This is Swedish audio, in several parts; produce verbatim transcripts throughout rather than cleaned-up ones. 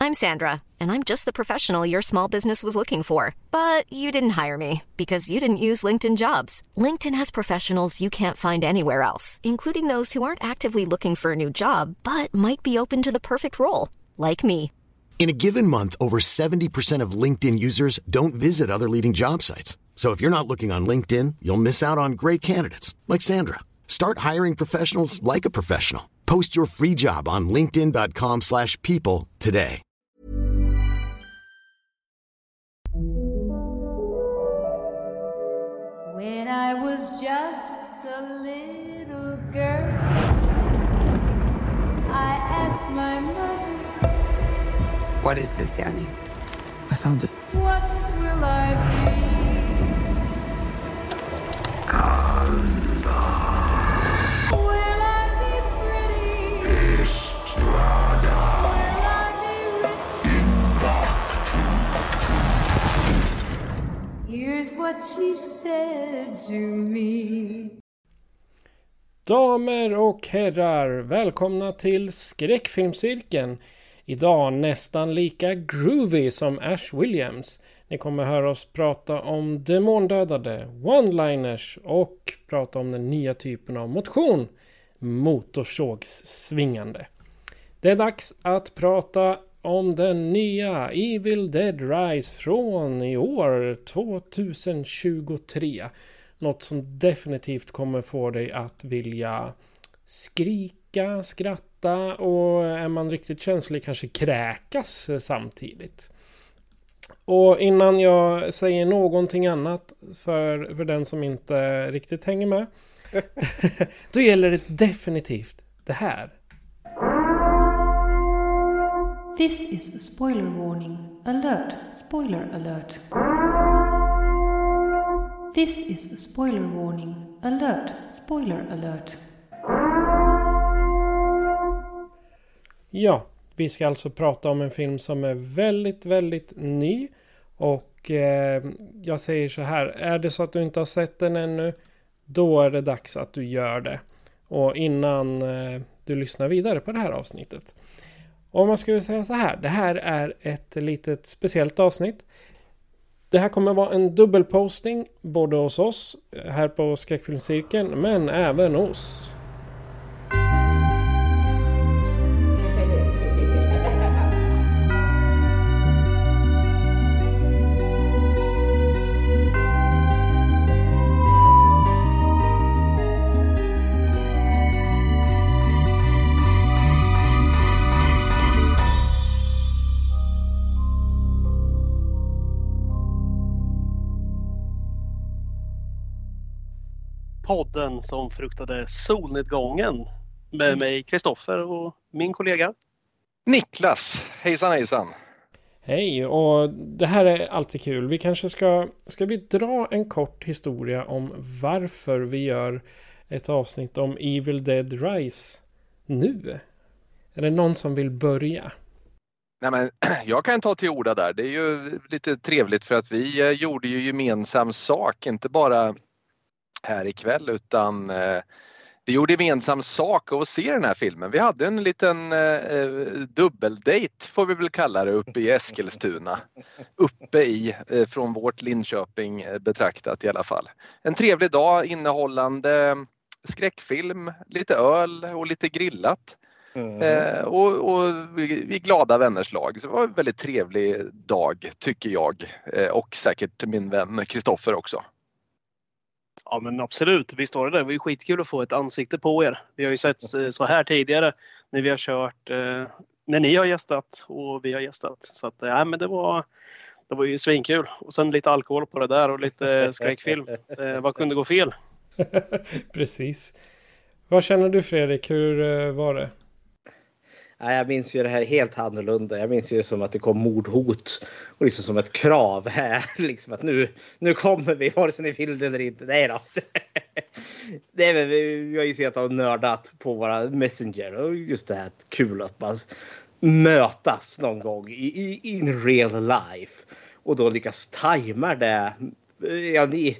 I'm Sandra, and I'm just the professional your small business was looking for. But you didn't hire me because you didn't use LinkedIn Jobs. LinkedIn has professionals you can't find anywhere else, including those who aren't actively looking for a new job, but might be open to the perfect role, like me. In a given month, over seventy percent of LinkedIn users don't visit other leading job sites. So if you're not looking on LinkedIn, you'll miss out on great candidates like Sandra. Start hiring professionals like a professional. Post your free job on linkedin dot com slash people today. When I was just a little girl, I asked my mother, what is this, Danny? I found it. what will I be? Will I be pretty? Estrada. Will I be rich? Here's what she said to me. Damer och herrar, välkomna till Skräckfilmscirkeln. Idag nästan lika groovy som Ash Williams. Ni kommer höra oss prata om demondödade, one-liners och prata om den nya typen av motion, motorsågssvingande. Det är dags att prata om den nya Evil Dead Rise från i år tjugohundratjugotre. Något som definitivt kommer få dig att vilja skrika, skratta och är man riktigt känslig kanske kräkas samtidigt. Och innan jag säger någonting annat för, för den som inte riktigt hänger med då gäller det definitivt det här. This is a spoiler warning. Alert. Spoiler alert. This is a spoiler warning. Alert. Spoiler alert. Ja, vi ska alltså prata om en film som är väldigt, väldigt ny. Och eh, jag säger så här, är det så att du inte har sett den ännu, då är det dags att du gör det. Och innan eh, du lyssnar vidare på det här avsnittet. Och man skulle säga så här, det här är ett litet speciellt avsnitt. Det här kommer vara en dubbelposting både hos oss här på Skräckfilmscirkeln men även hos... Podden som fruktade solnedgången med mig, Kristoffer, och min kollega Niklas. Hejsan hejsan. Hej, och det här är alltid kul. Vi kanske ska, ska vi dra en kort historia om varför vi gör ett avsnitt om Evil Dead Rise nu? Är det någon som vill börja? Nej, men jag kan ta till orda där. Det är ju lite trevligt för att vi gjorde ju gemensam sak, inte bara här ikväll utan eh, vi gjorde gemensam sak att se den här filmen. Vi hade en liten eh, dubbeldate får vi väl kalla det uppe i Eskilstuna. Uppe i, eh, från vårt Linköping eh, betraktat i alla fall. En trevlig dag innehållande skräckfilm, lite öl och lite grillat. Mm. Eh, och och vi, vi glada vänners lag. Så det var en väldigt trevlig dag tycker jag. Eh, och säkert min vän Kristoffer också. Ja men absolut, visst var det det. Det var ju skitkul att få ett ansikte på er. Vi har ju sett så här tidigare när vi har kört, eh, när ni har gästat och vi har gästat. Så att, ja men det var, det var ju svinkul. Och sen lite alkohol på det där och lite skräckfilm. Eh, vad kunde gå fel? Precis. Vad känner du Fredrik? Hur eh, var det? Ja, jag minns ju det här helt annorlunda. Jag minns ju det som att det kom mordhot och liksom som ett krav här. Liksom att nu, nu kommer vi, vare sig ni vill det eller inte. Nej då. Det är väl, vi har ju sett och nördat på våra Messenger. Och just det här kul att man mötas någon gång i, i in real life. Och då lyckas tajma det. Ja, ni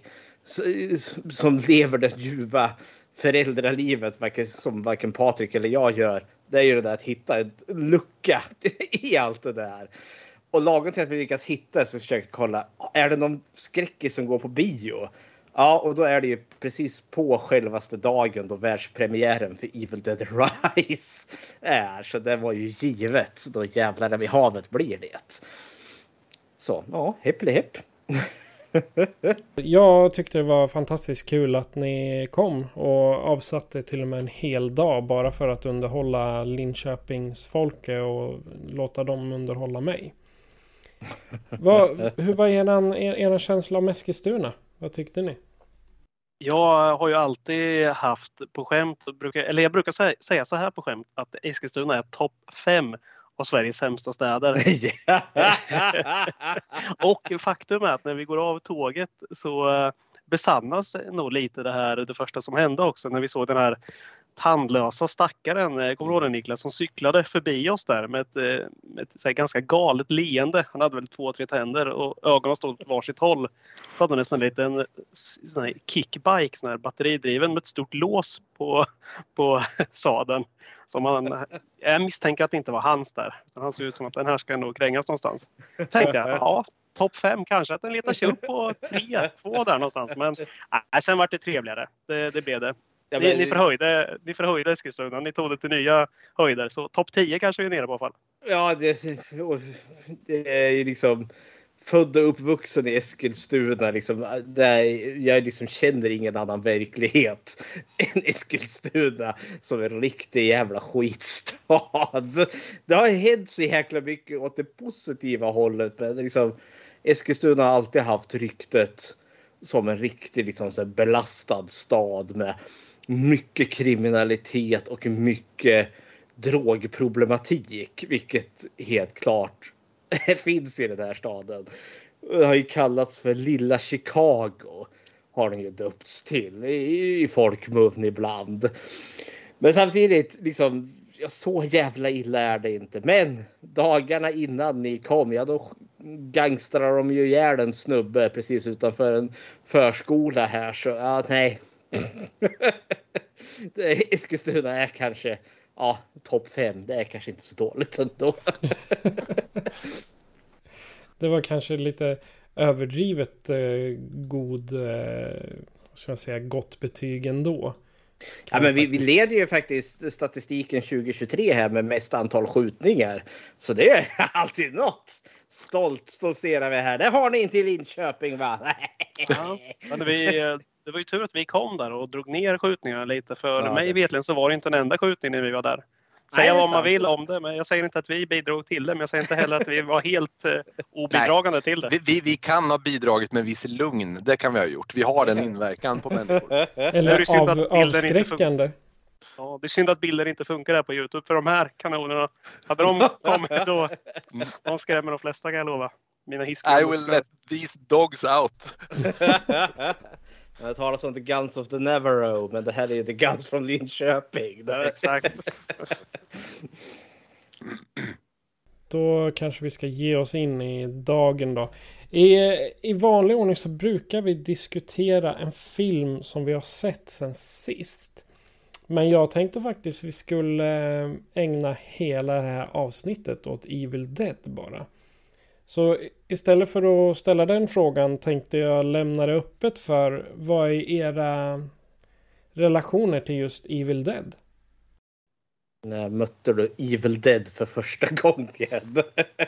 som lever det ljuva föräldralivet som varken Patrik eller jag gör Det är ju det där att hitta en lucka i allt det där. Och lagom till att vi lyckas hitta så försöker jag kolla, är det någon skräckis som går på bio? Ja, och då är det ju precis på självaste dagen då världspremiären för Evil Dead Rise är. Så det var ju givet. Då jävlar i havet blir det. Så, ja, hepp hepp. Jag tyckte det var fantastiskt kul att ni kom och avsatte till och med en hel dag bara för att underhålla Linköpings folket och låta dem underhålla mig. Vad, hur var eran, eran känsla om Eskilstuna? Vad tyckte ni? Jag har ju alltid haft på skämt, brukar, eller jag brukar säga, säga så här på skämt, att Eskilstuna är topp fem av Sveriges sämsta städer. Och faktum är att när vi går av tåget så besannas nog lite det här, det första som hände också när vi såg den här tandlösa stackaren, kommer du ihåg den, Niklas, som cyklade förbi oss där med ett, med ett så här, ganska galet leende. Han hade väl två, tre tänder och ögonen stod åt varsitt håll. Så hade han en sån liten sån här kickbike, sån här batteridriven med ett stort lås på, på sadeln. Som han, jag misstänker att det inte var hans där. Han såg ut som att den här ska nog krängas någonstans. Tänkte jag, ja, topp fem kanske. Att den letar sig upp på tre, två där någonstans. Men äh, sen var det trevligare. Det, det blev det. Ja, men... Ni, ni förhöjde, ni förhöjde Eskilstuna. Ni tog det till nya höjder. Så topp tio kanske vi är nere på i alla fall. Ja, det, det är ju liksom född och uppvuxen i Eskilstuna. Liksom, där jag liksom känner ingen annan verklighet än Eskilstuna som en riktig jävla skitstad. Det har hänt så jäkla mycket åt det positiva hållet. Men liksom, Eskilstuna har alltid haft ryktet som en riktig liksom, så här belastad stad med mycket kriminalitet och mycket drogproblematik, vilket helt klart finns i den här staden. Det har ju kallats för Lilla Chicago, har den ju döpts till i, i folkmun ibland. Men samtidigt, liksom, ja, så jävla illa är det inte. Men dagarna innan ni kom, ja då gangstrar de ju ihjäl en snubbe precis utanför en förskola här. Så ja, nej. Eskilstuna är kanske ja, topp fem. Det är kanske inte så dåligt ändå. Det var kanske lite överdrivet eh, god, eh, ska jag säga, gott betyg ändå. Ja, men vi, vi leder ju faktiskt statistiken tjugo tjugotre här med mest antal skjutningar. Så det är alltid något. Stolt stoltserar vi här. Det har ni inte i Linköping, va? Ja, men vi, det var ju tur att vi kom där och drog ner skjutningarna lite. För ja, mig det... vetligen så var det inte en enda skjutning när vi var där. Säga vad man vill om det, men jag säger inte att vi bidrog till det, men jag säger inte heller att vi var helt uh, obidragande till det. Vi, vi, vi kan ha bidragit med viss lugn, det kan vi ha gjort. Vi har den inverkan på människor. Eller av, avskräckande. Ja, det är synd att bilder inte funkar här på YouTube, för de här kanonerna, hade de kommit då, de skrämmer de flesta, kan jag lova. Mina hiskar. I will let these dogs out. Det talas om The Guns of the Neverrow, men det här är ju The Guns från Linköping. Exakt. Då kanske vi ska ge oss in i dagen då. I, I vanlig ordning så brukar vi diskutera en film som vi har sett sen sist. Men jag tänkte faktiskt vi skulle ägna hela det här avsnittet åt Evil Dead bara. Så istället för att ställa den frågan tänkte jag lämna det öppet för vad är era relationer till just Evil Dead? När mötte du Evil Dead för första gången?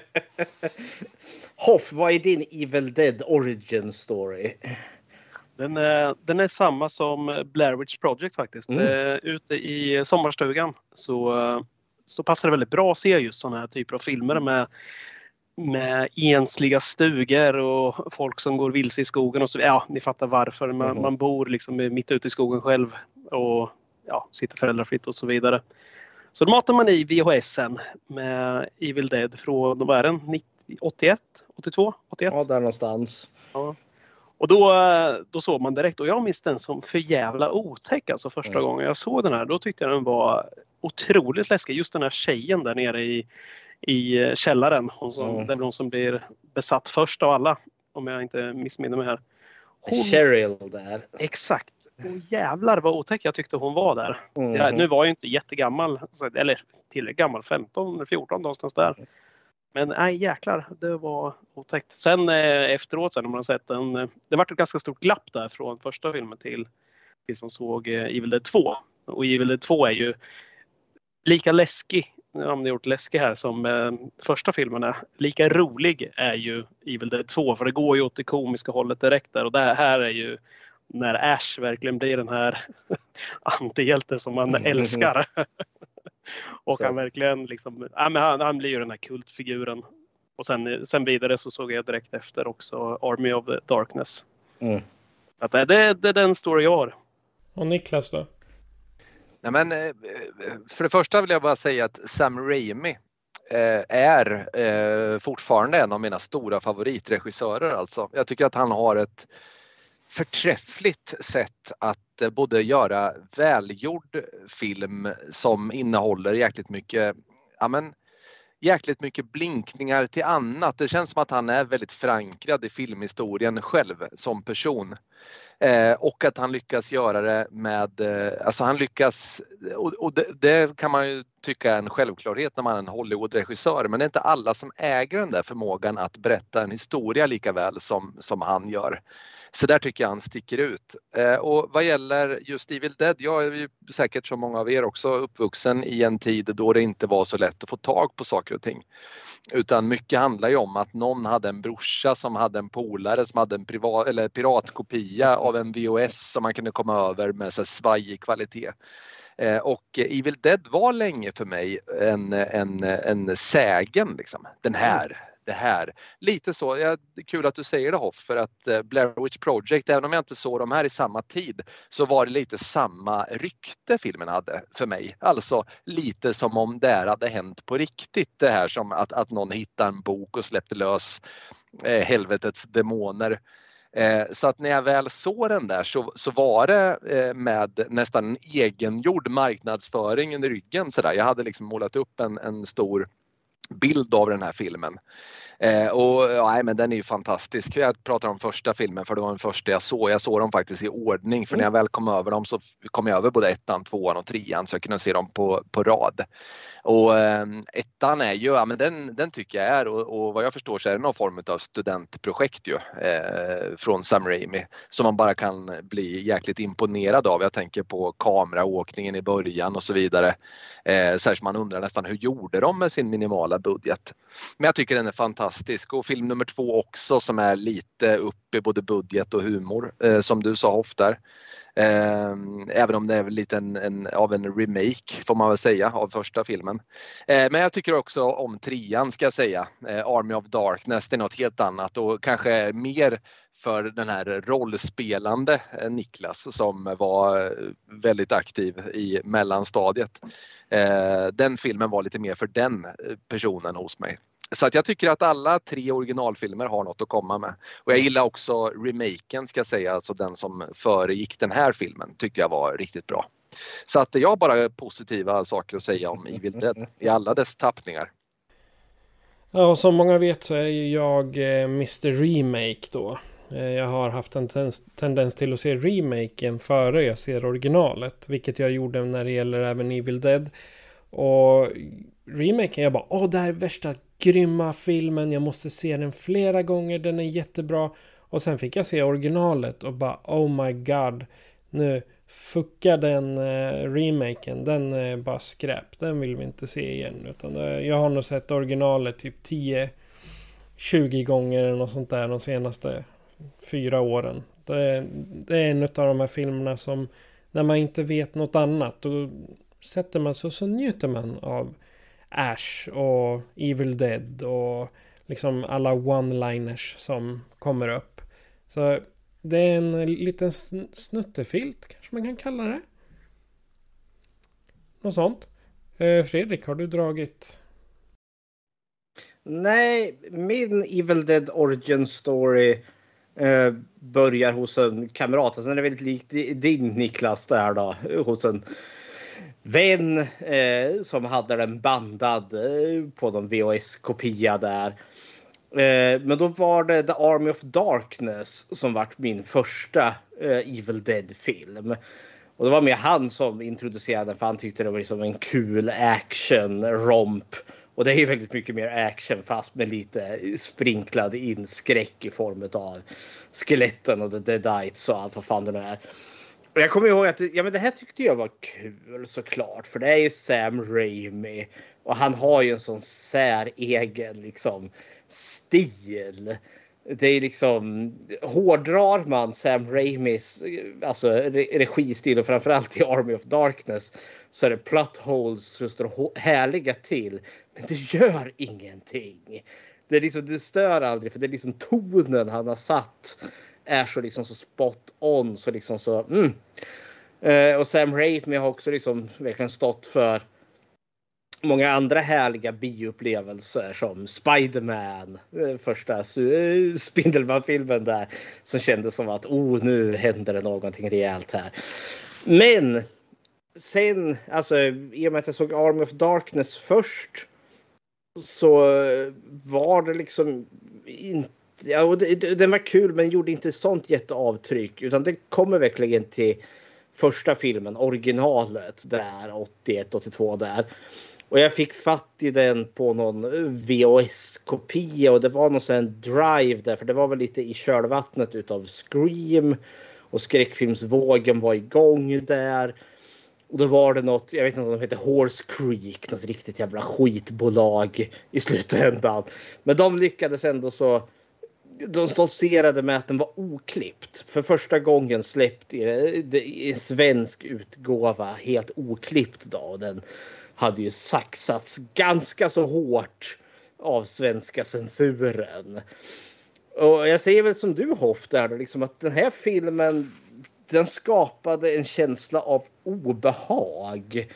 Hoff, vad är din Evil Dead origin story? Den är, den är samma som Blair Witch Project faktiskt. Mm. Uh, ute i sommarstugan så, uh, så passar det väldigt bra att se just sådana här typer av filmer med med ensliga stugor och folk som går vilse i skogen och så. Ja, ni fattar varför. Man, mm. man bor liksom mitt ute i skogen själv och ja, sitter föräldrafritt och så vidare. Så då matar man i V H S:en med Evil Dead från, vad är den? åttioett, åttiotvå, åttioett? Ja, där någonstans. Ja. Och då, då såg man direkt, och jag minns den som för jävla otäck alltså första mm. gången jag såg den här. Då tyckte jag den var otroligt läskig. Just den här tjejen där nere i i källaren. Hon som, mm. Det är hon som blir besatt först av alla, om jag inte missminner mig här. Hon... Cheryl där. Exakt. Och jävlar vad otäck jag tyckte hon var där. Mm. Jag, nu var jag ju inte jättegammal. Eller tillräckligt gammal. femton fjorton någonstans där. Men nej jäklar. Det var otäckt. Sen eh, efteråt sen när man har sett den. Eh, det var ett ganska stort glapp där från första filmen till vi som såg eh, Evil Dead två. Och Evil Dead två är ju lika läskig. Nu har de gjort läskig här som eh, första filmen är. Lika rolig är ju Evil Dead två. För det går ju åt det komiska hållet direkt där. Och det här är ju när Ash verkligen blir den här antihjälten som man älskar. Och så. Han verkligen liksom, ja, men han, han blir ju den här kultfiguren. Och sen, sen vidare så såg jag direkt efter också Army of Darkness. Mm. Att det, det, det är den story jag har. Och Niklas då? Nej, men, för det första vill jag bara säga att Sam Raimi är fortfarande en av mina stora favoritregissörer. Alltså. Jag tycker att han har ett förträffligt sätt att både göra välgjord film som innehåller jäkligt mycket, ja men, jäkligt mycket blinkningar till annat. Det känns som att han är väldigt förankrad i filmhistorien själv som person. Eh, och att han lyckas göra det med, eh, alltså han lyckas, och, och det, det kan man ju tycka är en självklarhet när man är en Hollywood-regissör, men det är inte alla som äger den där förmågan att berätta en historia lika väl som, som han gör. Så där tycker jag han sticker ut. Eh, och vad gäller just Evil Dead, jag är ju säkert som många av er också uppvuxen i en tid då det inte var så lätt att få tag på saker och ting. Utan mycket handlar ju om att någon hade en brorsa som hade en polare som hade en privat, eller piratkopia av en V H S som man kunde komma över med så här svajig kvalitet. Eh, och Evil Dead var länge för mig en, en, en sägen liksom. Den här. Det här. Lite så, ja, det är kul att du säger det Hoff, för att uh, Blair Witch Project, även om jag inte såg de här i samma tid, så var det lite samma rykte filmen hade för mig. Alltså lite som om det här hade hänt på riktigt, det här som att, att någon hittade en bok och släppte lös eh, helvetets demoner. Eh, så att när jag väl såg den där så, så var det eh, med nästan en egengjord marknadsföring i ryggen. Så där. Jag hade liksom målat upp en, en stor bild av den här filmen. Eh, och ja, men den är ju fantastisk. Jag pratar om första filmen för det var den första jag såg. Jag såg dem faktiskt i ordning, för mm. när jag väl kom över dem så kom jag över både ettan, tvåan och trean, så jag kunde se dem på, på rad. Och eh, ettan är ju, ja men den, den tycker jag är, och, och vad jag förstår så är det någon form av studentprojekt ju, eh, från Sam Raimi som man bara kan bli jäkligt imponerad av. Jag tänker på kameraåkningen i början och så vidare. Eh, så här som man undrar nästan hur gjorde de med sin minimala budget. Men jag tycker den är fantastisk, och film nummer två också som är lite upp i både budget och humor, eh, som du sa ofta. Eh, även om det är lite en, en, av en remake får man väl säga av första filmen. Eh, men jag tycker också om trean ska jag säga. Eh, Army of Darkness, det är något helt annat och kanske mer för den här rollspelande eh, Niklas som var väldigt aktiv i mellanstadiet. Eh, den filmen var lite mer för den personen hos mig. Så att jag tycker att alla tre originalfilmer har något att komma med. Och jag gillar också remaken ska jag säga, alltså den som föregick den här filmen tyckte jag var riktigt bra. Så att jag har bara positiva saker att säga om Evil Dead i alla dess tappningar. Ja, och som många vet så är ju jag eh, mister Remake då. Eh, jag har haft en tens- tendens till att se remaken före jag ser originalet. Vilket jag gjorde när det gäller även Evil Dead. Och remaken, jag bara, åh det här är värsta grymma filmen, jag måste se den flera gånger, den är jättebra. Och sen fick jag se originalet och bara, oh my god, nu fuckar den eh, remaken, den är bara skräp, den vill vi inte se igen. Utan det, jag har nog sett originalet typ tio tjugo gånger eller något sånt där de senaste fyra åren. Det, det är en av de här filmerna som när man inte vet något annat, då sätter man sig och så njuter man av Ash och Evil Dead och liksom alla one-liners som kommer upp. Så det är en liten snuttefilt kanske man kan kalla det. Något sånt. Eh, Fredrik, har du dragit? Nej, min Evil Dead origin story eh, börjar hos en kamrat. Sen är det väldigt likt din Niklas där då. Hos en vän eh, som hade den bandad eh, på någon V H S-kopia där. Eh, men då var det The Army of Darkness som var min första eh, Evil Dead-film. Och det var med han som introducerade, för han tyckte det var liksom en kul action-romp. Och det är ju väldigt mycket mer action fast med lite sprinklad inskräck i form av skeletten och the Deadites och allt vad fan det nu är. Och jag kommer ihåg att ja, men det här tyckte jag var kul såklart. För det är ju Sam Raimi. Och han har ju en sån säregen liksom stil. Det är liksom, hårdrar man Sam Raimis alltså registil och framförallt i Army of Darkness så är det plot holes som står härliga till. Men det gör ingenting. Det, är liksom, det stör aldrig, för det är liksom tonen han har satt är så liksom så spot on, så liksom så mm. eh, och Sam Raimi har också liksom verkligen stått för många andra härliga bioupplevelser som Spider-Man, första Spindelman-filmen där, som kändes som att oh, nu händer det någonting rejält här. Men sen, alltså i och med att jag såg Army of Darkness först så var det liksom inte, ja, och det, det, den var kul men gjorde inte sånt jätteavtryck, utan det kommer verkligen till första filmen, originalet där åttioett åttiotvå där. Och jag fick fatt i den på någon V H S-kopia och det var någon sån drive där, för det var väl lite i kölvattnet utav Scream och skräckfilmsvågen var igång där. Och då var det något, jag vet inte om de heter Horse Creek, något riktigt jävla skitbolag i slutändan. Men de lyckades ändå så, de stoltserade med att den var oklippt. För första gången släppt i, i svensk utgåva helt oklippt då. Och den hade ju saxats ganska så hårt av svenska censuren. Och jag säger väl som du Hoff där, liksom att den här filmen, den skapade en känsla av obehag.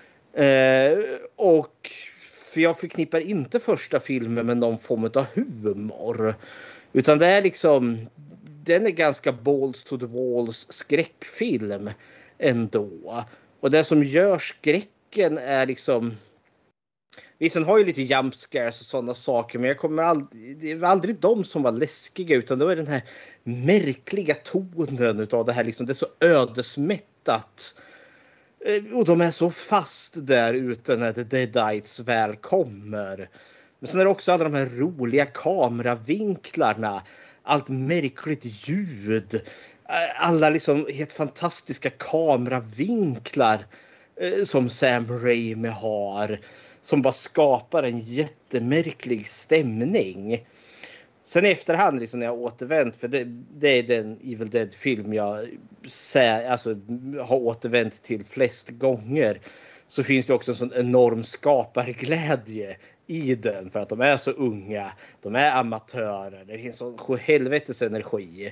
Eh, och för jag förknippar inte första filmen med någon form av humor. Utan det är liksom, den är ganska balls to the walls skräckfilm ändå. Och det som gör skräcken är liksom, visst den har ju lite jump scares och sådana saker, men jag kommer aldrig, det var aldrig de som var läskiga, utan det var den här märkliga tonen utav det här liksom, det är så ödesmättat. Och de är så fast där ute när The Deadites väl kommer. Men sen är det också alla de här roliga kameravinklarna, allt märkligt ljud, alla liksom helt fantastiska kameravinklar som Sam Raimi har, som bara skapar en jättemärklig stämning. Sen i efterhand liksom när jag återvänt, för det, det är den Evil Dead-film jag sä, alltså, har återvänt till flest gånger, så finns det också en sån enorm skaparglädje i den, för att de är så unga, de är amatörer, det finns sån helvetes energi.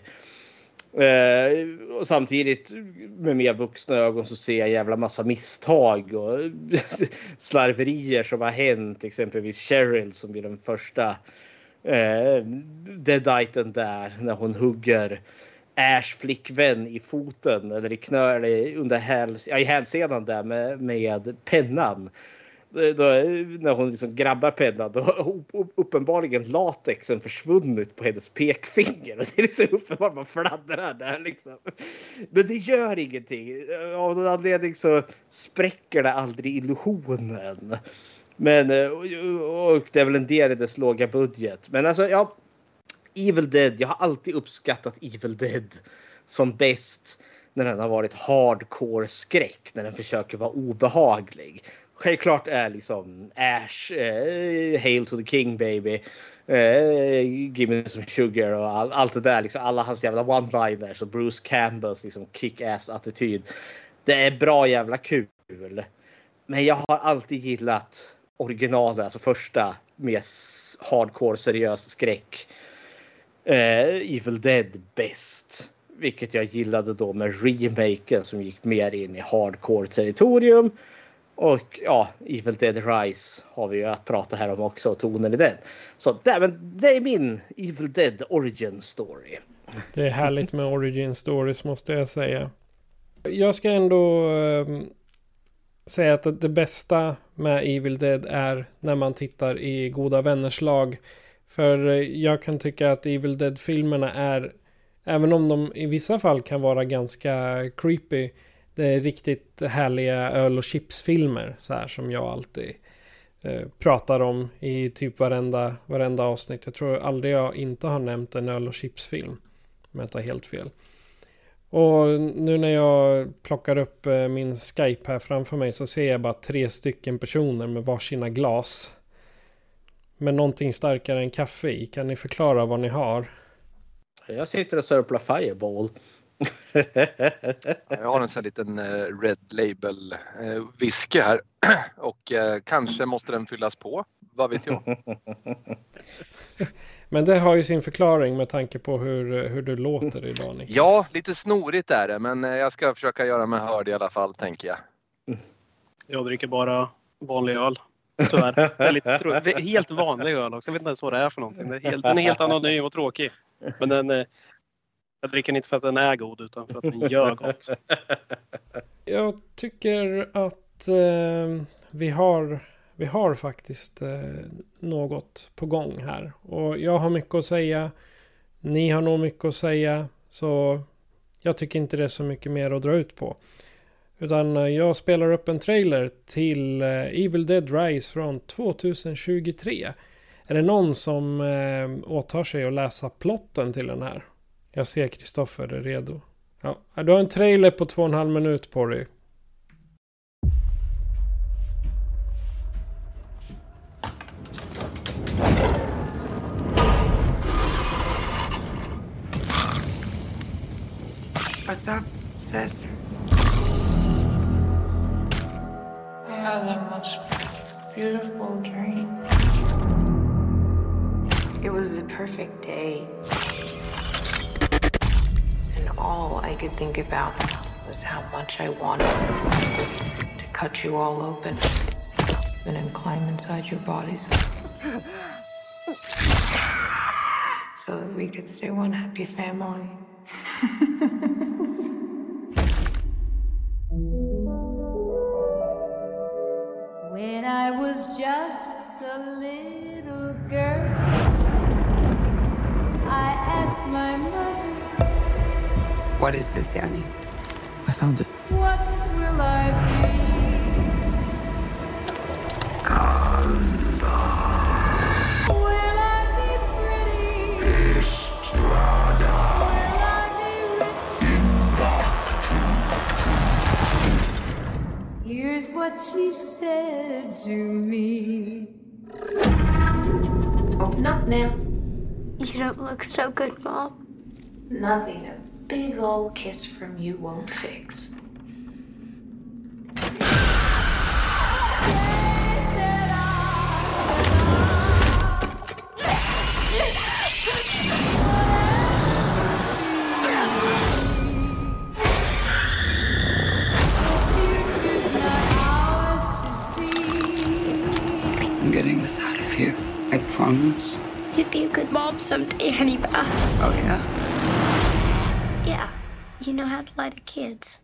Uh, och samtidigt med mer vuxna ögon så ser jag jävla massa misstag och slarverier som har hänt, exempelvis Cheryl som blir den första uh, Deaditen där, när hon hugger Ash flickvän i foten eller i knö eller under häl, ja, i hälsenan där med, med pennan. Då, när hon liksom grabbar pennan, då har uppenbarligen latexen försvunnit på hennes pekfinger. Det är liksom uppenbart man fladdrar där liksom. Men det gör ingenting. Av någon anledning så spräcker det aldrig illusionen. Men, och det är väl en del i dess låga budget. Men alltså, ja, Evil Dead, jag har alltid uppskattat Evil Dead som bäst när den har varit hardcore skräck, när den försöker vara obehaglig. Självklart är liksom Ash, eh, Hail to the King baby, eh, Give me some sugar och all, allt det där, liksom, alla hans jävla one-liners och Bruce Campbells liksom kick-ass attityd. Det är bra jävla kul. Men jag har alltid gillat originalet, alltså första med hardcore seriös skräck. Eh, Evil Dead bäst. Vilket jag gillade då med remaken som gick mer in i hardcore territorium. Och ja, Evil Dead Rise har vi ju att prata här om också, och tonen i den. Så det, men det är min Evil Dead origin story. Det är härligt med origin stories, måste jag säga. Jag ska ändå äh, säga att det bästa med Evil Dead är när man tittar i Goda vänners lag. För jag kan tycka att Evil Dead-filmerna är, även om de i vissa fall kan vara ganska creepy, det är riktigt härliga öl- och chipsfilmer så här, som jag alltid eh, pratar om i typ varenda, varenda avsnitt. Jag tror aldrig jag inte har nämnt en öl- och chipsfilm, om jag tar helt fel. Och nu när jag plockar upp eh, min Skype här framför mig så ser jag bara tre stycken personer med varsina glas. Men någonting starkare än kaffe i. Kan ni förklara vad ni har? Jag sitter och sörplar Fireball. Jag har en sån här liten uh, Red Label uh, whisky här. Och uh, kanske måste den fyllas på. Vad vet jag? Men det har ju sin förklaring med tanke på hur, hur du låter idag, Nick. Ja, lite snorigt är det. Men uh, jag ska försöka göra mig hörd i alla fall, tänker jag. Jag dricker bara vanlig öl. Tyvärr. Väldigt tro- det är helt vanlig öl också. Jag vet inte ens vad det är för någonting. Det är helt, den är helt anonym och tråkig. Men den, eh, jag dricker den inte för att den är god utan för att den gör gott. Jag tycker att eh, vi har vi har faktiskt eh, något på gång här. Och jag har mycket att säga. Ni har nog mycket att säga. Så jag tycker inte det är så mycket mer att dra ut på. Utan jag spelar upp en trailer till Evil Dead Rise från tjugohundratjugotre. Är det någon som eh, åtar sig att läsa plotten till den här? Jag ser Kristoffer är redo. Ja, du har en trailer på två och en halv minut på dig. What's up, sis? I had the most beautiful dream. It was the perfect day. And all I could think about was how much I wanted to cut you all open and then climb inside your bodies so that we could stay one happy family. When I was just a little girl, I asked my mother, What is this, Danny? I found it. what will I be? Will I be pretty? Will I be rich? Here's what she said to me. Open up now. You don't look so good, Mom. Nothing a big old kiss from you won't fix. I'm getting us out of here. I promise. You'd be a good mom someday, Honeybeth. Oh, yeah? Yeah, you know how to lie to kids.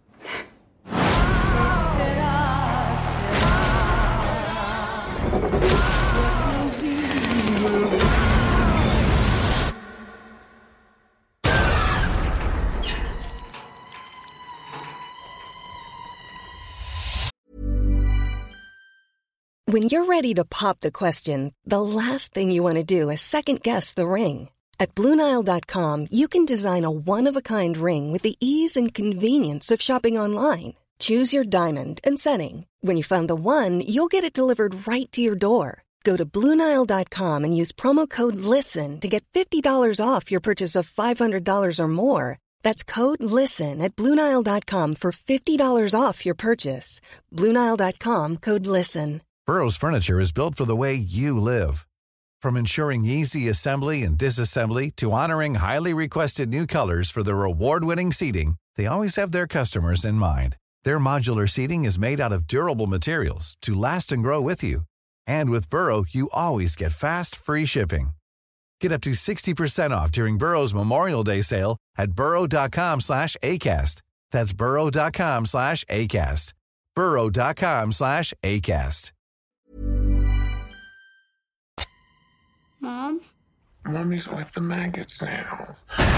When you're ready to pop the question, the last thing you want to do is second-guess the ring. At Blue Nile dot com, you can design a one-of-a-kind ring with the ease and convenience of shopping online. Choose your diamond and setting. When you find the one, you'll get it delivered right to your door. Go to Blue Nile dot com and use promo code LISTEN to get fifty dollars off your purchase of five hundred dollars or more. That's code LISTEN at Blue Nile dot com for fifty dollars off your purchase. Blue Nile dot com, code LISTEN. Burrow's furniture is built for the way you live. From ensuring easy assembly and disassembly to honoring highly requested new colors for their award-winning seating, they always have their customers in mind. Their modular seating is made out of durable materials to last and grow with you. And with Burrow, you always get fast, free shipping. Get up to sixty percent off during Burrow's Memorial Day sale at burrow dot com slash ACAST. That's burrow dot com slash ACAST. burrow dot com slash ACAST. Mom, Mommy's with the maggots now.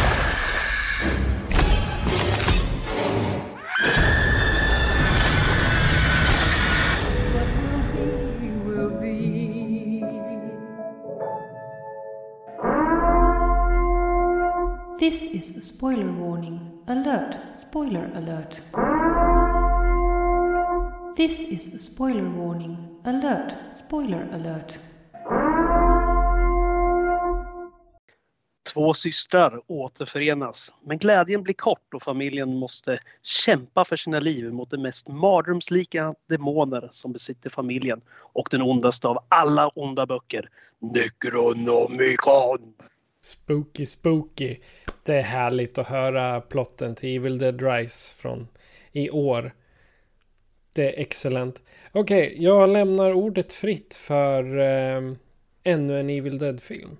What will be, will be. This is a spoiler warning. Alert! Spoiler alert. This is a spoiler warning. Alert! Spoiler alert. Två systrar återförenas, men glädjen blir kort och familjen måste kämpa för sina liv mot de mest mardrömslika demoner som besitter familjen och den ondaste av alla onda böcker, Necronomicon. Spooky, spooky. Det är härligt att höra plotten till Evil Dead Rise från i år. Det är excellent. Okej, okay, jag lämnar ordet fritt för eh, ännu en Evil Dead-film.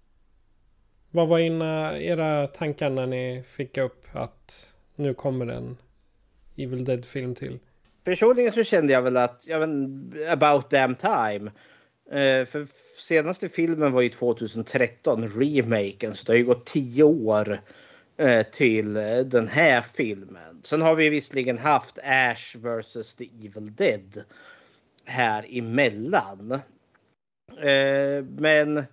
Vad var ina, era tankar när ni fick upp att nu kommer en Evil Dead-film till? Personligen så kände jag väl att, ja men, about damn time. Uh, för senaste filmen var ju tjugohundratretton, remaken, så det har ju gått tio år uh, till uh, den här filmen. Sen har vi visserligen haft Ash versus the Evil Dead här emellan. Uh, men uh,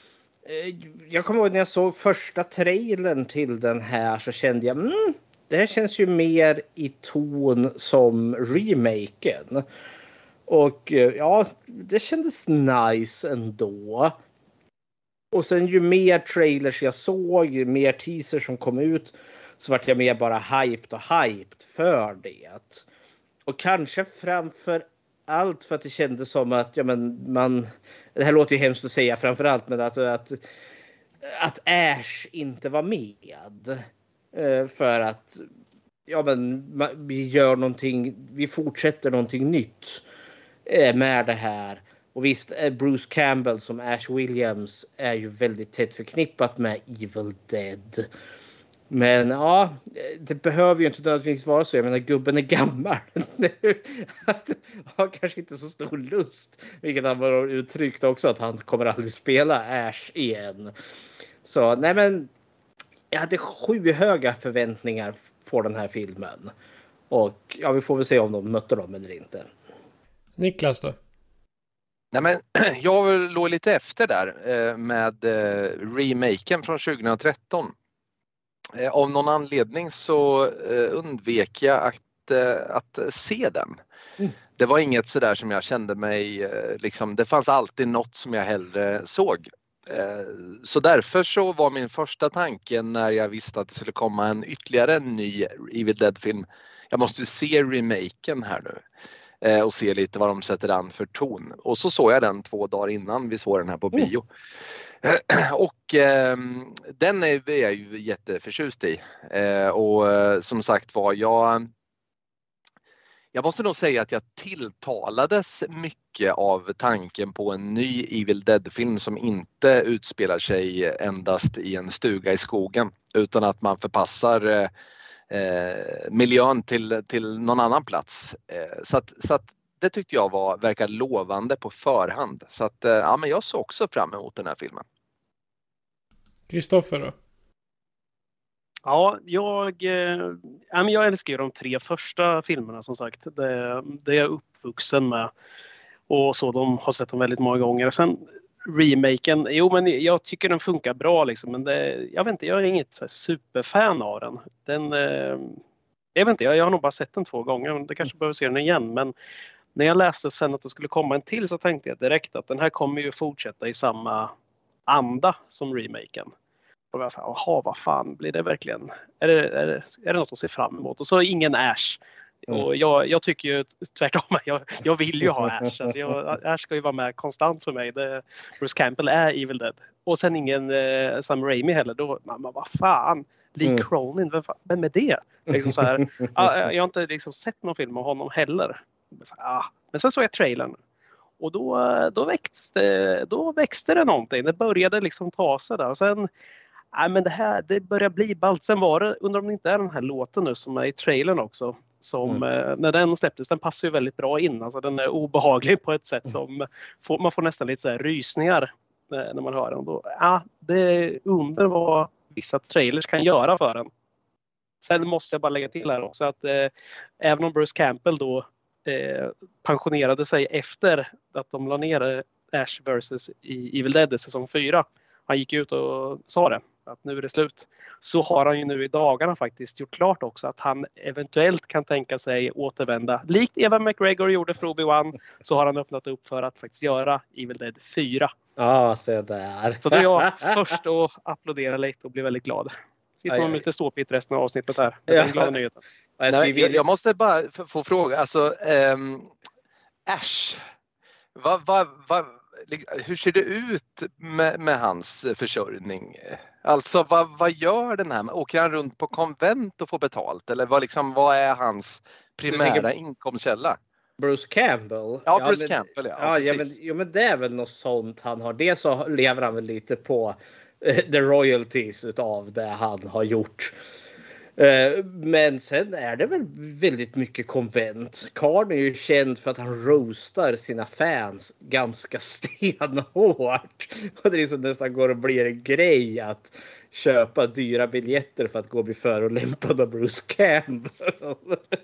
jag kommer ihåg när jag såg första trailern till den här så kände jag, mm, det här känns ju mer i ton som remaken. Och ja, det kändes nice ändå. Och sen ju mer trailers jag såg, ju mer teasers som kom ut, så vart jag mer bara hyped och hyped för det. Och kanske framför allt för att det kändes som att, ja men man, det här låter ju hemskt att säga framför allt, men att, att, att Ash inte var med. För att, ja men vi gör någonting, vi fortsätter någonting nytt med det här. Och visst, Bruce Campbell som Ash Williams är ju väldigt tätt förknippat med Evil Dead. Men ja, det behöver ju inte nödvändigtvis vara så. Jag menar, gubben är gammal nu. Att har kanske inte så stor lust. Vilket han var uttryckt också, att han kommer aldrig spela Ash igen. Så nej, men jag hade sju höga förväntningar på den här filmen. Och ja, vi får väl se om de möter dem eller inte. Niklas då? Nej, men jag låg lite efter där med remaken från tjugohundratretton. Av någon anledning så undvek jag att, att se den. Mm. Det var inget sådär som jag kände mig, liksom, det fanns alltid något som jag hellre såg. Så därför så var min första tanke när jag visste att det skulle komma en ytterligare ny Evil Dead-film. Jag måste se remaken här nu. Och se lite vad de sätter an för ton. Och så såg jag den två dagar innan vi såg den här på bio. Mm. Och eh, den är jag ju jätteförtjust i. Eh, och som sagt var, jag, jag måste nog säga att jag tilltalades mycket av tanken på en ny Evil Dead-film som inte utspelar sig endast i en stuga i skogen. Utan att man förpassar eh, Eh, miljön till, till någon annan plats. Eh, så att, så att det tyckte jag var, verkar lovande på förhand. Så att, eh, ja, men jag såg också fram emot den här filmen. Kristoffer då? Ja, jag, eh, jag älskar ju de tre första filmerna som sagt. Det, det är jag uppvuxen med. Och så de har sett dem väldigt många gånger. Sen remaken, jo men jag tycker den funkar bra liksom, men det, jag vet inte, jag är inget så här superfan av den. Den eh, jag vet inte, jag, jag har nog bara sett den två gånger, det kanske behöver se den igen, men när jag läste sen att det skulle komma en till så tänkte jag direkt att den här kommer ju fortsätta i samma anda som remaken. Och jag sa, jaha, vad fan, blir det verkligen, är det, är det, är det något att se fram emot? Och så ingen Ash. Mm. Och jag, jag tycker ju tvärtom, jag, jag vill ju ha Ash. Alltså jag, Ash ska ju vara med konstant för mig. Det, Bruce Campbell är Evil Dead. Och sen ingen eh, Sam Raimi heller. Då, mamma, vad fan? Lee mm. Cronin, vem, vem är det? Liksom så här, ah, jag har inte liksom sett någon film av honom heller. Men, så, ah. Men sen såg jag trailern. Och då, då, växte, då växte det någonting. Det började liksom ta sig där. Och sen, nej, men det här, det börjar bli ballt. Sen var det, undrar om det inte är den här låten nu som är i trailern också. Som, mm. eh, när den släpptes, den passar ju väldigt bra in. Alltså den är obehaglig på ett sätt som får, man får nästan lite så här rysningar när man hör den. Då, ja, det undrar vad vissa trailers kan göra för den. Sen måste jag bara lägga till här också att eh, även om Bruce Campbell då eh, pensionerade sig efter att de la ner Ash versus i Evil Dead säsong fyra. Han gick ut och sa det, att nu är det slut. Så har han ju nu i dagarna faktiskt gjort klart också att han eventuellt kan tänka sig återvända. Likt Evan McGregor gjorde för Obi-Wan så har han öppnat upp för att faktiskt göra Evil Dead fyra. Ja, så där. Så då är jag först att applådera lite och bli väldigt glad. Sitter man med lite ståpigt resten av avsnittet här. Det är en glad nyhet. Nej, jag, jag måste bara få fråga, alltså um, Ash, vad, vad, vad, hur ser det ut med, med hans försörjning? Alltså vad, vad gör den här? Åker han runt på konvent och får betalt? Eller vad, liksom, vad är hans primära inkomstkälla? Bruce Campbell? Ja, Bruce ja, men, Campbell, ja. Ja, ja, men, ja, men det är väl något sånt han har. Det så lever han väl lite på uh, the royalties utav det han har gjort. Uh, men sen är det väl väldigt mycket konvent. Karl är ju känd för att han roastar sina fans ganska stenhårt. Och det är så nästan går och blir en grej att köpa dyra biljetter för att gå och bli förolämpad av Bruce Campbell.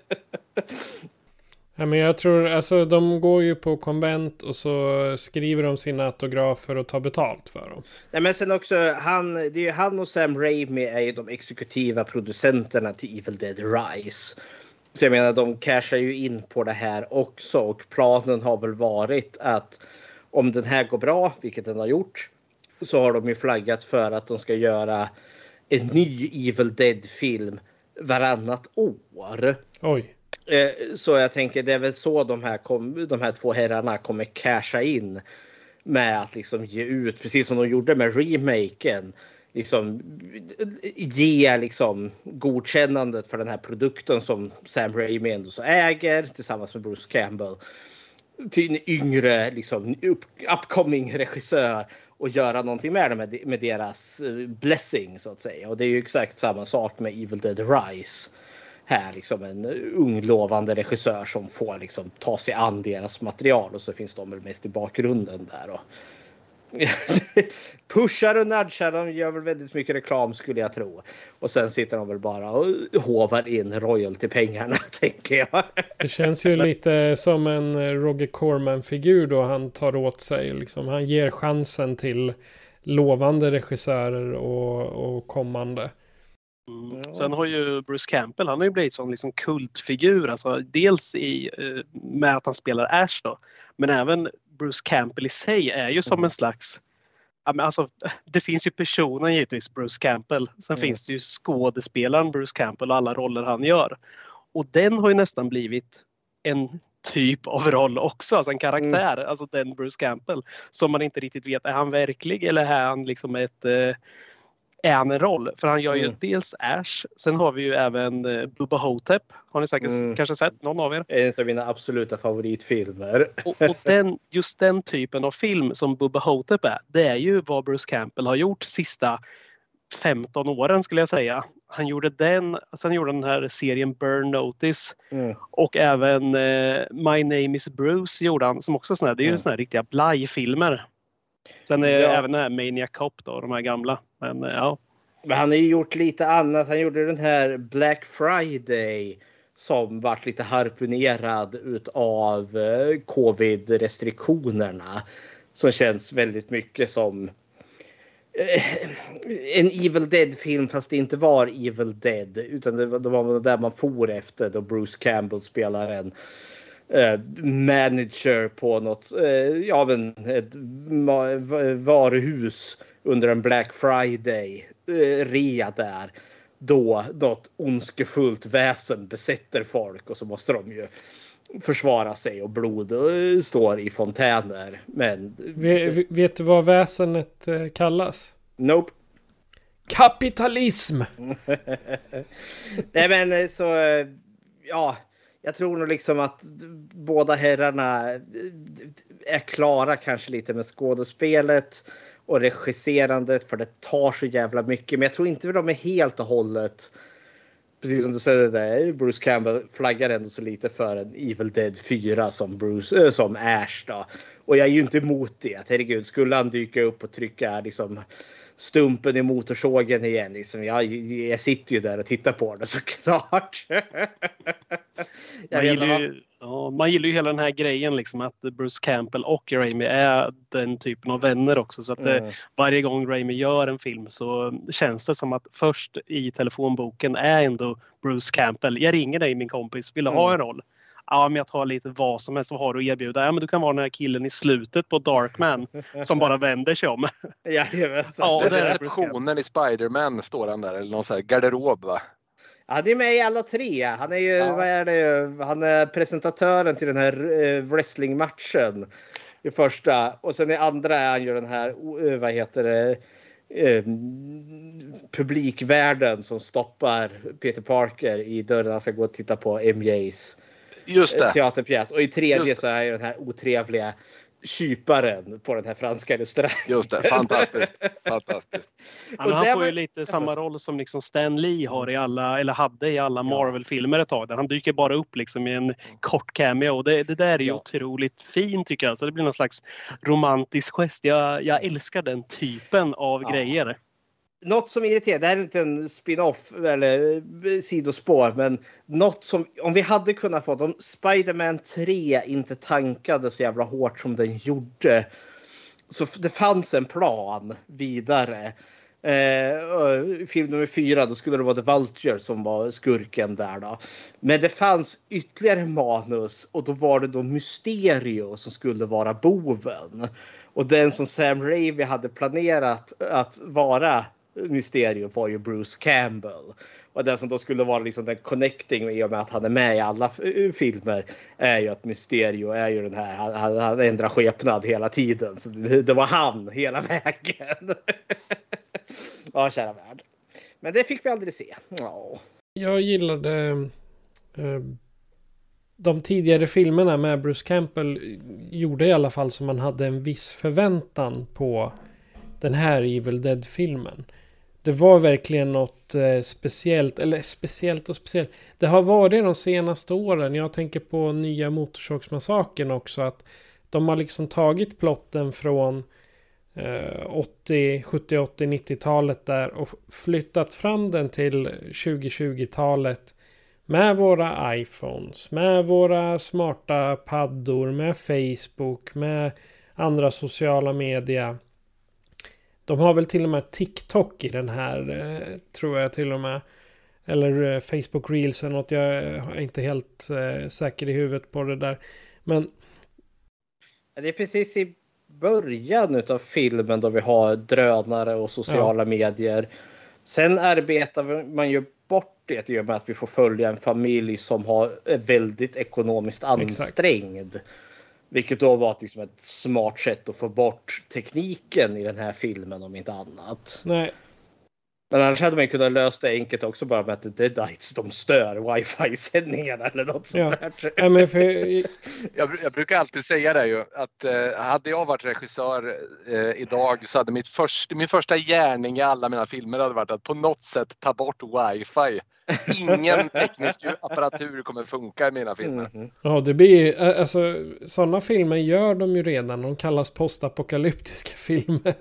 Ja, men jag tror, alltså de går ju på konvent och så skriver de sina autografer och tar betalt för dem. Nej, men sen också, han, det är ju han och Sam Raimi är ju de exekutiva producenterna till Evil Dead Rise. Så jag menar, de cashar ju in på det här också. Och planen har väl varit att om den här går bra, vilket den har gjort, så har de ju flaggat för att de ska göra en ny Evil Dead-film varannat år. Oj. Så jag tänker det är väl så de här, kom, de här två herrarna kommer casha in med att liksom ge ut, precis som de gjorde med remaken, liksom ge liksom godkännandet för den här produkten som Sam Raimi ändå så äger tillsammans med Bruce Campbell till en yngre liksom up, upcoming regissör och göra någonting med det med, med deras blessing så att säga. Och det är ju exakt samma sak med Evil Dead Rise. Här liksom en ung lovande regissör som får liksom ta sig an deras material, och så finns de väl mest i bakgrunden där och pushar och nudgar, de gör väl väldigt mycket reklam skulle jag tro, och sen sitter de väl bara och hovar in royalty-pengarna tänker jag. Det känns ju lite som en Roger Corman-figur då han tar åt sig liksom. Han ger chansen till lovande regissörer och, och kommande. Mm. Sen har ju Bruce Campbell, han har ju blivit som liksom kultfigur, alltså dels i, med att han spelar Ash då, men även Bruce Campbell i sig är ju som mm. en slags, ja, men alltså, det finns ju personen givetvis Bruce Campbell, sen mm. finns det ju skådespelaren Bruce Campbell och alla roller han gör, och den har ju nästan blivit en typ av roll också, alltså en karaktär, mm. alltså den Bruce Campbell som man inte riktigt vet, är han verklig eller är han liksom ett eh, är han en roll? För han gör ju mm. dels Ash. Sen har vi ju även uh, Bubba Hotep. Har ni säkert mm. kanske sett någon av er? En av mina absoluta favoritfilmer. Och, och den, just den typen av film som Bubba Hotep är, det är ju vad Bruce Campbell har gjort sista femton åren skulle jag säga. Han gjorde den, sen gjorde den här serien Burn Notice. Mm. Och även uh, My Name is Bruce gjorde han, som också sån här, det är ju mm. såna här riktiga blaj-filmer. Sen är ja. även den här Maniac Cop då, de här gamla. Men ja. Men han har ju gjort lite annat. Han gjorde den här Black Friday som varit lite harpunerad utav covid-restriktionerna. Som känns väldigt mycket som en Evil Dead-film, fast det inte var Evil Dead. Utan det var där man for efter då Bruce Campbell spelar en Uh, manager på något uh, ja, men ett varuhus under en Black Friday uh, rea där då något ondskefullt väsen besätter folk och så måste de ju försvara sig och blod uh, står i fontäner. Men vet, vet du vad väsenet uh, kallas? Nope. Kapitalism. Nej men så uh, ja, jag tror nog liksom att båda herrarna är klara kanske lite med skådespelet och regisserandet, för det tar så jävla mycket. Men jag tror inte att de är helt och hållet, precis som du säger där, Bruce Campbell flaggar ändå så lite för en Evil Dead fyra som, Bruce, äh, som Ash då. Och jag är ju inte emot det. Herregud, skulle han dyka upp och trycka liksom stumpen i motorsågen igen. Liksom, jag, jag sitter ju där och tittar på det såklart. man, gillar ju, ja, man gillar ju hela den här grejen liksom, att Bruce Campbell och Raimi är den typen av vänner också. Så att mm. eh, varje gång Raimi gör en film så känns det som att först i telefonboken är ändå Bruce Campbell. Jag ringer dig min kompis, vill du ha en roll? Ja, men jag tar lite vad som helst, vad har du att erbjuda? Ja, men du kan vara den här killen i slutet på Darkman som bara vänder sig om. Ja, ja, receptionen i Spider-Man står han där, eller någon sån här garderob, va? Ja, det är med i alla tre. Han är ju, ja. vad är det? Han är presentatören till den här uh, wrestlingmatchen i första. Och sen i andra är han ju den här, uh, vad heter det? Uh, publikvärden som stoppar Peter Parker i dörren. Han ska gå och titta på M J:s Just det. teaterpjäs. Och i tredje så är ju den här otrevliga kyparen på den här franska restaurangen. Just det, fantastiskt. fantastiskt. Han, han får var... ju lite samma roll som liksom Stan Lee har i alla, eller hade i alla Marvel-filmer ett tag. Där han dyker bara upp liksom i en kort cameo. Det, det där är ju ja. otroligt fint tycker jag. Så det blir någon slags romantisk gest. Jag, jag älskar den typen av ja. grejer. Något som irriterar, det här är inte en spin-off eller sidospår, men något som, om vi hade kunnat få, om Spider-Man tre inte tankade så jävla hårt som den gjorde, så det fanns en plan vidare. Eh, film nummer fyra, då skulle det vara The Vulture som var skurken där då. Men det fanns ytterligare manus och då var det då Mysterio som skulle vara boven. Och den som Sam Raimi hade planerat att vara Mysterio var ju Bruce Campbell. Och den som då skulle vara liksom den connecting i och med att han är med i alla f- filmer är ju att Mysterio är ju den här, han, han ändrar skepnad hela tiden. Så det, det var han hela vägen. Ja, kära värld. Men det fick vi aldrig se. Ja. Jag gillade eh, de tidigare filmerna med Bruce Campbell gjorde i alla fall som man hade en viss förväntan på den här Evil Dead-filmen. Det var verkligen något eh, speciellt, eller speciellt och speciellt. Det har varit de senaste åren. Jag tänker på nya Motorsågsmassakern också. Att de har liksom tagit plotten från eh, åttio, sjuttio, åttio, nittio-talet där och flyttat fram den till tjugo tjugo-talet. Med våra iPhones, med våra smarta paddor, med Facebook, med andra sociala media. De har väl till och med TikTok i den här, eh, tror jag till och med. Eller eh, Facebook Reels eller något. Jag är inte helt eh, säker i huvudet på det där. Men det är precis i början av filmen då vi har drönare och sociala ja. medier. Sen arbetar man ju bort det i och med att vi får följa en familj som har väldigt ekonomiskt ansträngd. Exakt. Vilket då var liksom ett smart sätt att få bort tekniken i den här filmen om inte annat. Nej. Men annars hade man kunnat lösa det enkelt också bara med att Deadites de stör wifi-sändningarna eller något sånt ja. där. Ja, men för... jag, jag brukar alltid säga det ju att eh, hade jag varit regissör eh, idag så hade mitt först, min första gärning i alla mina filmer hade varit att på något sätt ta bort wifi. Ingen teknisk apparatur kommer funka i mina filmer. Mm-hmm. Ja, det blir alltså sådana filmer gör de ju redan. De kallas postapokalyptiska filmer.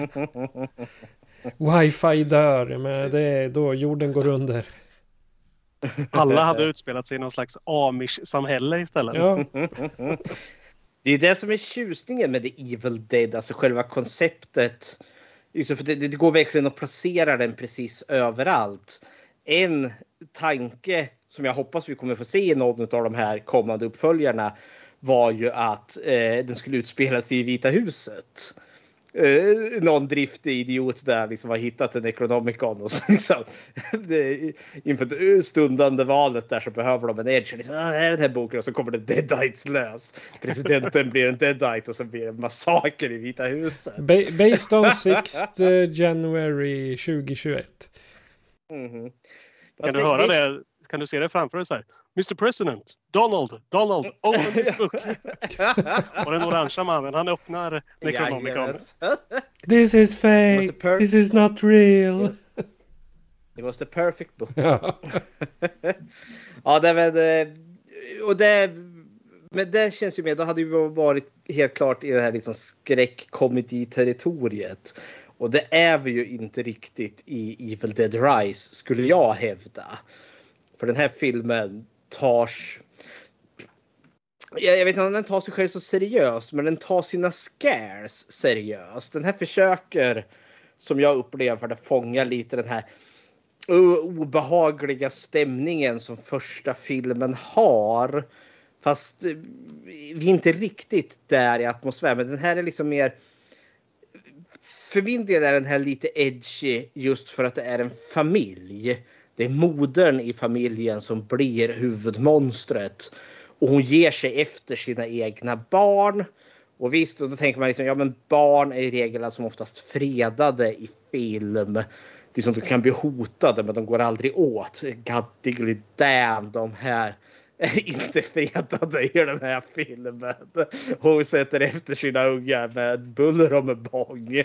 Wifi dör, men det är då jorden går under. Alla hade utspelat sig i någon slags Amish-samhälle istället. Ja. Det är det som är tjusningen med The Evil Dead, alltså själva konceptet. För det, det går verkligen att placera den precis överallt. En tanke som jag hoppas vi kommer få se i någon av de här kommande uppföljarna var ju att eh, den skulle utspelas i Vita huset. Eh, någon driftig idiot där liksom har hittat en Necronomicon och så liksom, det, inför det stundande valet där så behöver de en edge. Liksom, ah, här är den här boken och så kommer det Deadites lös. Presidenten blir en Deadite och så blir det en massaker i Vita huset. Ba- based on sixth January tjugo tjugoett. Mm-hmm. Kan du höra det? Kan du se det framför dig så här? mister President, Donald, Donald, open this book. Och den orangea mannen, han öppnar Necronomicon. This is fake, per- this is not real. It was the perfect book. Ja, det är väl, och det Men det känns ju mer, då hade vi varit helt klart i det här liksom skräckkomedi-territoriet. Och det är vi ju inte riktigt i Evil Dead Rise, skulle jag hävda. För den här filmen tar... Jag vet inte om den tar sig själv så seriöst, men den tar sina scares seriöst. Den här försöker, som jag upplever, att fånga lite den här obehagliga stämningen som första filmen har. Fast vi är inte riktigt där i atmosfären. Men den här är liksom mer... För min del är den här lite edgy just för att det är en familj. Det är modern i familjen som blir huvudmonstret. Och hon ger sig efter sina egna barn. Och visst, och då tänker man liksom, ja men barn är i regel som oftast fredade i film. Det är som de kan bli hotade, men de går aldrig åt. God diggly damn, de här är inte fredade i den här filmen. Hon sätter efter sina ungar med buller och med bång.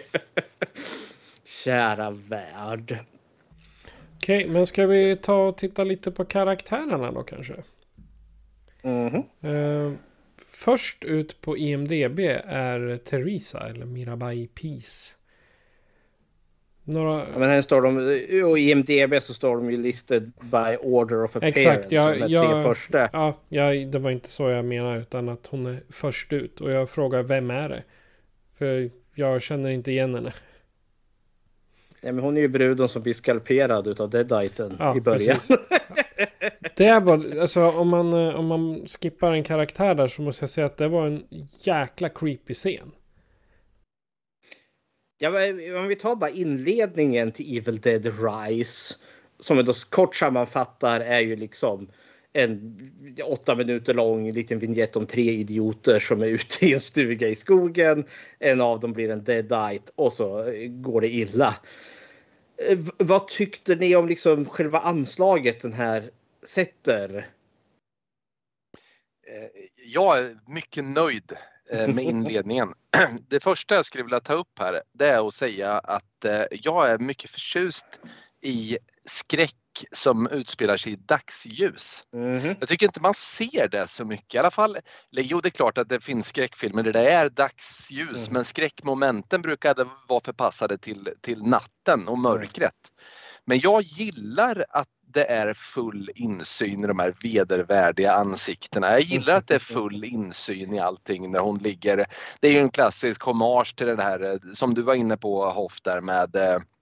Kära värld. Okej, okay, men ska vi ta och titta lite på karaktärerna då kanske? Mm-hmm. Uh, först ut på I M D B är Teresa eller Mirabai Peace. Några... Ja, men här står de, och i I M D B så står de ju listed by order of appearance. Exakt, jag, de jag, tre första. Ja, jag, det var inte så jag menar, utan att hon är först ut. Och jag frågar, vem är det? För jag känner inte igen henne. Ja, men hon är ju bruden som blir skalperad utav Deaditen ja, i början. Det är bara, alltså om man, om man skippar en karaktär där så måste jag säga att det var en jäkla creepy scen. Ja, om vi tar bara inledningen till Evil Dead Rise, som vi då kort sammanfattar är ju liksom en åtta minuter lång liten vignett om tre idioter som är ute i en stuga i skogen. En av dem blir en deadite och så går det illa. Vad tyckte ni om liksom själva anslaget den här sätter? Jag är mycket nöjd med inledningen. Det första jag skulle vilja ta upp här, det är att säga att jag är mycket förtjust i skräck som utspelar sig i dagsljus. Mm-hmm. Jag tycker inte man ser det så mycket i alla fall. Jo, det är klart att det finns skräckfilmer där det är dagsljus, mm. men skräckmomenten brukar vara förpassade till, till natten och mörkret. Mm. Men jag gillar att det är full insyn i de här vedervärdiga ansiktena. Jag gillar att det är full insyn i allting när hon ligger. Det är ju en klassisk hommage till det här som du var inne på, Hoff, där med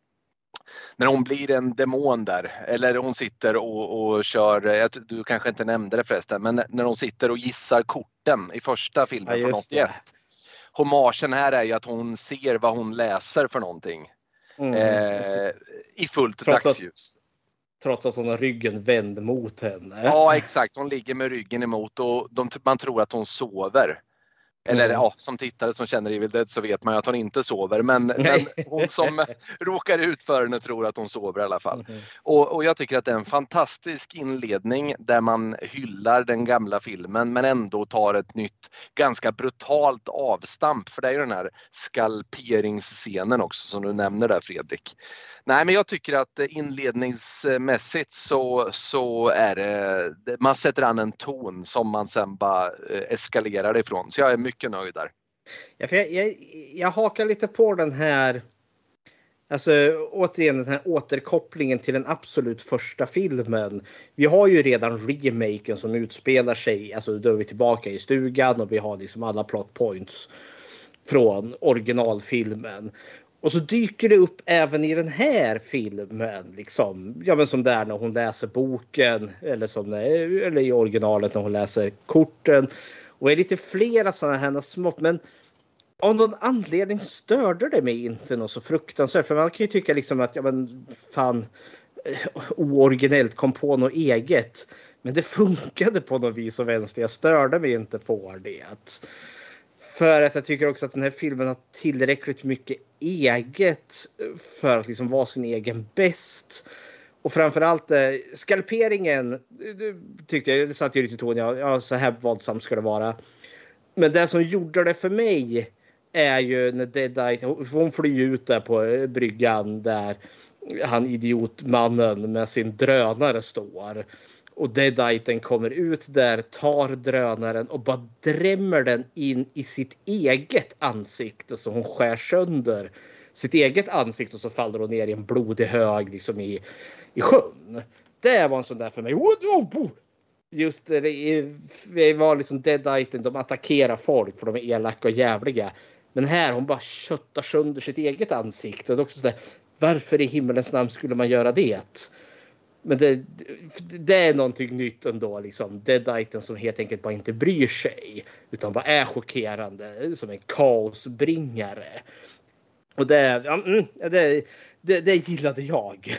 när hon blir en demon där. Eller hon sitter och, och kör, du kanske inte nämnde det förresten, men när hon sitter och gissar korten i första filmen ja, från åttioett. Hommagen här är ju att hon ser vad hon läser för någonting. Mm. Eh, i fullt trots dagsljus. Att, trots att hon har ryggen vänd mot henne. Ja, exakt. Hon ligger med ryggen emot och de, man tror att hon sover. Eller mm. ja, som tittare som känner Evil Dead så vet man ju att hon inte sover. Men, men hon som råkar ut för henne tror att hon sover i alla fall. Mm. Och, och jag tycker att det är en fantastisk inledning där man hyllar den gamla filmen men ändå tar ett nytt, ganska brutalt avstamp. För det är ju den här skalperingsscenen också som du nämner där, Fredrik. Nej, men jag tycker att inledningsmässigt så, så är det, man sätter an en ton som man sen bara eskalerar ifrån. Så jag är mycket nöjd där. Ja, för jag, jag, jag hakar lite på den här, alltså återigen den här återkopplingen till den absolut första filmen. Vi har ju redan remaken som utspelar sig, alltså då är vi tillbaka i stugan och vi har liksom alla plot points från originalfilmen. Och så dyker det upp även i den här filmen, liksom, ja, men som där när hon läser boken eller, som, eller i originalet när hon läser korten. Och är lite flera sådana här smått, men av någon anledning störde det mig inte något så fruktansvärt. För man kan ju tycka liksom att, ja men fan, ooriginellt kom på något eget. Men det funkade på något vis och vänster. Jag störde mig inte på det. För att jag tycker också att den här filmen har tillräckligt mycket eget för att liksom vara sin egen bäst. Och framförallt eh, skalperingen tyckte jag, det satt ju lite i ton, ja, ja, så här våldsam ska det vara. Men det som gjorde det för mig är ju när Deadite, hon flyr ut där på bryggan där han idiotmannen med sin drönare står. Och Deaditen kommer ut där, tar drönaren och bara drämmer den in i sitt eget ansikte. Så hon skär sönder sitt eget ansikte och så faller hon ner i en blodig hög liksom i, i sjön. Det var en sån där för mig. Just det, det var liksom Deaditen, de attackerar folk för de är elaka och jävliga. Men här hon bara köttar sönder sitt eget ansikte. Och det är också sådär, varför i himmelens namn skulle man göra det? Men det, det är någonting nytt ändå. Liksom. Deaditen som helt enkelt bara inte bryr sig. Utan bara är chockerande. Som en kaosbringare. Och det, ja, det, det, det gillade jag.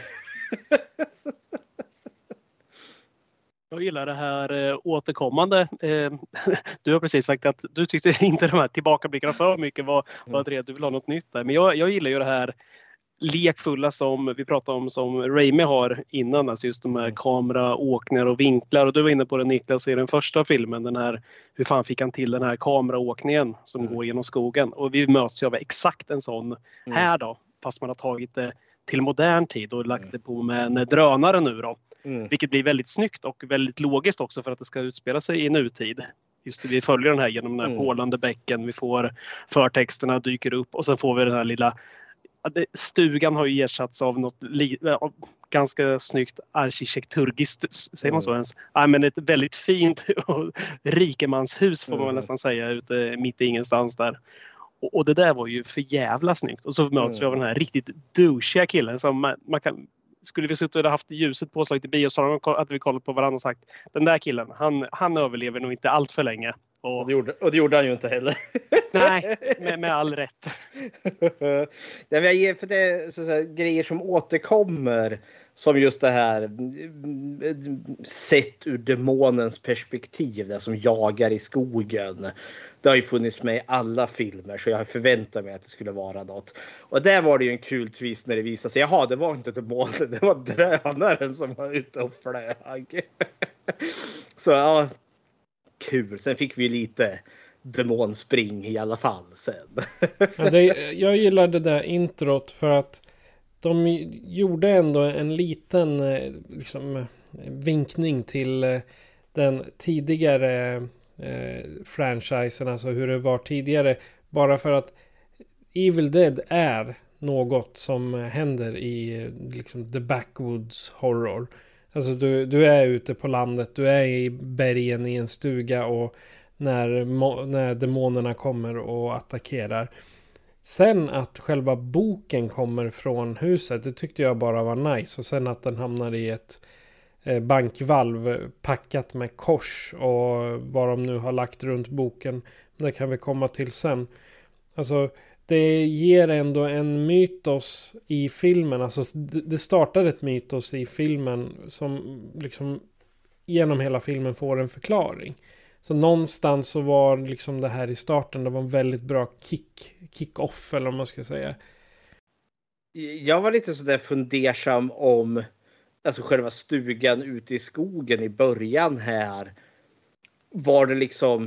Jag gillar det här äh, återkommande. Äh, du har precis sagt att du tyckte inte de här tillbakablickarna för mycket var, var det, du vill ha något nytt där. Men jag, jag gillar ju det här lekfulla som vi pratade om som Raimi har innan. Alltså just de här kameraåkningar och vinklar. Och du var inne på det, Niklas, i den första filmen. Den här, hur fan fick han till den här kameraåkningen som mm. går genom skogen. Och vi möts ju av exakt en sån mm. här då. Fast man har tagit det till modern tid och lagt det på med en drönare nu då. Mm. Vilket blir väldigt snyggt och väldigt logiskt också för att det ska utspela sig i nutid. Just det, vi följer den här genom den här mm. pålande bäcken. Vi får förtexterna dyker upp och sen får vi den här lilla... Stugan har ju ersatts av något li, ganska snyggt arkitekturgiskt, säger man så ens? Ja, men ett väldigt fint rikemanshus får man mm. nästan säga ute mitt i ingenstans där. Och, och det där var ju för jävla snyggt. Och så möts mm. vi av den här riktigt douchiga killen som man, man kan... Skulle vi suttit och haft ljuset påslaget i biosalen att vi kollat på varandra och sagt den där killen, han, han överlever nog inte allt för länge. Och, och, det, gjorde, och det gjorde han ju inte heller. Nej, med, med all rätt. Det är för det är så här, grejer som återkommer som just det här sett ur demonens perspektiv, det som jagar i skogen. Det har ju funnits med i alla filmer så jag har förväntat mig att det skulle vara något. Och där var det ju en kul twist när det visade sig. Jaha, det var inte demonen, det var drönaren som var ute och flög. Så ja, kul. Sen fick vi lite demonspring i alla fall sen. Ja, det, jag gillar det där introt för att de gjorde ändå en liten liksom, vinkning till den tidigare eh, franchisen, alltså hur det var tidigare. Bara för att Evil Dead är något som händer i liksom, the backwoods horror. Alltså du, du är ute på landet, du är i bergen i en stuga och när, när demonerna kommer och attackerar. Sen att själva boken kommer från huset, det tyckte jag bara var nice. Och sen att den hamnar i ett eh, bankvalv packat med kors och vad de nu har lagt runt boken. Det kan vi komma till sen. Alltså det ger ändå en mytos i filmen. Alltså det startar ett mytos i filmen som liksom genom hela filmen får en förklaring. Så någonstans så var liksom det här i starten, det var en väldigt bra kick, kick-off eller vad man ska säga. Jag var lite sådär fundersam om alltså själva stugan ute i skogen i början här. Var det liksom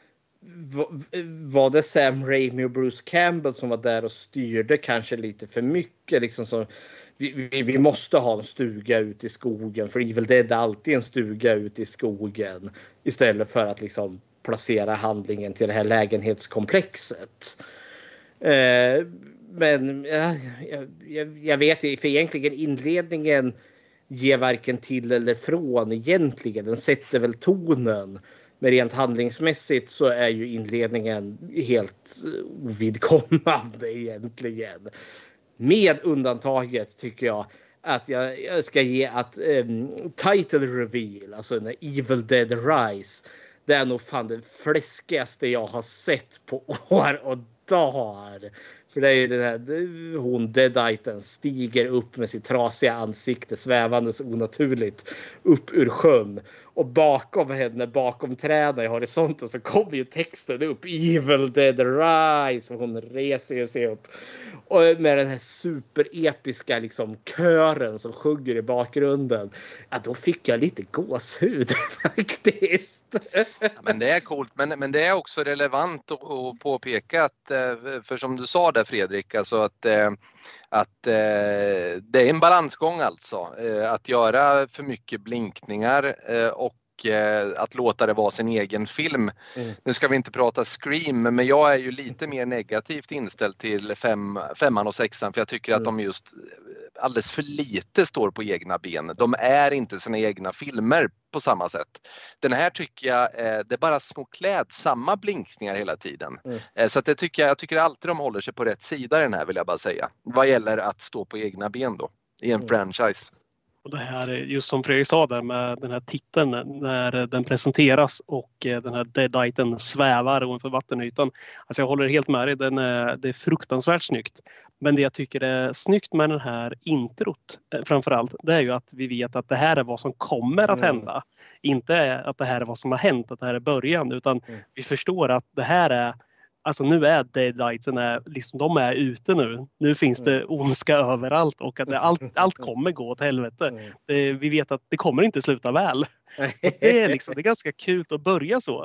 var det Sam Raimi och Bruce Campbell som var där och styrde kanske lite för mycket liksom så vi, vi, vi måste ha en stuga ute i skogen för Evil Dead är alltid en stuga ute i skogen istället för att liksom placera handlingen till det här lägenhetskomplexet. Eh, men ja, jag, jag vet för egentligen inledningen ger varken till eller från egentligen. Den sätter väl tonen. Men rent handlingsmässigt så är ju inledningen helt ovidkommande egentligen. Med undantaget tycker jag att jag, jag ska ge att um, title reveal, alltså när Evil Dead Rise, det är nog fan det fläskigaste jag har sett på år och dagar. För det är ju den här, hon Deaditen stiger upp med sitt trasiga ansikte svävandes onaturligt upp ur sjön. Och bakom henne, bakom träden i horisonten så kommer ju texten upp. Evil Dead Rise. Och hon reser sig upp. Och med den här superepiska liksom kören som sjunger i bakgrunden. Ja, då fick jag lite gåshud faktiskt. Ja, men det är coolt. Men, men det är också relevant att, att påpeka att, för som du sa där Fredrik, alltså att Att eh, det är en balansgång alltså. Eh, att göra för mycket blinkningar eh, och att låta det vara sin egen film. Mm. Nu ska vi inte prata Scream, men jag är ju lite mer negativt inställd till fem, femman och sexan, för jag tycker mm. att de just alldeles för lite står på egna ben. De är inte sina egna filmer på samma sätt. Den här tycker jag, det är bara små klädsamma blinkningar hela tiden. Mm. Så att det tycker jag, jag tycker alltid de håller sig på rätt sida den här, vill jag bara säga. Vad gäller att stå på egna ben då, i en mm. franchise. Och det här, just som Fredrik sa där med den här titeln när den presenteras och den här deaditen svävar ovanför vattenytan. Alltså jag håller helt med dig, den är, det är fruktansvärt snyggt. Men det jag tycker är snyggt med den här introt framförallt, det är ju att vi vet att det här är vad som kommer att hända. Mm. Inte att det här är vad som har hänt, att det här är början, utan mm. vi förstår att det här är, alltså nu är deaditen, är, liksom, de är ute nu. Nu finns det ondska överallt och att det, allt, allt kommer gå åt helvete. Det, vi vet att det kommer inte sluta väl. Och det, är liksom, det är ganska kul att börja så.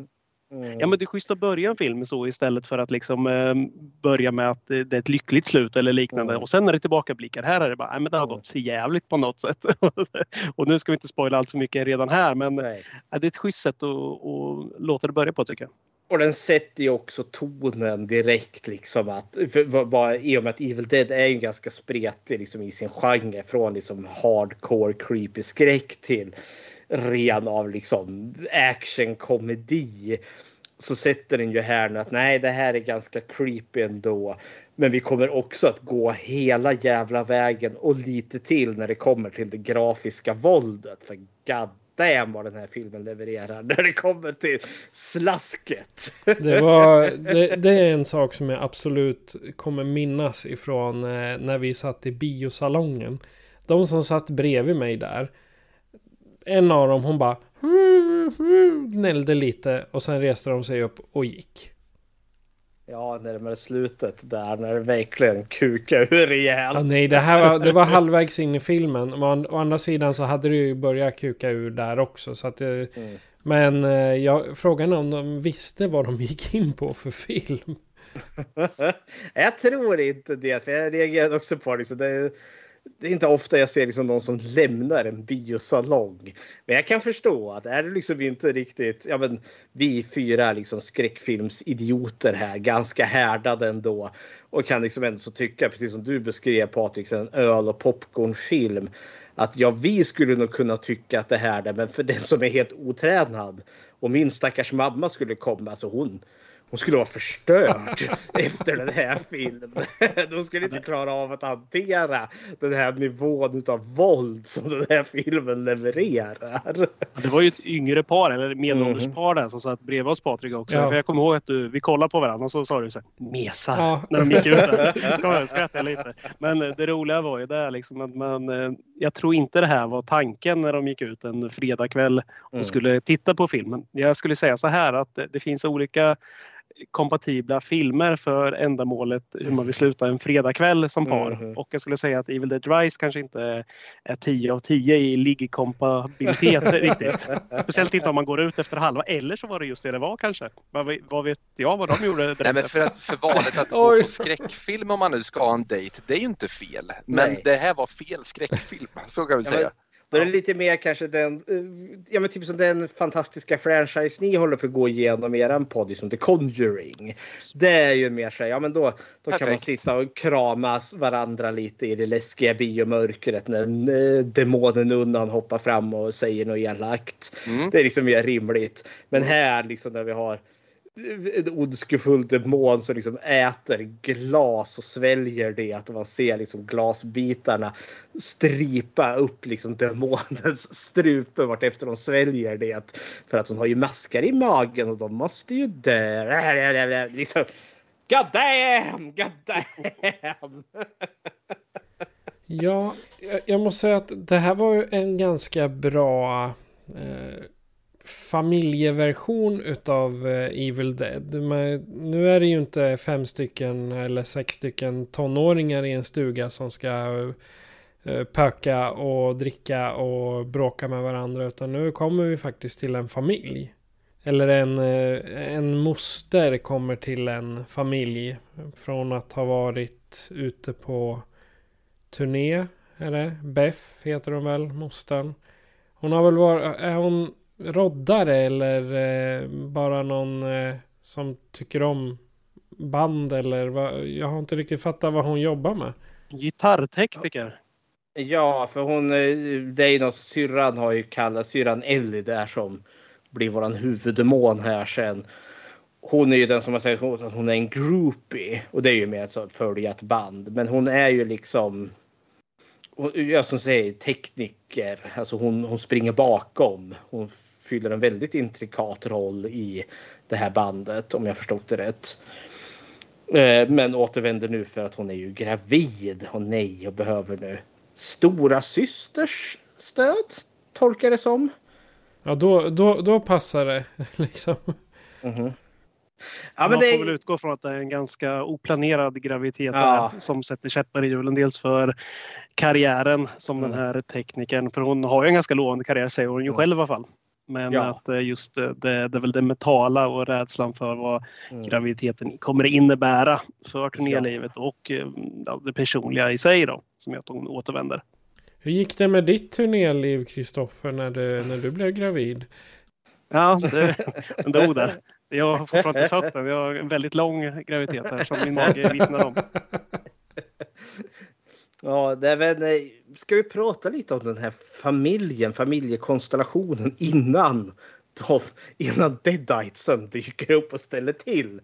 Mm. Ja, men det är schysst att börja en film så istället för att liksom, eh, börja med att det är ett lyckligt slut eller liknande. Mm. Och sen när det tillbakablickar här är det bara, nej, men det har gått för jävligt på något sätt. Och nu ska vi inte spoila allt för mycket redan här, men eh, det är ett schysst sätt att, att låta det börja på, tycker jag. Och den sätter ju också tonen direkt liksom att för, bara, i och med att Evil Dead är ju ganska spretig liksom i sin genre, från liksom hardcore creepy skräck till ren av liksom actionkomedi, så sätter den ju här nu att nej, det här är ganska creepy ändå, men vi kommer också att gå hela jävla vägen och lite till när det kommer till det grafiska våldet, för god damn vad den här filmen levererar när det kommer till slasket. Det, var, det, det är en sak som jag absolut kommer minnas ifrån eh, när vi satt i biosalongen. De som satt bredvid mig där, en av dem, hon bara gnällde lite och sen reste de sig upp och gick. Ja, närmare slutet där när det verkligen kukar ur rejält. Ja, nej, det här var, det var halvvägs in i filmen. Men å andra sidan så hade det ju börjat kuka ur där också. Så att, mm. Men jag, frågan är om de visste vad de gick in på för film. Jag tror inte det, för jag reagerade också på det. Så det Det är inte ofta jag ser liksom någon som lämnar en biosalong. Men jag kan förstå att är det liksom inte riktigt, ja men vi fyra liksom skräckfilmsidioter här, ganska härdade ändå, och kan liksom ändå så tycka, precis som du beskrev Patrik, en öl- och popcornfilm, att ja, vi skulle nog kunna tycka att det här är, men för den som är helt otränad, och min stackars mamma skulle komma, alltså hon Hon skulle vara förstörd efter den här filmen. De skulle inte klara av att hantera den här nivån av våld som den här filmen levererar. Det var ju ett yngre par, eller medelålders par där, som satt bredvid oss, Patrik också. Ja. För jag kommer ihåg att du, vi kollade på varandra och så sa du så här, mesar, ja. När de gick ut där. Jag skrattade lite. Men det roliga var ju där liksom att man, jag tror inte det här var tanken när de gick ut en fredagkväll och mm. skulle titta på filmen. Jag skulle säga så här att det finns olika kompatibla filmer för ändamålet hur man vill sluta en fredagkväll som par. Mm-hmm. Och jag skulle säga att Evil Dead Rise kanske inte är tio av tio i liggkompabilitet riktigt. Speciellt inte om man går ut efter halva, eller så var det just det det var kanske. Vad, vad vet jag vad de gjorde? Nej, men för, att, för valet att gå på skräckfilm om man nu ska ha en dejt, det är ju inte fel. Men Nej. Det här var fel skräckfilm, så kan vi säga. Ja, men... Då är det lite mer kanske den, ja men typ som den fantastiska franchise ni håller på att gå igenom i eran podd, som The Conjuring. Det är ju mer så här, ja men då, då kan man sitta och kramas varandra lite i det läskiga biomörkret när demonen undan hoppar fram och säger något elakt. Mm. Det är liksom mer rimligt. Men här liksom när vi har en ondskefull demon som liksom äter glas och sväljer det, att man ser liksom glasbitarna stripa upp liksom demonens strupe vart efter de sväljer det, för att hon har ju maskar i magen och de måste ju dö liksom, god damn, god damn. Ja, jag måste säga att det här var ju en ganska bra eh, familjeversion utav Evil Dead. Men nu är det ju inte fem stycken eller sex stycken tonåringar i en stuga som ska pöka och dricka och bråka med varandra, utan nu kommer vi faktiskt till en familj. Eller en, en moster kommer till en familj från att ha varit varit ute på turné. Är det? Beth heter hon väl, mostern. Hon har väl varit, är hon roddare eller eh, bara någon eh, som tycker om band eller vad? Jag har inte riktigt fattat vad hon jobbar med. Gitarrtekniker. Ja, för hon, det är ju något, syrran har ju kallat syrran Ellie där som blir våran huvuddemon här sen. Hon är ju den som har sagt att hon är en groupie och det är ju mer så att följa ett band. Men hon är ju liksom, jag som säger, tekniker. Alltså hon, hon springer bakom. Hon fyller en väldigt intrikat roll i det här bandet om jag förstod det rätt. Men återvänder nu för att hon är ju gravid och nej och behöver nu stora systers stöd, tolkar det som. Ja, då, då, då passar det liksom. Mm-hmm. Ja, men Man det... får väl utgå från att det är en ganska oplanerad graviditet ja. som sätter käppar i hjulen. Dels för karriären som mm. den här teknikern. För hon har ju en ganska lovande karriär, säger hon ju mm. själv i alla fall. Men ja. att just det, det är väl det mentala och rädslan för vad mm. graviditeten kommer innebära för turnélivet ja. och ja, det personliga i sig då, som gör att hon återvänder. Hur gick det med ditt turnéliv, Kristoffer, när du, när du blev gravid? Ja, det, det dog där. Jag har fortfarande inte fött den. Jag har en väldigt lång graviditet här som min mage vittnar om. Ja, det är väl, ska vi prata lite om den här familjen, familjekonstellationen innan, de, innan Deaditesen dyker upp och ställer till.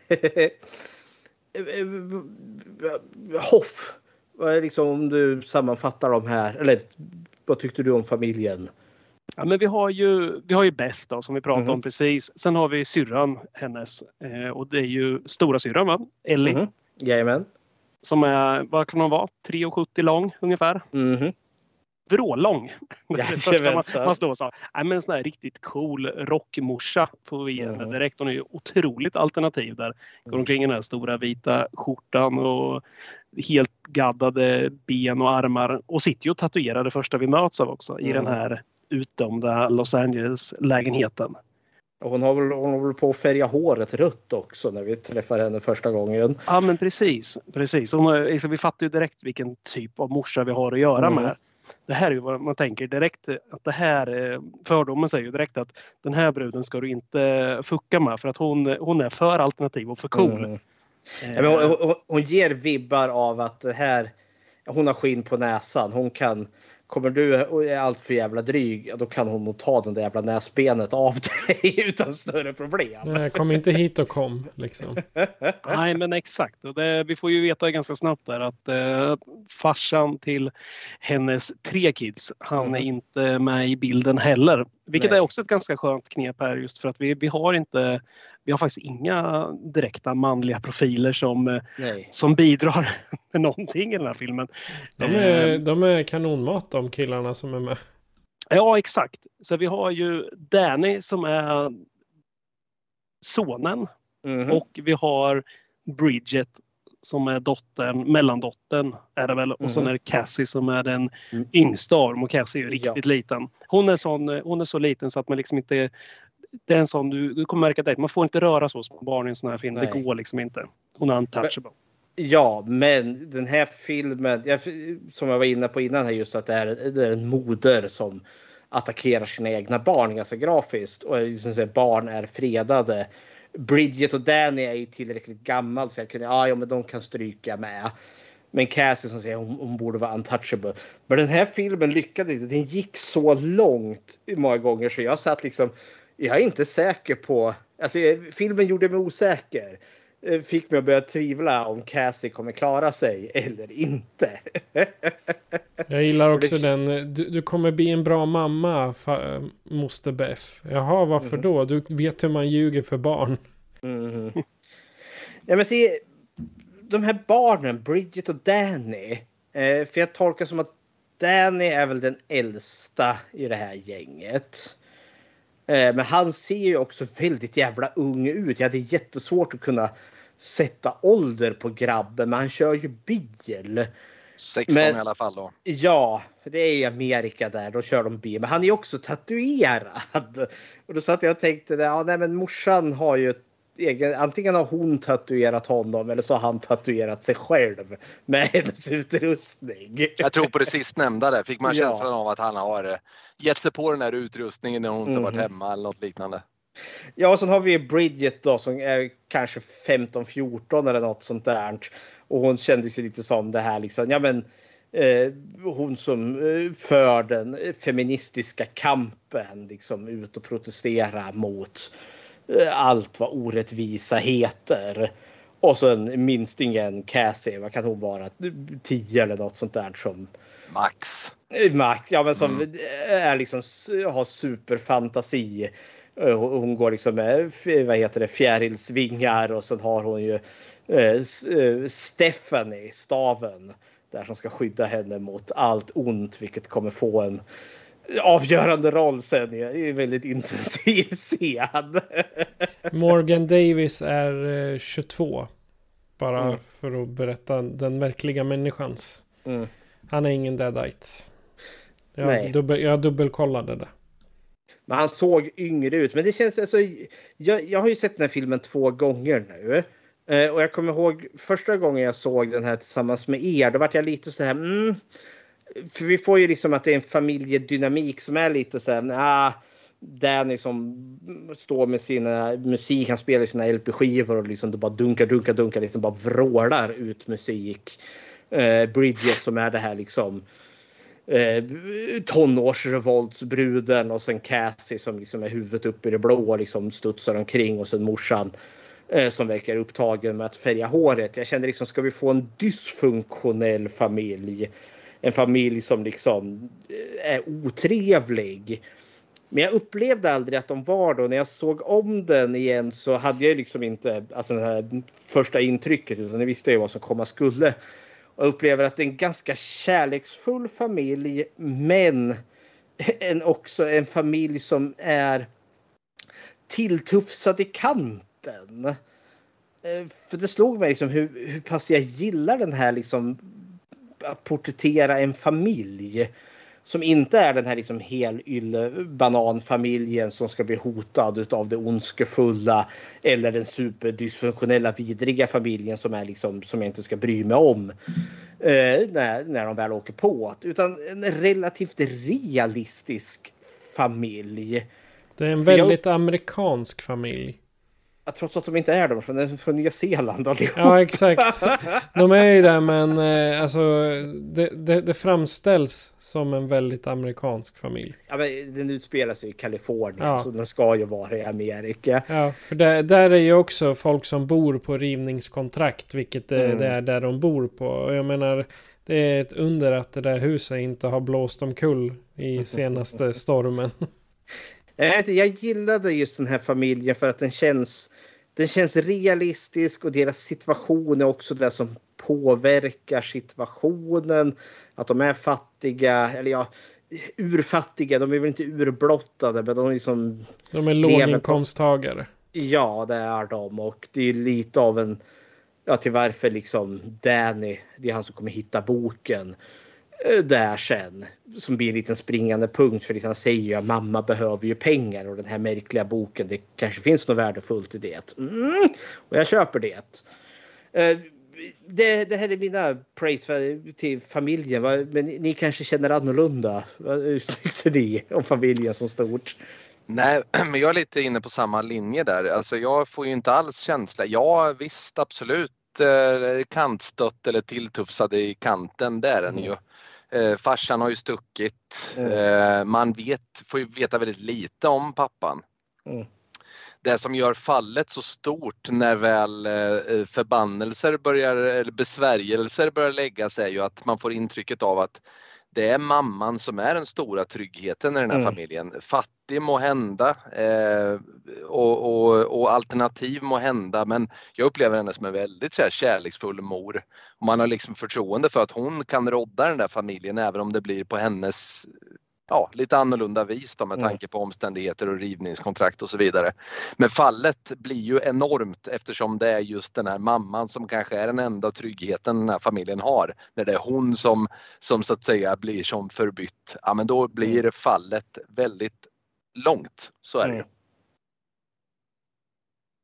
Hoff, vad är liksom om du sammanfattar de här, eller vad tyckte du om familjen? Ja, men vi har ju, vi har ju Beth då, som vi pratade mm. om precis. Sen har vi syrran hennes eh, och det är ju stora syrran, va? Ellie. Mm. Jajamän. Som är, vad kan hon vara? tre komma sjuttio lång ungefär. Mm. Vrålång. Det är det första man, man står och sa. Nej, men en sån här riktigt cool rockmorsa får vi ge mm. direkt. Hon är ju otroligt alternativ där. Går omkring i den här stora vita skjortan och helt gaddade ben och armar. Och sitter ju och tatuerar det första vi möts av också mm. i den här utdömda Los Angeles-lägenheten. Hon har väl, hon har väl på att färga håret rött också när vi träffar henne första gången. Ja, men precis. precis. Hon, liksom, vi fattar ju direkt vilken typ av morsa vi har att göra mm. med. Det här är ju vad man tänker direkt. Att det här, fördomen säger ju direkt att den här bruden ska du inte fucka med. För att hon, hon är för alternativ och för cool. Mm. Ja, men hon, hon, hon ger vibbar av att det här, hon har skinn på näsan. Hon kan... Kommer du och är allt för jävla dryg, då kan hon nog ta den där jävla näsbenet av dig utan större problem. Nej, kom inte hit och kom, liksom. Nej, men exakt. Och det, vi får ju veta ganska snabbt där att eh, farsan till hennes tre kids, han mm. är inte med i bilden heller. Vilket Nej. är också ett ganska skönt knep här, just för att vi, vi har inte... Vi har faktiskt inga direkta manliga profiler som, som bidrar med någonting i den här filmen. De är, de är kanonmat, de killarna som är med. Ja, exakt. Så vi har ju Danny som är sonen. Mm. Och vi har Bridget som är dottern, mellandottern är det väl. Och mm. sen är det Cassie som är den mm. yngsta av dem. Och Cassie är ju riktigt ja. liten. Hon är, sån, hon är så liten så att man liksom inte... Det är en sån, du, du kommer märka det. Man får inte röra så små barn i en sån här film. Nej. Det går liksom inte. Hon är untouchable. Ja, men den här filmen, jag, som jag var inne på innan här, just att det är, det är en moder som attackerar sina egna barn ganska grafiskt. Och liksom säger, barn är fredade. Bridget och Danny är ju tillräckligt gammal så jag kunde, ja, ja men de kan stryka med. Men Cassie som säger hon, hon borde vara untouchable. Men den här filmen lyckades inte. Den gick så långt många gånger så jag satt liksom, jag är inte säker på, alltså filmen gjorde mig osäker. Fick mig att börja tvivla om Cassie kommer klara sig eller inte. Jag gillar också den, du, du kommer bli en bra mamma, fa, moster Beth. Jaha, varför mm. då? Du vet hur man ljuger för barn. Mm. Ja, men se, de här barnen, Bridget och Danny. Eh, för jag tolkar som att Danny är väl den äldsta i det här gänget. Eh, men han ser ju också väldigt jävla ung ut. Jag hade jättesvårt att kunna sätta ålder på grabben. Men han kör ju bil. sexton men, i alla fall då. Ja, det är i Amerika där. Då kör de bil. Men han är också tatuerad. Och då satt jag och tänkte, ja, nej, men morsan har ju egen, antingen har hon tatuerat honom eller så har han tatuerat sig själv med hennes utrustning. Jag tror på det sistnämnda där. Fick man Ja. känslan av att han har gett sig på den här utrustningen när hon inte Mm. varit hemma eller något liknande. Ja, och sen har vi Bridget då som är kanske femton fjorton eller något sånt där. Och hon kände sig lite som det här liksom, ja men eh, hon som eh, för den feministiska kampen liksom ut och protestera mot eh, allt vad orättvisa heter. Och sen minstingen Cassie, vad kan hon vara? tio eller något sånt där som Max. Max, ja men som Mm. är liksom har superfantasi. Hon går liksom med, vad heter det, fjärilsvingar och sen har hon ju eh, Stephanie, staven, där som ska skydda henne mot allt ont, vilket kommer få en avgörande roll sen i en väldigt intensiv scen. Morgan Davis är eh, tjugotvå. Bara Mm. för att berätta den verkliga människans. Mm. Han är ingen deadite. Nej. Jag, dubbel, jag dubbelkollade det. Men han såg yngre ut. Men det känns alltså, jag, jag har ju sett den här filmen två gånger nu. Eh, och jag kommer ihåg första gången jag såg den här tillsammans med er. Då var jag lite så här. Mm, för vi får ju liksom att det är en familjedynamik som är lite så här. Nah, Danny som står med sina musik. Han spelar sina L P-skivor och liksom bara dunkar, dunkar, dunkar. Liksom bara vrålar ut musik. Eh, Bridget som är det här liksom. Eh, tonårsrevoltsbruden och sen Cassie som liksom är huvudet upp i det blå och liksom studsar omkring och sen morsan eh, som verkar upptagen med att färga håret. Jag kände liksom, ska vi få en dysfunktionell familj, en familj som liksom är otrevlig. Men jag upplevde aldrig att de var då. När jag såg om den igen så hade jag liksom inte alltså det här första intrycket, utan jag visste ju vad som komma skulle. Och upplever att det är en ganska kärleksfull familj, men en, också en familj som är tilltufsad i kanten. Eh, För det slog mig liksom hur, hur pass jag gillar den här liksom att porträttera en familj som inte är den här liksom helylle bananfamiljen som ska bli hotad av det ondskefulla, eller den superdysfunktionella vidriga familjen som är liksom som jag inte ska bry mig om eh, när, när de väl åker på, utan en relativt realistisk familj. Det är en För jag- väldigt amerikansk familj. Trots att de inte är de från, från Nya Zeeland allihop. Ja, exakt. De är ju det, men eh, alltså, det, det, det framställs som en väldigt amerikansk familj. Ja, men den utspelar sig i Kalifornien, Ja. så den ska ju vara i Amerika. Ja, för det, där är ju också folk som bor på rivningskontrakt, vilket det, Mm. det är där de bor på. Och jag menar, det är ett under att det där huset inte har blåst omkull i senaste stormen. Jag, vet inte, jag gillade just den här familjen för att den känns, den känns realistisk, och deras situation är också det som påverkar situationen. Att de är fattiga, eller ja, urfattiga. De är väl inte urblottade, men de är liksom... De är lever på- låginkomsttagare. Ja, det är de, och det är lite av en... Ja, till varför liksom Danny, det är han som kommer hitta boken eh, där sen, som blir en liten springande punkt, för han säger ju att mamma behöver ju pengar, och den här märkliga boken, det kanske finns något värdefullt i det. Mm, och jag köper det. Eh, det. Det här är mina praise för, till familjen, va? Men ni, ni kanske känner annorlunda. Vad tyckte ni om familjen som stort? Nej, men jag är lite inne på samma linje där. Alltså jag får ju inte alls känsla. Ja, visst, absolut eh, kantstött eller tilltufsade i kanten, där är den ju. Eh, farsan har ju stuckit. Eh, man vet, får ju veta väldigt lite om pappan. Mm. Det som gör fallet så stort när väl eh, förbannelser börjar, eller besvärjelser börjar lägga sig, är ju att man får intrycket av att det är mamman som är den stora tryggheten i den här Mm. familjen. Fattig må hända eh, och, och, och alternativ må hända, men jag upplever henne som en väldigt så här, kärleksfull mor. Och man har liksom förtroende för att hon kan rodda den där familjen, även om det blir på hennes ja, lite annorlunda vis då, med Mm. tanke på omständigheter och rivningskontrakt och så vidare. Men fallet blir ju enormt eftersom det är just den här mamman som kanske är den enda tryggheten den här familjen har. När det är hon som, som så att säga blir som förbytt. Ja, men då blir fallet väldigt långt. Så är det ju.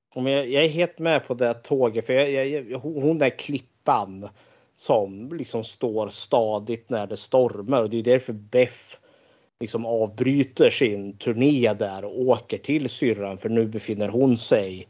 Jag, jag är helt med på det tåget. För jag, jag, hon där klippan som liksom står stadigt när det stormar. Och det är därför Beth liksom avbryter sin turné där och åker till syrran. För nu befinner hon sig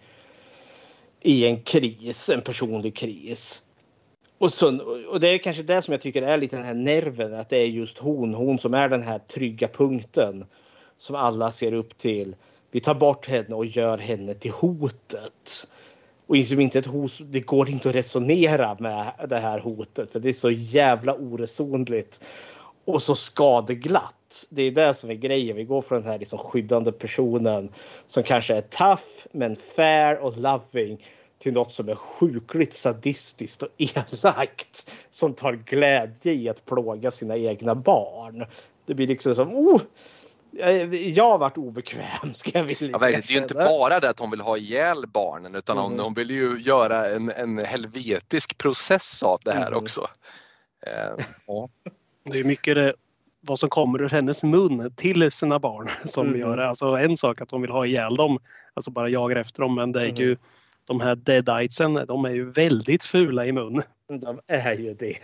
i en kris, en personlig kris. Och, så, och det är kanske det som jag tycker är lite den här nerven. Att det är just hon, hon som är den här trygga punkten som alla ser upp till. Vi tar bort henne och gör henne till hotet. Och inte ett hot, det går inte att resonera med det här hotet. För det är så jävla oresonligt. Och så skadeglatt. Det är det som är grejen. Vi går från den här liksom skyddande personen. Som kanske är tough men fair och loving. Till något som är sjukligt sadistiskt och elakt. Som tar glädje i att plåga sina egna barn. Det blir liksom som... Oh, jag har varit obekväm, ska jag vilja. Ja, det är ju inte bara det att hon vill ha ihjäl barnen, utan mm. hon, hon vill ju göra en, en helvetisk process av det här mm. också. Eh, ja. Det är mycket det, vad som kommer ur hennes mun till sina barn som mm. gör det. Alltså en sak att hon vill ha ihjäl dem, alltså bara jagar efter dem, men det är mm. ju de här deaditesen, de är ju väldigt fula i mun. De är ju det.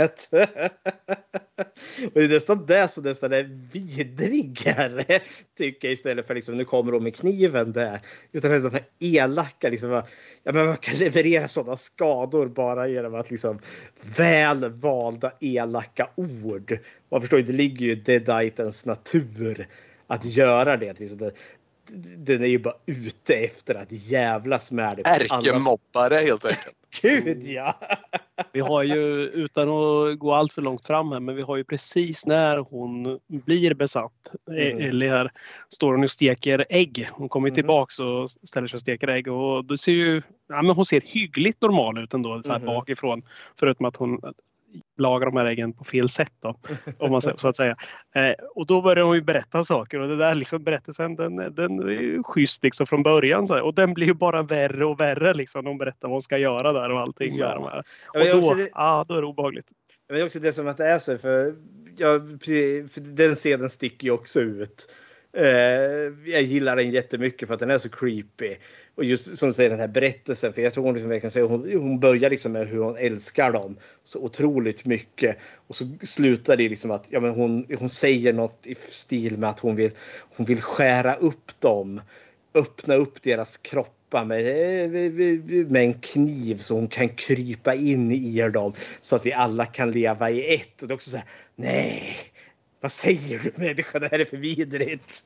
Och det är nästan det som nästan är vidrigare, tycker jag, istället för liksom, nu kommer de med kniven där. Utan det är sådana här elaka, liksom, ja, men man kan leverera sådana skador bara genom att liksom väl valda elaka ord. Man förstår ju, det ligger ju i deaditens natur att göra det. Liksom det. Den är ju bara ute efter att jävlas med det. Ärkemobbare helt enkelt. Gud, ja. Vi har ju, utan att gå allt för långt fram här, men vi har ju precis när hon blir besatt, mm. Ellie här, står hon och steker ägg. Hon kommer tillbaks och ställer sig och steker ägg. Och då ser ju, ja, men hon ser hyggligt normal ut ändå, så här mm. bakifrån. Förutom att hon lagar de här äggen på fel sätt då, om man säger, så att säga. Eh, och då börjar hon ju berätta saker, och det där liksom berättelsen, den, den är ju schysst liksom från början så här. Och den blir ju bara värre och värre liksom, när hon berättar vad hon ska göra där och allting. Ja. Där, de här. Och då, det, ah, då är det obehagligt. Men det är också det som att det är så, för, ja, för den scenen sticker ju också ut. Eh, jag gillar den jättemycket för att den är så creepy. Och just som säger den här berättelsen, för jag tror hon liksom verkligen säger, hon, hon börjar liksom med hur hon älskar dem så otroligt mycket, och så slutar det liksom att ja, men hon, hon säger något i stil med att hon vill, hon vill skära upp dem, öppna upp deras kroppar med, med en kniv så hon kan krypa in i dem så att vi alla kan leva i ett. Och det är också så här, nej, vad säger du människa, det här är för vidrigt.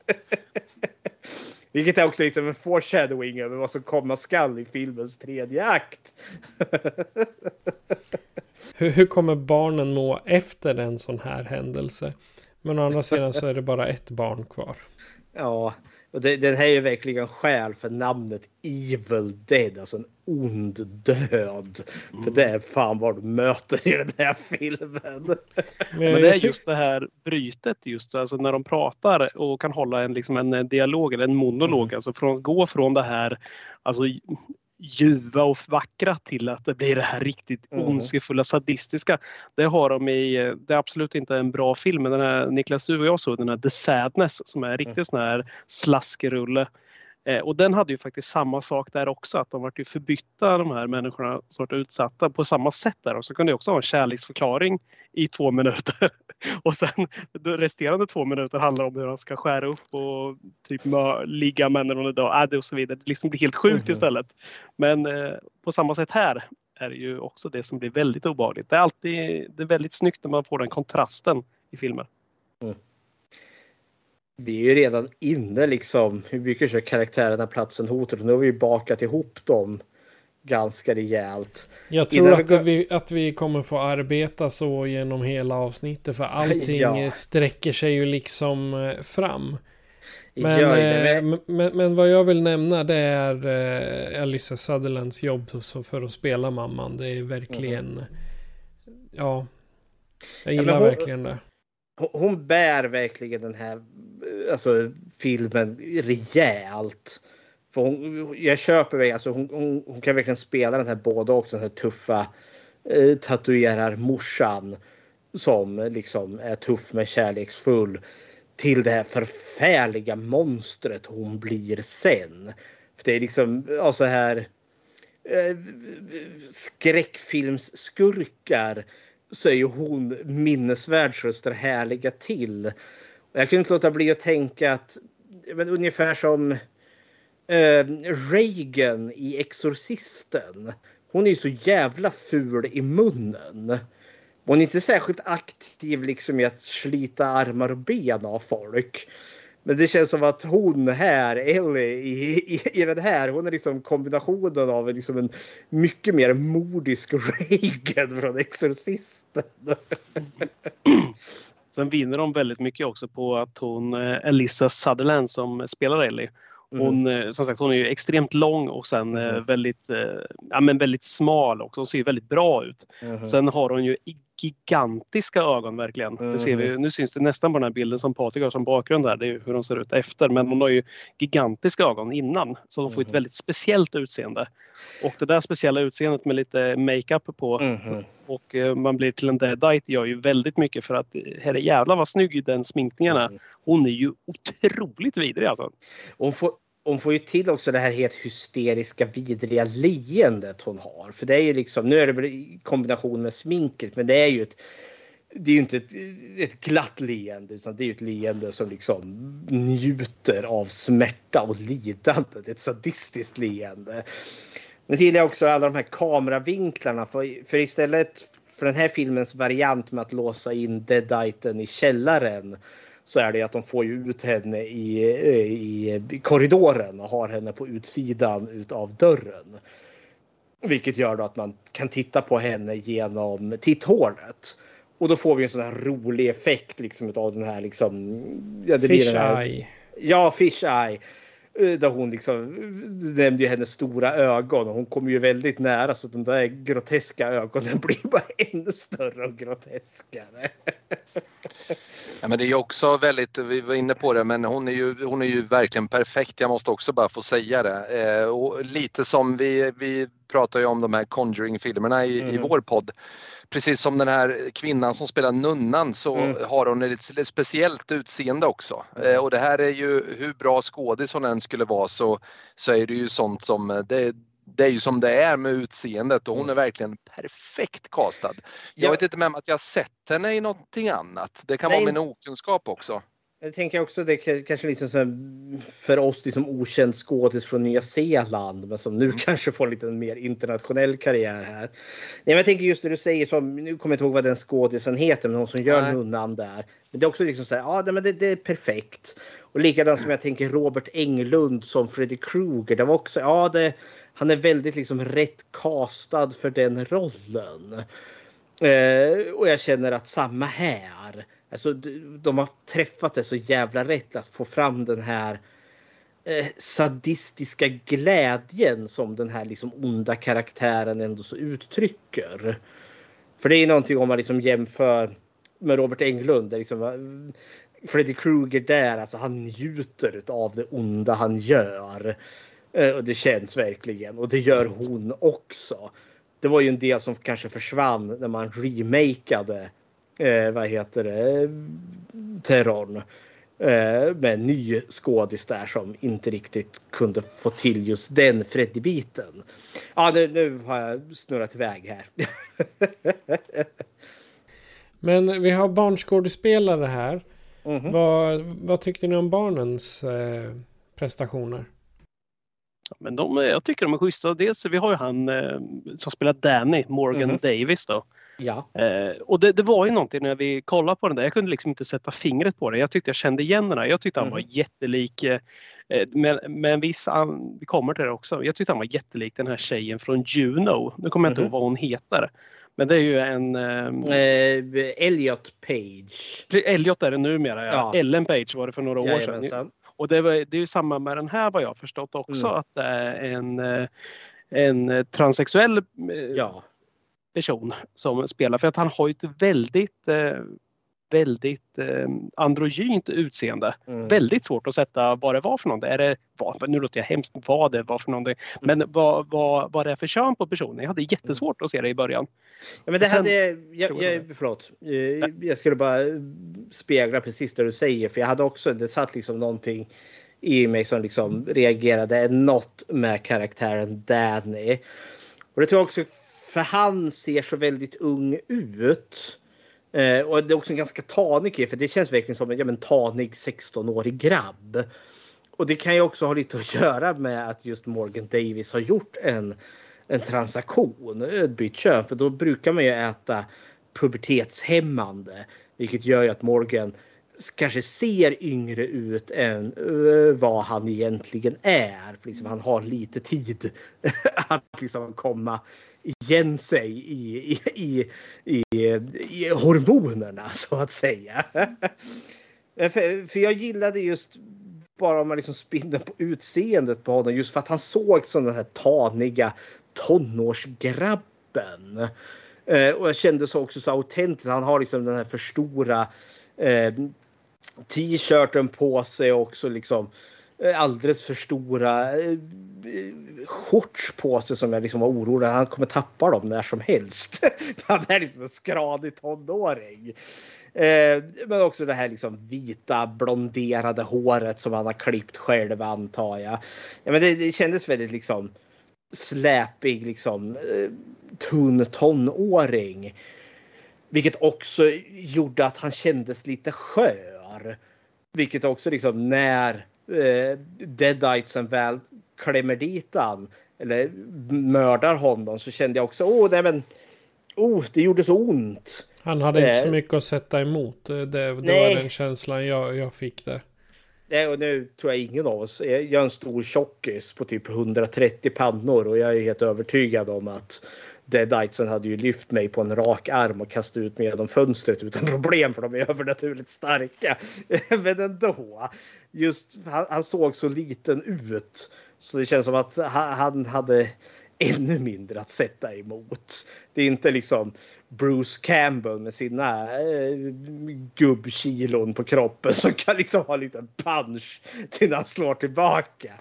Vilket är också liksom en foreshadowing över vad som komma skall i filmens tredje akt. hur, hur kommer barnen må efter en sån här händelse? Men å andra sidan så är det bara ett barn kvar. Ja, och det, den här är verkligen skäl för namnet Evil Dead. Alltså en ond död. Mm. För det är fan vad du möter i den här filmen. Men, Men det är just det här brytet, just alltså när de pratar och kan hålla en, liksom en dialog eller en monolog. Mm. Alltså från, gå från det här alltså, ljuva och vackra till att det blir det här riktigt mm. ondskefulla, sadistiska. Det har de i, det är absolut inte en bra film, men den här, Niklas, du och jag såg den här The Sadness som är riktigt mm. sån här slaskrulle. Eh, och den hade ju faktiskt samma sak där också, att de var ju förbytta, de här människorna som var utsatta på samma sätt där, och så kunde det också ha en kärleksförklaring i två minuter. Och sen de resterande två minuter handlar om hur de ska skära upp och typ mö- ligga männen idag, äh, och så vidare. Det liksom blir helt sjukt mm. istället. Men eh, på samma sätt här är det ju också det som blir väldigt obehagligt. Det är alltid, det är väldigt snyggt när man får den kontrasten i filmer. Mm. Vi är ju redan inne liksom, hur mycket kör karaktärerna platsen hotet, och nu har vi ju bakat ihop dem ganska rejält. Jag tror att, vi... Vi, att vi kommer få arbeta så genom hela avsnittet, för allting ja. sträcker sig ju liksom fram. Men, ja, eh, men, men vad jag vill nämna, det är eh, Alyssa Sutherlands jobb så för att spela mamman. Det är verkligen mm. ja, jag gillar ja, hon, verkligen det. Hon bär verkligen den här alltså, filmen rejält. För hon, jag köper mig, alltså hon, hon, hon kan verkligen spela den här båda också, den här tuffa eh, tatuerar morsan som liksom är tuff men kärleksfull, till det här förfärliga monstret hon blir sen. För det är liksom alltså här, eh, skräckfilmsskurkar så är ju hon minnesvärd så det står härliga till. Och jag kunde inte låta bli att tänka att men ungefär som eh, Reagan i Exorcisten. Hon är ju så jävla ful i munnen. Hon är inte särskilt aktiv liksom i att slita armar och ben av folk. Men det känns som att hon här, Ellie, i, i, i den här, hon är liksom kombinationen av en, liksom en mycket mer modisk Reagan från Exorcisten. Sen vinner de väldigt mycket också på att hon, Elissa Sutherland som spelar Ellie, hon, mm. som sagt, hon är ju extremt lång och sen mm. väldigt, ja, men väldigt smal också. Hon ser väldigt bra ut. Mm. Sen har hon ju gigantiska ögon verkligen. Mm. Det ser vi, nu syns det nästan på den här bilden som Patrik har som bakgrund där. Det är hur hon ser ut efter. Men hon har ju gigantiska ögon innan. Så hon får mm. ett väldigt speciellt utseende. Och det där speciella utseendet med lite makeup på mm. och man blir till en deadite gör ju väldigt mycket för att herre jävlar vad snygg den sminkningen är. Hon är ju otroligt vidrig alltså. Hon får Hon får ju till också det här helt hysteriska vidriga leendet hon har. För det är ju liksom, nu är det i kombination med sminket, men det är ju ett, det är ju inte ett, ett glatt leende, utan det är ju ett leende som liksom njuter av smärta och lidande. Det är ett sadistiskt leende. Men så gillar jag också alla de här kameravinklarna, för, för istället för den här filmens variant med att låsa in deaditen i källaren, så är det att de får ju ut henne i, i, i korridoren och har henne på utsidan utav dörren. Vilket gör då att man kan titta på henne genom titthålet. Och då får vi en sån här rolig effekt liksom utav den här liksom... Ja, det fish blir den här, eye. Ja, fish eye. Där hon liksom, du nämnde ju hennes stora ögon och hon kommer ju väldigt nära så de där groteska ögonen blir bara ännu större och groteskare. Ja, men det är ju också väldigt, vi var inne på det, men hon är ju, hon är ju verkligen perfekt. Jag måste också bara få säga det. Eh, och lite som vi, vi pratar ju om de här Conjuring-filmerna i, mm. i vår podd. Precis som den här kvinnan som spelar nunnan så mm. har hon ett speciellt utseende också. Eh, och det här är ju, hur bra skådis hon än skulle vara så, så är det ju sånt som, det, det är ju som det är med utseendet och hon är verkligen perfekt castad. Jag ja. vet inte med att jag har sett henne i någonting annat. Det kan Nej. vara min okunskap också. Jag tänker också det kanske liksom som för oss liksom okänd skådis från Nya Zeeland, men som nu mm. kanske får lite mer internationell karriär här. Nej, men jag tänker just det du säger, som nu kommer jag inte ihåg vad den skådisen heter, men hon som gör Nej. nunnan där. Men det är också liksom så här, ja men det, det är perfekt. Och likadant som jag tänker Robert Englund som Freddy Krueger, det var också, ja det, han är väldigt liksom rätt castad för den rollen. Eh, och jag känner att samma här. Alltså, de har träffat det så jävla rätt att få fram den här eh, sadistiska glädjen som den här liksom onda karaktären ändå så uttrycker. För det är någonting om man liksom jämför med Robert Englund. Där liksom, Freddy Krueger där, alltså han njuter av det onda han gör. Eh, och det känns verkligen. Och det gör hon också. Det var ju en del som kanske försvann när man remakeade Eh, vad heter det? Terrorn. Eh, med en ny skådis där som inte riktigt kunde få till just den Freddy-biten. Ja, nu, nu har jag snurrat iväg här. Men vi har barnskådespelare här. Mm-hmm. Vad, vad tyckte ni om barnens eh, prestationer? Men de, jag tycker de är schyssta. Dels vi har ju han eh, som spelar Danny, Morgan mm-hmm. Davis då. Ja. Eh, och det, det var ju någonting när vi kollade på den där. Jag kunde liksom inte sätta fingret på det. Jag tyckte jag kände igen den här. Jag tyckte mm. han var jättelik. Eh, med, med en viss, an, vi kommer till det också. Jag tyckte han var jättelik den här tjejen från Juno. Nu kommer jag inte mm. ihåg vad hon heter. Men det är ju en... Eh, eh, Elliot Page. Elliot är det numera, ja. ja. Ellen Page var det för några år Jajamensan. sedan. Och det, var, det är ju samma med den här vad jag har förstått också. Mm. Att det är en, en transsexuell... Eh, ja. person som spelar, för att han har ett väldigt eh, väldigt eh, androgynt utseende. Mm. Väldigt svårt att sätta vad det var för någonting. Är det, vad, nu låter jag hemskt vad det var för någonting. Mm. Men vad, vad, vad det är för kön på personen. Jag hade jättesvårt att se det i början. Ja, men det sen, hade, jag, jag, förlåt. Jag, jag skulle bara spegla precis det du säger. För jag hade också, det satt liksom någonting i mig som liksom reagerade något med karaktären Danny. Och det tror jag också, för han ser så väldigt ung ut. Eh, och det är också en ganska tanig, för det känns verkligen som en ja, men, tanig sexton-årig grabb. Och det kan ju också ha lite att göra med att just Morgan Davis har gjort en, en transaktion, ett bytt kön. För då brukar man ju äta pubertetshämmande, vilket gör ju att Morgan kanske ser yngre ut än uh, vad han egentligen är. För liksom, han har lite tid att liksom komma igen sig i, i, i, i, i hormonerna, så att säga. för, för jag gillade just bara om man liksom spinner på utseendet på honom, just för att han såg som den här taniga tonårsgrabben. Eh, och jag kände så också så autentiskt. Han har liksom den här för stora eh, t-shirten på sig och också liksom eh, alldeles för stora eh, shorts på sig som jag liksom var orolig. Han kommer tappa dem när som helst. Han är liksom en skradig tonåring. Eh, men också det här liksom vita blonderade håret som han har klippt själv, antar jag. Ja, men det, det kändes väldigt liksom släpig, liksom eh, tunn tonåring. Vilket också gjorde att han kändes lite skör. Vilket också liksom när eh, Deaditesen väl klämmer dit han eller mördar honom, så kände jag också, åh nej men oh, det gjorde så ont. Han hade inte så mycket att sätta emot. Det, det var den känslan jag, jag fick där. Nej, och nu tror jag ingen av oss. Jag är en stor tjockis på typ hundratrettio pannor. Och jag är helt övertygad om att Deaditesen hade ju lyft mig på en rak arm och kastat ut mig genom fönstret utan problem, för de är övernaturligt starka. Men ändå. Just, han, han såg så liten ut. Så det känns som att han hade ännu mindre att sätta emot. Det är inte liksom Bruce Campbell med sina äh, gubbkilon på kroppen som kan liksom ha lite punch till när han slår tillbaka.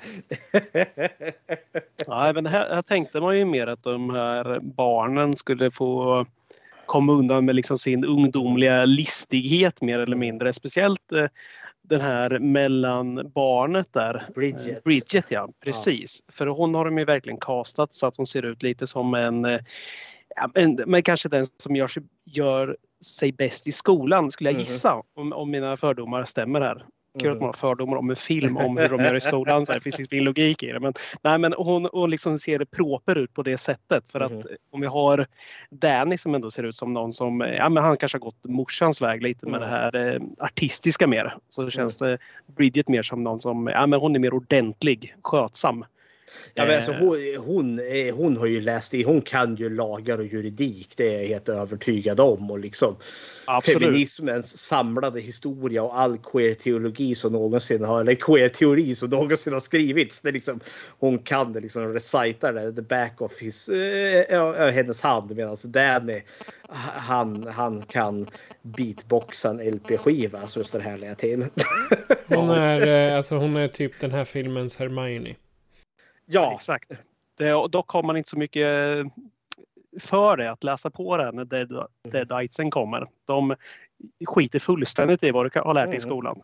Ja, men här, här tänkte man ju mer att de här barnen skulle få komma undan med liksom sin ungdomliga listighet mer eller mindre. Speciellt äh, den här mellan barnet där. Bridget. Bridget, ja. Precis. Ja. För hon har de ju verkligen castat så att hon ser ut lite som en... Ja, men, men kanske den som gör sig, gör sig bäst i skolan, skulle jag gissa. Mm. Om, om mina fördomar stämmer här. Kul mm. att man har fördomar om en film om hur de gör i skolan. Så här, det finns ingen logik i det. Men, nej, men hon, hon liksom ser proper ut på det sättet. För att mm. om vi har Danny som ändå ser ut som någon som... Ja, men han kanske har gått morsans väg lite med mm. det här eh, artistiska mer. Så känns mm. det Bridget mer som någon som... Ja, men hon är mer ordentlig, skötsam. Ja, men alltså, hon, hon, hon har ju läst i, hon kan ju lagar och juridik, det är jag helt övertygad om, och liksom absolut. Feminismens samlade historia och all queer-teologi som någonsin har, eller queer-teori som någonsin har skrivits, det liksom, hon kan det liksom recita det, the back of his, äh, hennes hand, medan Danny, han, han kan beatboxa en L P-skiva, så står det härliga till. Hon är, alltså hon är typ den här filmens Hermione. Ja, exakt. Det, dock har man inte så mycket för det att läsa på det när Dead, Deaditesen kommer. De skiter fullständigt i vad du har lärt dig i skolan.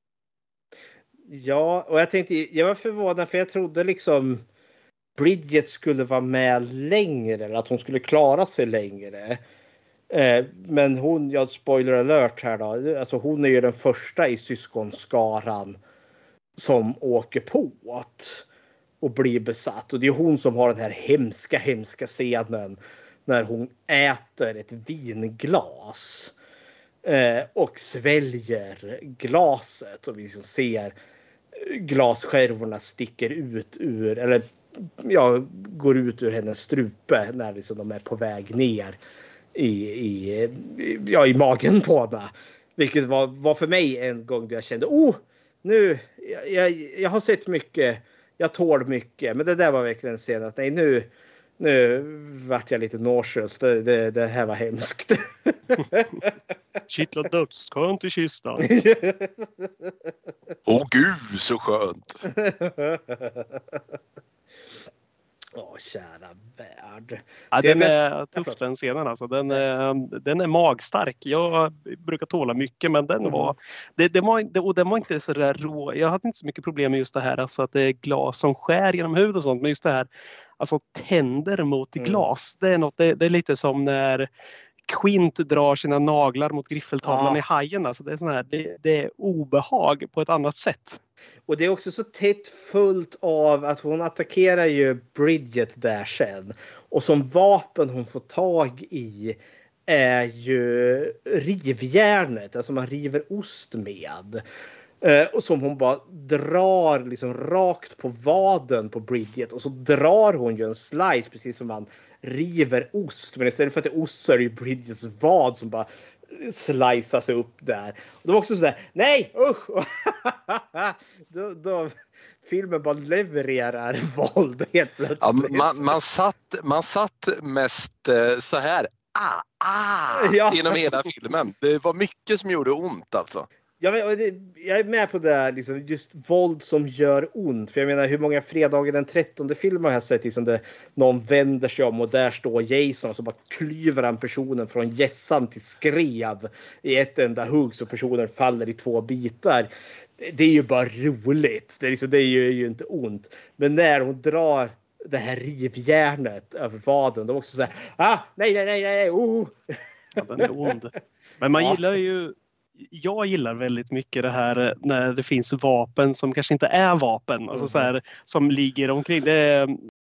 Ja, och jag tänkte, jag var förvånad för jag trodde liksom Bridget skulle vara med längre, eller att hon skulle klara sig längre. Eh, men hon, jag spoiler alert här då, alltså hon är ju den första i syskonskaran som åker på att och blir besatt. Och det är hon som har den här hemska, hemska scenen när hon äter ett vinglas eh, och sväljer glaset. Och vi liksom ser glasskärvorna sticker ut ur, eller ja, går ut ur hennes strupe när liksom de är på väg ner i, i, ja, i magen på henne. Vilket var, var för mig en gång där jag kände, oh, nu, jag, jag, jag har sett mycket. Jag tål mycket, men det där var verkligen sen att nej, nu, nu vart jag lite nauseous. Det, det, det här var hemskt. Kittlar dödsskönt i kistan. Åh gud, så skönt. Åh, kära värld. Ja, den är tuff den scenen alltså. Den är, den är magstark. Jag brukar tåla mycket, men den Mm. var, det, det var, det, och den var inte så där rå. Jag hade inte så mycket problem med just det här, alltså att det är glas som skär genom hud och sånt, men just det här alltså tänder mot Mm. glas. Det är, något, det, det är lite som när Quint drar sina naglar mot griffeltavlan Ja. i Hajen. Alltså det, är sån här, det, det är obehag på ett annat sätt. Och det är också så tätt fullt av att hon attackerar ju Bridget där sen. Och som vapen hon får tag i är ju rivjärnet. Alltså man river ost med. Eh, och som hon bara drar liksom rakt på vaden på Bridget. Och så drar hon ju en slice precis som man river ost. Men istället för att det är ost så är det ju Bridgets vad som bara sliceas upp där. Och det var också sådär, nej usch! då, då, filmen bara levererar våld helt plötsligt. Ja, man, man, satt, man satt mest eh, så här, ah, ah, Ja. genom hela filmen. Det var mycket som gjorde ont alltså. Jag, jag är med på det här, liksom, just våld som gör ont. För jag menar, hur många fredagar den trettonde filmer har jag sett liksom, där någon vänder sig om och där står Jason och så bara klyver han personen från gässan till skrev i ett enda hugg så personen faller i två bitar. Det är ju bara roligt. Det är, liksom, det är ju, ju inte ont. Men när hon drar det här rivjärnet över vaden, då också så här, ah, nej, nej, nej, nej, oh. Ja, den är ond. Men man Ja. gillar ju, jag gillar väldigt mycket det här när det finns vapen som kanske inte är vapen. Alltså så här, som ligger omkring. Det är,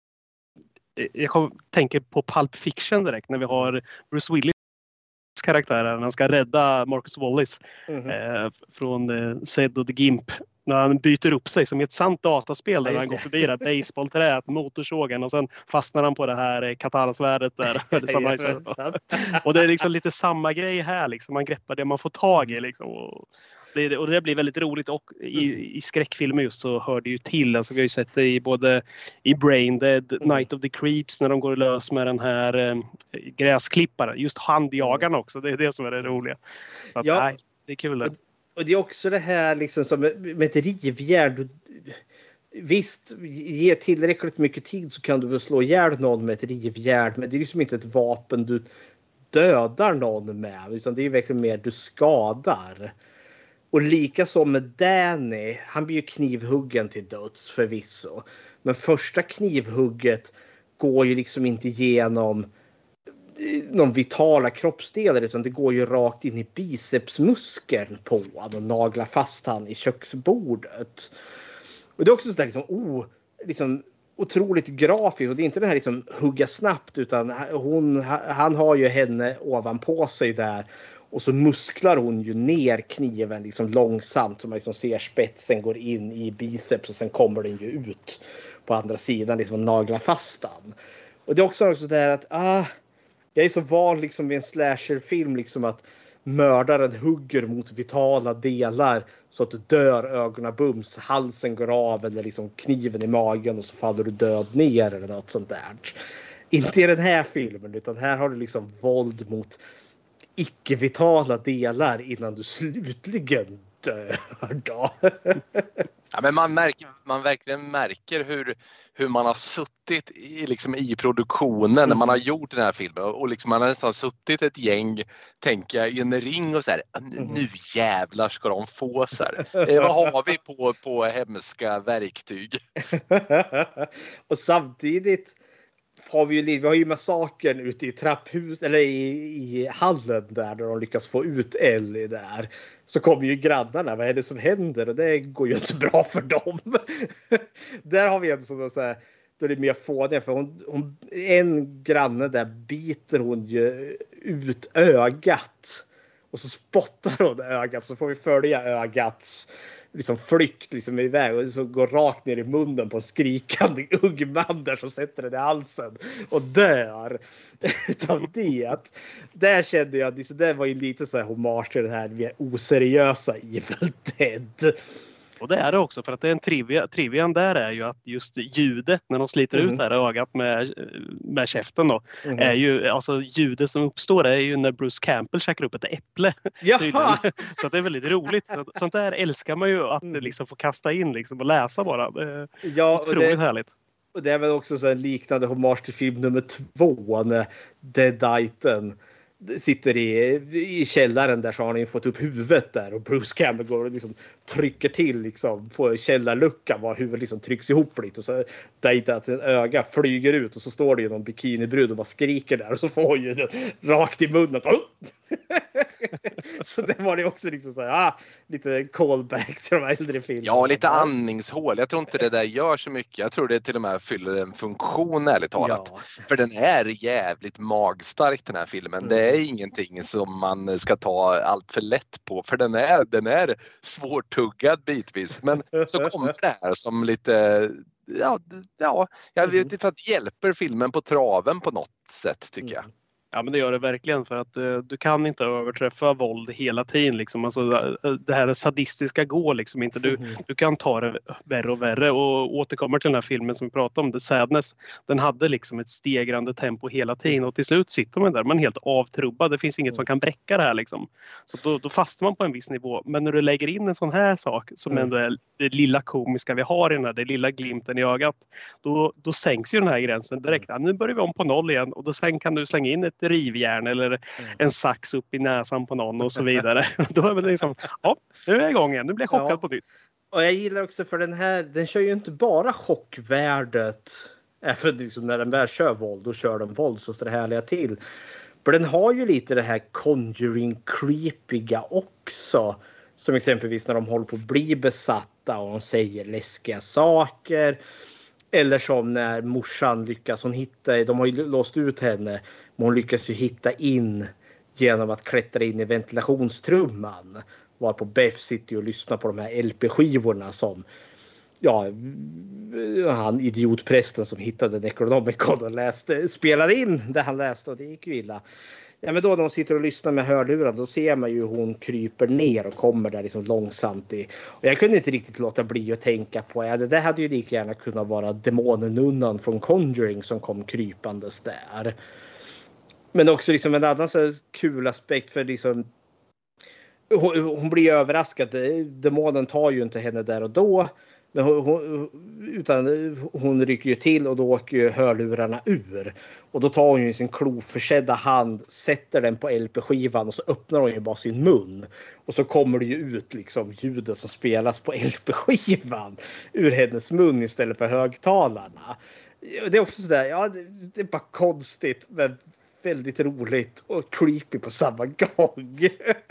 jag kom, tänker på Pulp Fiction direkt när vi har Bruce Willis karaktär när han ska rädda Marcus Wallace Mhm. eh, från eh, Zed och The Gimp. När han byter upp sig som i ett sant dataspel där Ja, han just går det. förbi det här baseballträet, motorsågen och sen fastnar han på det här eh, katarsvärdet där. Det är samma, Jajamensan. och det är liksom lite samma grej här. Liksom. Man greppar det man får tag i. Liksom. Och, det, och det blir väldigt roligt. Och i, i skräckfilmer just så hör det ju till. Alltså, vi har ju sett det i både i Brain Dead, Night of the Creeps när de går lös med den här eh, gräsklipparen. Just handjagarna också. Det är det som är det roliga. Så att, Ja. nej, det är kul. Det. Och det är också det här liksom som med ett rivjärn. Du, visst, ge tillräckligt mycket tid så kan du väl slå ihjäl någon med ett rivjärn. Men det är liksom inte ett vapen du dödar någon med. Utan det är verkligen mer du skadar. Och lika som med Danny. Han blir ju knivhuggen till döds förvisso. Men första knivhugget går ju liksom inte igenom någon vitala kroppsdelar utan det går ju rakt in i bicepsmuskeln på han och naglar fast han i köksbordet. Och det är också så där liksom, oh, liksom otroligt grafiskt och det är inte det här liksom hugga snabbt utan hon, han har ju henne ovanpå sig där och så musklar hon ju ner kniven liksom långsamt så man liksom ser spetsen går in i biceps och sen kommer den ju ut på andra sidan liksom och naglar fast han. Och det är också så där att ah, jag är så van liksom vid en slasherfilm liksom att mördaren hugger mot vitala delar så att du dör ögonen bums, halsen går av eller liksom kniven i magen och så faller du död ner eller något sånt där. Inte i den här filmen utan här har du liksom våld mot icke-vitala delar innan du slutligen dör då. Ja, men man, märker, man verkligen märker hur, hur man har suttit i, liksom, i produktionen mm. när man har gjort den här filmen. Och liksom man har nästan suttit ett gäng, tänker jag, i en ring och så här, nu, mm. nu jävlar ska de få så här. Eh, vad har vi på, på hemska verktyg? Och samtidigt har vi ju, vi har ju massakern ute i trapphus eller i, i hallen där, där de lyckas få ut Ellie där. Så kommer ju grannarna, vad är det som händer? Och det går ju inte bra för dem. Där har vi en sån så här, då är det mer fåniga för hon, hon, en granne där biter hon ju ut ögat. Och så spottar hon ögat så får vi följa ögats liksom flykt liksom iväg och så går rakt ner i munnen på en skrikande ung man där som sätter den i halsen och dör utav det. Där kände jag att det var ju lite så här hommage till det här mer oseriösa Evil Dead. Och det är det också för att det är en trivia. Trivian där är ju att just ljudet när de sliter mm. ut det här ögat med, med käften då. Mm. Är ju, alltså ljudet som uppstår är ju när Bruce Campbell käkar upp ett äpple. Så att det är väldigt roligt. Så, sånt där älskar man ju att mm. liksom få kasta in liksom och läsa bara. Det är ja, otroligt det, härligt. Och det är väl också så en liknande hommage till film nummer två när Dead Item sitter i, i källaren där, så har han ju fått upp huvudet där och Bruce Campbell går och liksom trycker till liksom på källarluckan var huvudet liksom trycks ihop lite och så där inte att en öga flyger ut och så står det ju någon bikinibrud och bara skriker där och så får ju det rakt i munnen. Så det var det också liksom så här, ah, lite callback till de äldre filmerna. Ja, lite andningshål. Jag tror inte det där gör så mycket. Jag tror det till och med fyller en funktion, ärligt talat. Ja. För den är jävligt magstark, den här filmen. Mm. Det är ingenting som man ska ta allt för lätt på. För den är, den är svårtuggad bitvis. Men så kommer det här som lite... Ja, ja jag vet inte, för att hjälper filmen på traven på något sätt, tycker jag. Ja, men det gör det verkligen, för att uh, du kan inte överträffa våld hela tiden liksom. Alltså, uh, det här sadistiska går liksom inte. Du, mm. du kan ta det värre och värre, och återkommer till den här filmen som vi pratade om, The Sadness. Den hade liksom ett stegrande tempo hela tiden och till slut sitter man där, man är helt avtrubbad. Det finns inget mm. som kan bräcka det här liksom. Så då, då fastnar man på en viss nivå. Men när du lägger in en sån här sak som mm. ändå är det lilla komiska vi har i den här, det lilla glimten i ögat, då, då sänks ju den här gränsen direkt. Ja, nu börjar vi om på noll igen, och då sen kan du slänga in ett rivjärn eller mm. en sax upp i näsan på någon och så vidare. Då är det liksom, ja, nu är jag igång igen. Nu blir jag chockad ja. på nytt. Och jag gillar också för den här, den kör ju inte bara chockvärdet. Även liksom när den väl kör våld, då kör den våld så står det härliga till. För den har ju lite det här Conjuring creepiga också. Som exempelvis när de håller på att bli besatta och de säger läskiga saker. Eller som när morsan lyckas, hon hittar, de har ju låst ut henne, men hon lyckas ju hitta in genom att klättra in i ventilationstrumman. Var på Beth sitter och lyssnar på de här L P-skivorna som, ja, han idiotprästen som hittade Necronomicon och läste, spelade in det han läste, och det gick ju illa. Ja, men då när hon sitter och lyssnar med hörluran, då ser man ju hur hon kryper ner och kommer där liksom långsamt i. Och jag kunde inte riktigt låta bli att tänka på, ja, det där hade ju lika gärna kunnat vara demonenunnan från Conjuring som kom krypandes där. Men också liksom en annan så kul aspekt, för liksom hon, hon blir överraskad. Demonen tar ju inte henne där och då. Men hon, utan hon rycker ju till och då åker ju hörlurarna ur. Och då tar hon ju sin kloförsedda hand, sätter den på L P-skivan och så öppnar hon ju bara sin mun. Och så kommer det ju ut liksom ljudet som spelas på L P-skivan ur hennes mun istället för högtalarna. Det är också sådär, ja, det är bara konstigt men väldigt roligt och creepy på samma gång.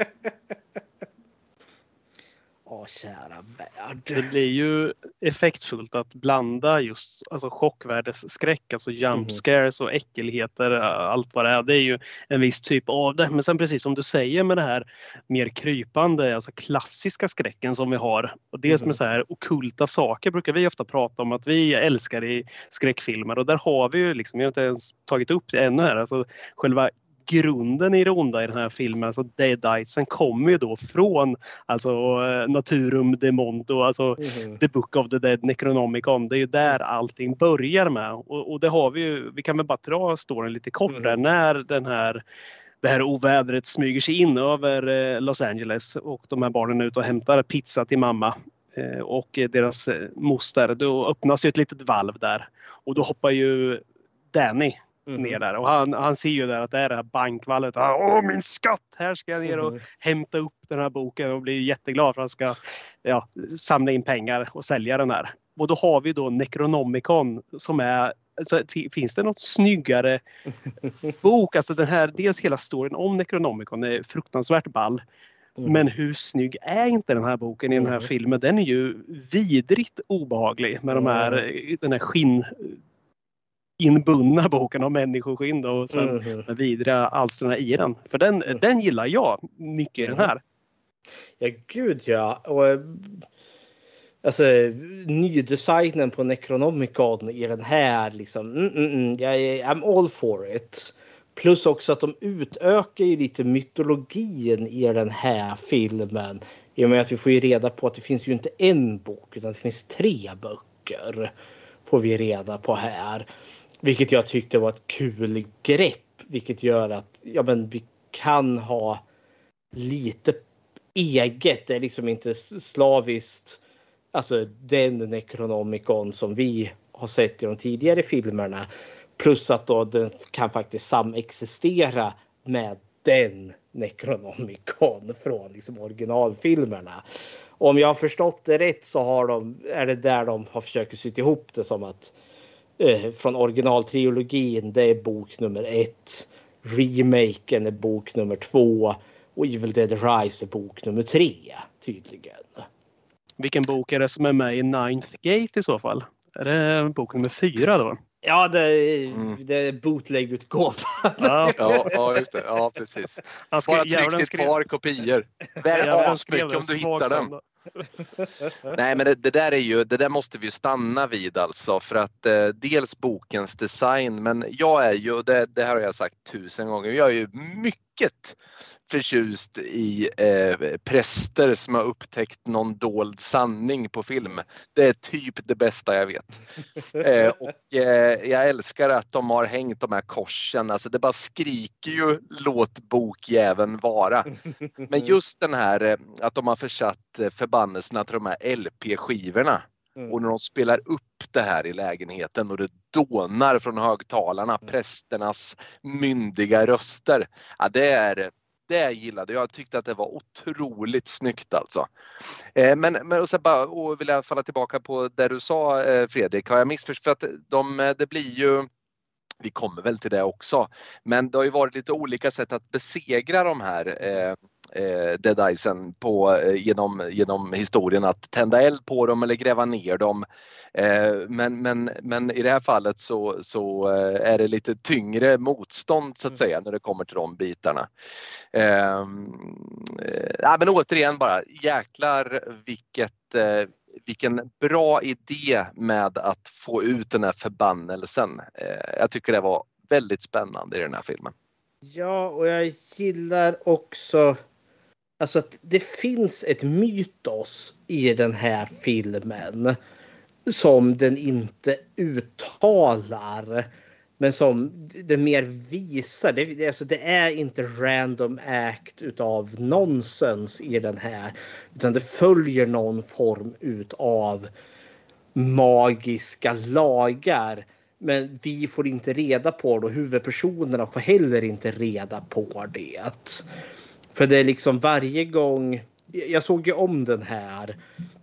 Åh, kära värld. Det blir ju effektfullt att blanda just alltså chockvärdesskräck, alltså jump scares och äckelheter, allt vad det är. Det är ju en viss typ av det. Men sen precis som du säger med det här mer krypande, alltså klassiska skräcken som vi har. Och dels med så här ockulta saker brukar vi ofta prata om att vi älskar i skräckfilmer. Och där har vi ju liksom, jag har inte ens tagit upp det ännu här, alltså själva grunden i det onda i den här filmen, alltså Deaditesen, kommer ju då från alltså Naturum de Monto, alltså mm-hmm. The Book of the Dead, Necronomicon. Det är ju där allting börjar med, och, och det har vi ju, vi kan väl bara dra storyn lite kort mm-hmm. där, när den här det här ovädret smyger sig in över eh, Los Angeles och de här barnen är ute och hämtar pizza till mamma eh, och deras eh, moster. Då öppnas ju ett litet valv där och då hoppar ju Danny Mm. ner där. Och han, han ser ju där att det är det här bankvalvet. Åh, min skatt! Här ska jag ner och mm. hämta upp den här boken och blir jätteglad för att han ska ja, samla in pengar och sälja den här. Och då har vi då Necronomicon som är, alltså, finns det något snyggare bok? Alltså den här, dels hela storyn om Necronomicon är fruktansvärt ball. Mm. Men hur snygg är inte den här boken i den här mm. filmen? Den är ju vidrigt obehaglig med mm. de här, den här skinn inbundna boken om människoskinn och sen mm. med vidriga alsterna i den. För den, mm. den gillar jag mycket i den här. Ja, gud ja. Och, alltså, nydesignen på Necronomicon i den här liksom, mm, mm, jag är, I'm all for it. Plus också att de utökar ju lite mytologin i den här filmen. I och med att vi får ju reda på att det finns ju inte en bok utan det finns tre böcker. Får vi reda på här. Vilket jag tyckte var ett kul grepp. Vilket gör att ja, men vi kan ha lite eget. Det är liksom inte slaviskt. Alltså den Necronomicon som vi har sett i de tidigare filmerna. Plus att då den kan faktiskt samexistera med den Necronomicon från liksom originalfilmerna. Om jag har förstått det rätt så har de, är det där de har försökt syta ihop det som att eh, från originaltrilogin, det är bok nummer ett, remaken är bok nummer två och Evil Dead Rise är bok nummer tre tydligen. Vilken bok är det som är med i Ninth Gate i så fall? Är det bok nummer fyra då? Ja, det är, mm. det är bootleg-utgåvan. Ja. ja, ja, just det. Ja, precis. Han skrev, bara tryckt ett skrev... par kopior. Väl asmycket om du hittar den. Nej, men det, det där är ju, det där måste vi ju stanna vid alltså, för att eh, dels bokens design, men jag är ju, det, det här har jag sagt tusen gånger, jag är ju mycket förtjust i eh, präster som har upptäckt någon dold sanning på film. Det är typ det bästa jag vet. Eh, och eh, jag älskar att de har hängt de här korsen. Alltså det bara skriker ju låt bokjäveln vara. Men just den här att de har försatt förbannelserna till de här L P-skivorna. Och när de spelar upp det här i lägenheten och det dånar från högtalarna, prästernas myndiga röster. Ja, det är det jag gillade. Jag tyckte att det var otroligt snyggt alltså. Eh, men men och så bara och vill jag falla tillbaka på det du sa, eh, Fredrik. Har jag missförstått? För att de, det blir ju, vi kommer väl till det också, men det har ju varit lite olika sätt att besegra de här eh, eh, Dead Eyesen på, eh, genom, genom historien, att tända eld på dem eller gräva ner dem. Eh, men, men, men i det här fallet så, så eh, är det lite tyngre motstånd så att säga när det kommer till de bitarna. Eh, eh, men återigen bara, jäklar vilket... Eh, Vilken bra idé med att få ut den här förbannelsen. Jag tycker det var väldigt spännande i den här filmen. Ja, och jag gillar också alltså att det finns ett mytos i den här filmen som den inte uttalar, men som den mer visar. Det, alltså det är inte random act utav nonsens i den här, utan det följer någon form utav magiska lagar. Men vi får inte reda på det och huvudpersonerna får heller inte reda på det. För det är liksom varje gång, jag såg ju om den här,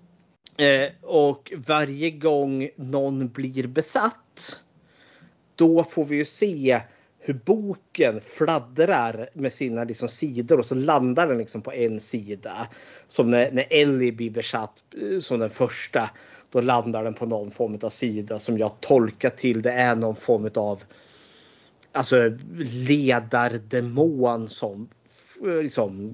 och varje gång någon blir besatt, då får vi ju se hur boken fladdrar med sina liksom sidor och så landar den liksom på en sida. Som när, när Ellie blir besatt som den första, då landar den på någon form av sida som jag tolkar till det är någon form av alltså ledardemon som liksom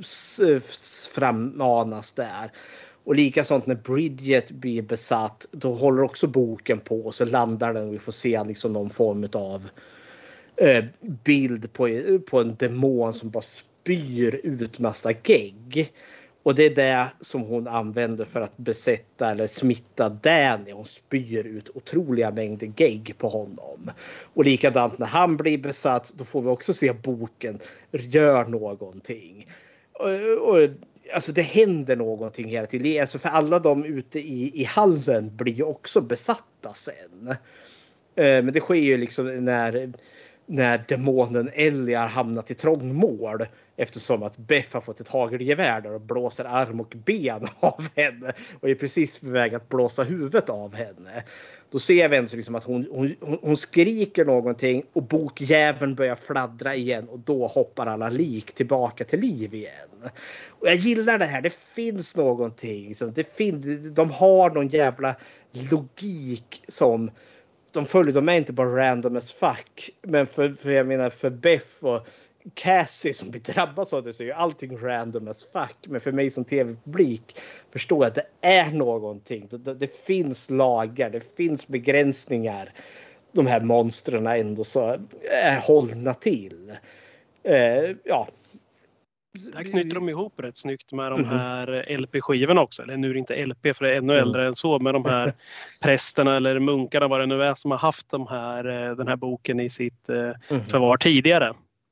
frammanas där. Och lika sånt när Bridget blir besatt, då håller också boken på och så landar den och vi får se liksom någon form av eh, bild på, på en demon som bara spyr ut massa gegg. Och det är det som hon använder för att besätta eller smitta Danny. Hon spyr ut otroliga mängder gegg på honom. Och likadant när han blir besatt, då får vi också se boken gör någonting. Och, och alltså det händer någonting hela tiden. Alltså för alla de ute i, i hallen blir ju också besatta sen. Eh, men det sker ju liksom när, när demonen Ellie har hamnat i trångmål. Eftersom att Beth har fått ett hagelgevär där och blåser arm och ben av henne. Och är precis på väg att blåsa huvudet av henne. Då ser vi liksom att hon, hon, hon skriker någonting och bokjäveln börjar fladdra igen. Och då hoppar alla lik tillbaka till liv igen. Och jag gillar det här. Det finns någonting. Liksom. Det fin- de har någon jävla logik som... De följer, de är inte bara random as fuck. Men för, för jag menar för Beth och Cassie som blir drabbad av det så är ju allting random as fuck. Men för mig som tv-publik förstår jag att det är någonting. Det, det, det finns lagar, det finns begränsningar. De här monstren ändå så är hållna till. Eh, ja. Där knyter de ihop rätt snyggt med de här L P-skivorna också. Eller nu är det inte L P för det är ännu äldre mm. än så. Men de här prästerna eller munkarna vad det nu är som har haft de här, den här boken i sitt mm. förvar tidigare.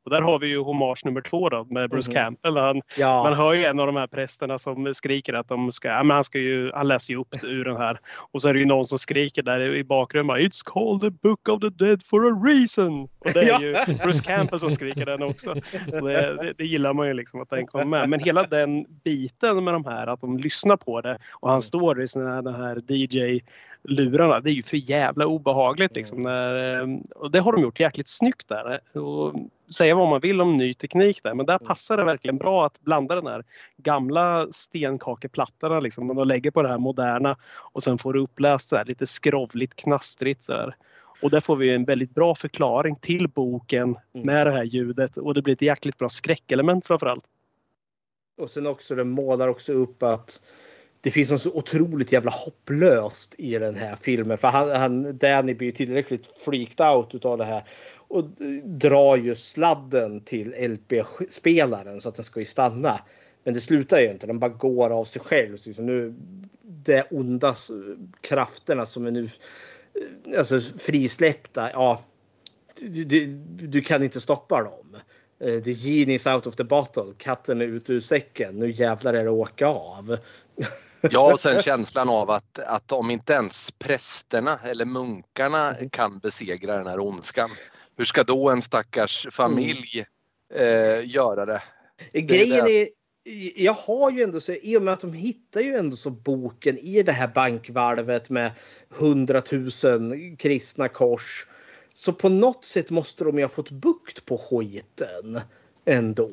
Och där har vi ju hommage nummer två då med Bruce Mhm. Campbell. Han, Ja. Man hör ju en av de här prästerna som skriker att de ska, ja, men han ska ju, han läser ju upp ur den här. Och så är det ju någon som skriker där i bakgrunden. It's called the book of the dead for a reason. Och det är ju Bruce Campbell som skriker den också. Och det, det, det gillar man ju liksom att den kommer med. Men hela den biten med de här, att de lyssnar på det. Och han står i sina den här D J-lurarna. Det är ju för jävla obehagligt liksom. När, och det har de gjort jäkligt snyggt där. Och säga vad man vill om ny teknik där. Men där passar det verkligen bra att blanda den här gamla stenkakeplattorna liksom. Man lägger på det här moderna. Och sen får du uppläst så här, lite skrovligt, knastrigt så här. Och där får vi en väldigt bra förklaring till boken med det här ljudet. Och det blir ett jäkligt bra skräckelement framförallt. Och sen också, den målar också upp att det finns något så otroligt jävla hopplöst i den här filmen. För han, han, Danny blir tillräckligt freaked out utav det här. Och drar ju sladden till L P-spelaren så att den ska ju stanna. Men det slutar ju inte. Den bara går av sig själv. Så nu, det onda krafterna som är nu alltså frisläppta. Ja, du, du kan inte stoppa dem. The genie is out of the bottle. Katten är ute ur säcken. Nu jävlar är det åka av. Ja, och sen känslan av att, att om inte ens prästerna eller munkarna kan besegra den här ondskan, hur ska då en stackars familj eh, göra det? Grejen är, jag har ju ändå så, i och med att de hittar ju ändå så boken i det här bankvalvet med hundratusen kristna kors. Så på något sätt måste de ju ha fått bukt på skiten ändå.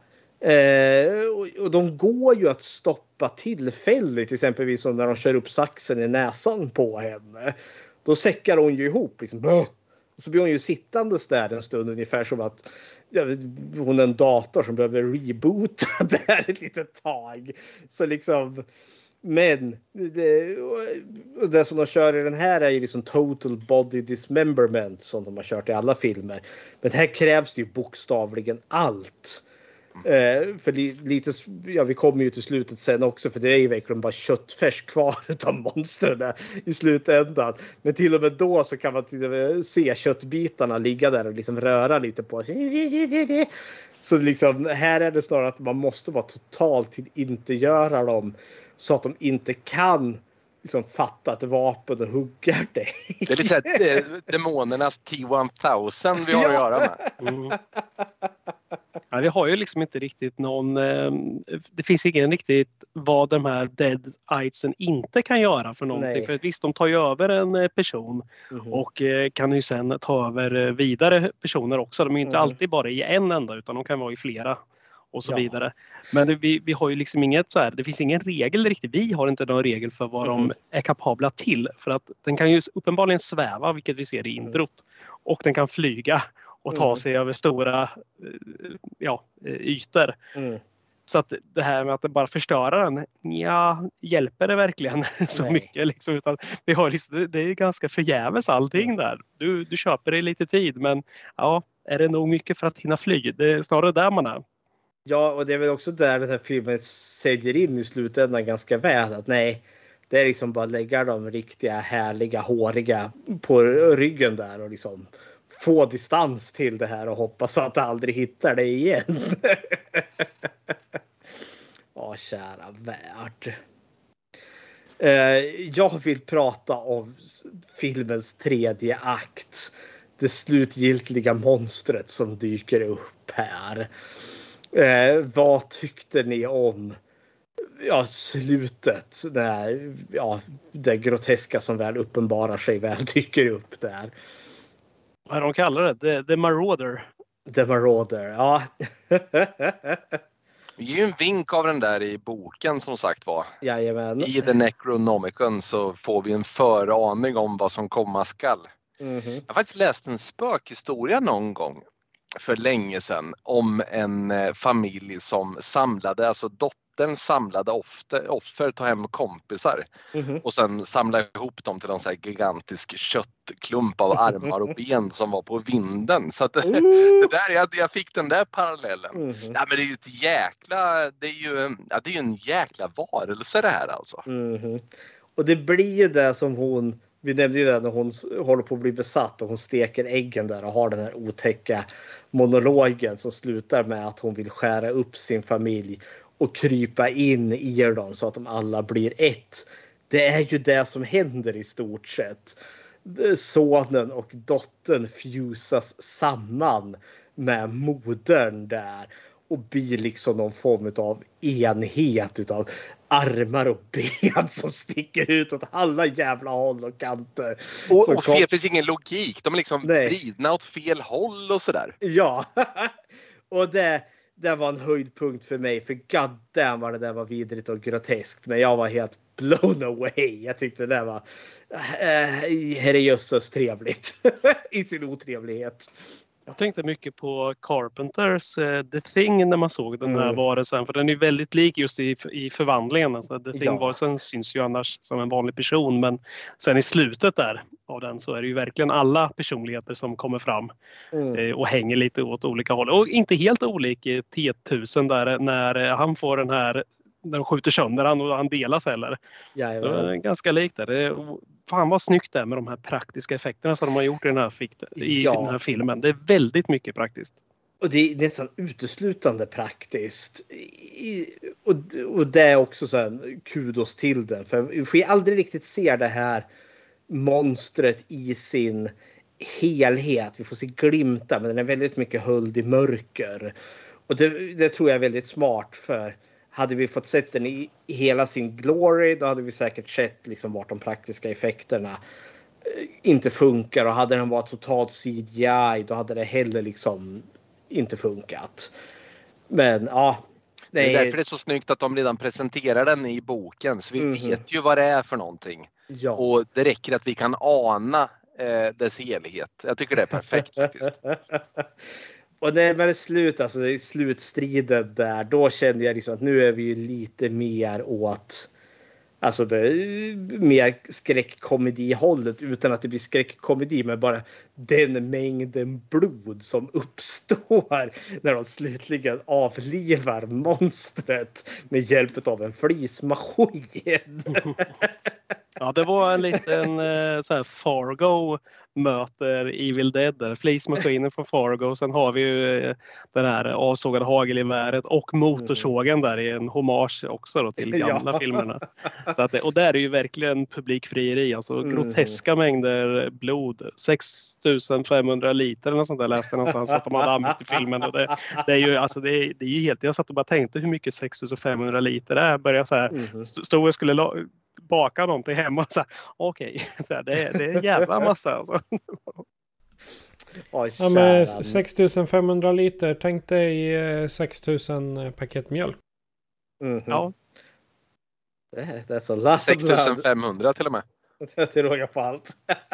Eh, och, och de går ju att stoppa tillfälligt, exempelvis som när de kör upp saxen i näsan på henne. Då säckar hon ju ihop liksom. Och så blir hon ju sittandes där en stund, ungefär som att ja, hon är en dator som behöver reboota där ett litet tag. Så liksom, men det, och det som de kör i den här är ju liksom total body dismemberment som de har kört i alla filmer. Men här krävs det ju bokstavligen allt. Eh, för li, lite, ja, vi kommer ju till slutet sen också, för det är ju verkligen bara köttfärs kvar utav monstren i slutändan. Men till och med då så kan man till och med se köttbitarna ligga där och liksom röra lite på sig. Så liksom, här är det snarare att man måste vara totalt till inte göra dem så att de inte kan liksom fatta ett vapen och huggar dig. Det är lite så här, demonernas T tusen vi har att göra med. Mm. Ja, vi har ju liksom inte riktigt någon, eh, det finns ingen riktigt vad de här Deaditesen inte kan göra för någonting. Nej. För att visst, de tar ju över en person Mhm. och eh, kan ju sen ta över vidare personer också. De är ju inte Mhm. alltid bara i en enda, utan de kan vara i flera och så Ja. vidare. Men det, vi, vi har ju liksom inget så här, det finns ingen regel riktigt. Vi har inte någon regel för vad Mhm. de är kapabla till. För att den kan ju uppenbarligen sväva, vilket vi ser i introt. Och den kan flyga och ta Mm. sig över stora eh, ja, eh, ytor. Mm. Så att det här med att bara förstöra den, ja, hjälper det verkligen så Nej. mycket? Liksom, utan vi har liksom, det- det är ganska förgäves allting där. Du, du köper det i lite tid, men ja, är det nog mycket för att hinna fly? Det är snarare där man är. Ja, och det är väl också där den här filmen säljer in i slutändan ganska väl. Att nej, det är liksom bara lägga de riktiga, härliga, håriga på ryggen där och liksom få distans till det här och hoppas att det aldrig hittar det igen. Ja, kära värld. Eh, Jag vill prata om filmens tredje akt. Det slutgiltiga monstret som dyker upp här. Eh, vad tyckte ni om ja, slutet? När, ja, det groteska som väl uppenbarar sig väl dyker upp där. Vad är de kallar det? The, the Marauder. The Marauder, ja. Vi ger ju en vink av den där i boken som sagt var. Jajamän. I The Necronomicon så får vi en föraning om vad som komma skall. Mhm. Jag har faktiskt läst en spökhistoria någon gång för länge sedan om en eh, familj som samlade, alltså dottern samlade offer, offer ta hem kompisar Mhm. och sen samlade ihop dem till en så här gigantisk köttklump av armar och ben som var på vinden. Så att, det där, jag, jag fick den där parallellen. Mhm. Ja, men det är ju ett jäkla, det är ju, ja, det är ju en jäkla varelse det här alltså. Mhm. Och det blir ju det som hon Vi nämnde ju det när hon håller på att bli besatt och hon steker äggen där och har den här otäcka monologen som slutar med att hon vill skära upp sin familj och krypa in i dem så att de alla blir ett. Det är ju det som händer i stort sett. Sonen och dottern fusas samman med modern där och blir liksom någon form av enhet utav armar och ben som sticker ut åt alla jävla håll och kanter. Och, och fel finns ingen logik. De är liksom Nej. vridna åt fel håll och sådär. Ja, och det, det var en höjdpunkt för mig. För god damn vad det där var vidrigt och groteskt. Men jag var helt blown away. Jag tyckte det var äh, herrejösses trevligt i sin otrevlighet. Jag tänkte mycket på Carpenters uh, The Thing när man såg den här Mm. varelsen. För den är väldigt lik just i, i förvandlingen. Alltså, The Thing Ja. varelsen syns ju annars som en vanlig person. Men sen i slutet där av den så är det ju verkligen alla personligheter som kommer fram. Mm. eh, Och hänger lite åt olika håll. Och inte helt olik i T tusen där när eh, han får den här... När de skjuter sönder han och han delas heller. Det är ganska likt där. Det är, fan vad snyggt det är med de här praktiska effekterna som de har gjort i den här, fikt, i Ja. den här filmen. Det är väldigt mycket praktiskt. Och det är nästan uteslutande praktiskt. I, och, och det är också så här, kudos till den. För vi får aldrig riktigt se det här monstret i sin helhet. Vi får se glimta, men den är väldigt mycket höljd i mörker. Och det, det tror jag är väldigt smart, för hade vi fått sett den i, i hela sin glory, då hade vi säkert sett liksom vart de praktiska effekterna eh, inte funkar. Och hade den varit totalt C G I, då hade det heller liksom inte funkat. Men ja. Det är därför det är så snyggt att de redan presenterar den i boken. Så vi Mhm. vet ju vad det är för någonting. Ja. Och det räcker att vi kan ana eh, dess helhet. Jag tycker det är perfekt faktiskt. Och när det slut, alltså i slutstriden där, då kände jag liksom att nu är vi ju lite mer åt, alltså det är mer skräckkomedi-hållet, utan att det blir skräckkomedi, men bara den mängden blod som uppstår när de slutligen avlivar monstret med hjälp av en flismaskin. Ja, det var en liten eh, så här Fargo möter Evil Dead där. Flismaskinen från Fargo. Sen har vi ju eh, den här avsågade hagelgeväret och motorsågen där i en hommage också då till gamla Ja. filmerna. Så att det, och där är ju verkligen publikfrieri. Alltså Mm. groteska mängder blod. sex tusen femhundra liter eller något sånt där läste jag någonstans att de hade använt i filmen. Och det, det är ju alltså det är, det är ju helt, jag satt och bara tänkte hur mycket sex tusen femhundra liter det är. Började så här, Mhm. st- stod och skulle la- baka någonting hemma. Okej, okay. det, är- det är en jävla massa alltså. Oj, Ja, men kära. sex tusen femhundra liter. Tänk dig eh, sex tusen paket mjölk. Mhm. Ja. Det- That's a lot. sex tusen femhundra till och med. Till råga på allt.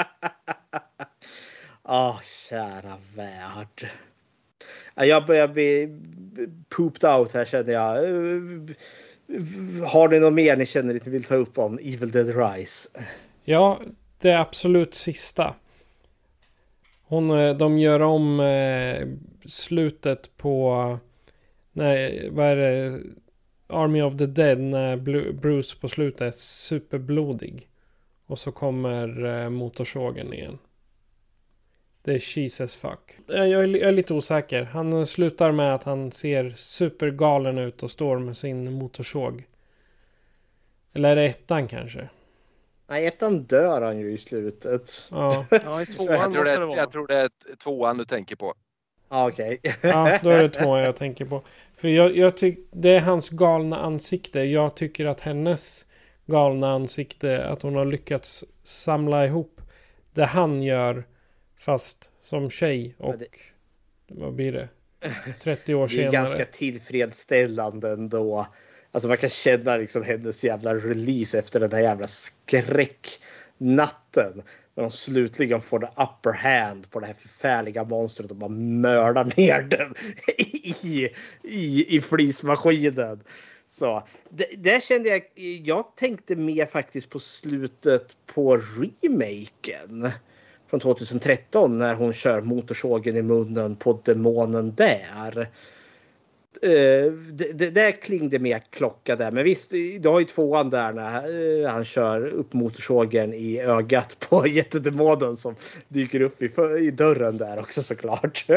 Åh, kära värld. Ja, jag börjar bli pooped out här, känner jag. Har ni något mer ni känner att ni vill ta upp om Evil Dead Rise? Ja, det är absolut sista. Hon, eh, de gör om eh, slutet på... Nej, vad är det? Army of the Dead, när Blu- Bruce på slutet är superblodig. Och så kommer eh, motorsågen igen. Det är cheese as fuck. Eh, Jag är, jag är lite osäker. Han slutar med att han ser supergalen ut och står med sin motorsåg. Eller är det ettan kanske? Nej, ettan dör han ju i slutet. Ja. Ja, i tvåan Jag tror, det måste det är, vara. jag tror det är tvåan du tänker på. Ah, okej. Ja, då är det två jag tänker på. För jag, jag tycker det är hans galna ansikte. Jag tycker att hennes galna ansikte, att hon har lyckats samla ihop det han gör fast som tjej och Ja, det- vad blir det? trettio år Det är senare. ganska tillfredsställande ändå. Alltså man kan känna liksom hennes jävla release efter den här jävla skräcknatten. När de slutligen får det upper hand på det här förfärliga monstret och bara mördar ner den i, i, i flismaskinen. Så det, det kände jag, jag tänkte mer faktiskt på slutet på remaken från tjugohundratretton när hon kör motorsågen i munnen på demonen där. Uh, det, det där klingde mer klocka där. Men visst, du har ju tvåan där när uh, han kör upp motorsågen i ögat på jättedemonen som dyker upp i, i dörren där också såklart.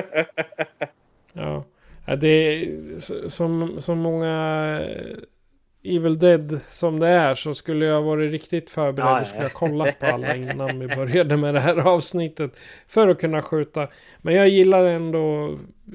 Ja, det är som, som många Evil Dead som det är, så skulle jag varit riktigt förberedd och ja, skulle jag kollat på alla innan vi började med det här avsnittet för att kunna skjuta. Men jag gillar ändå,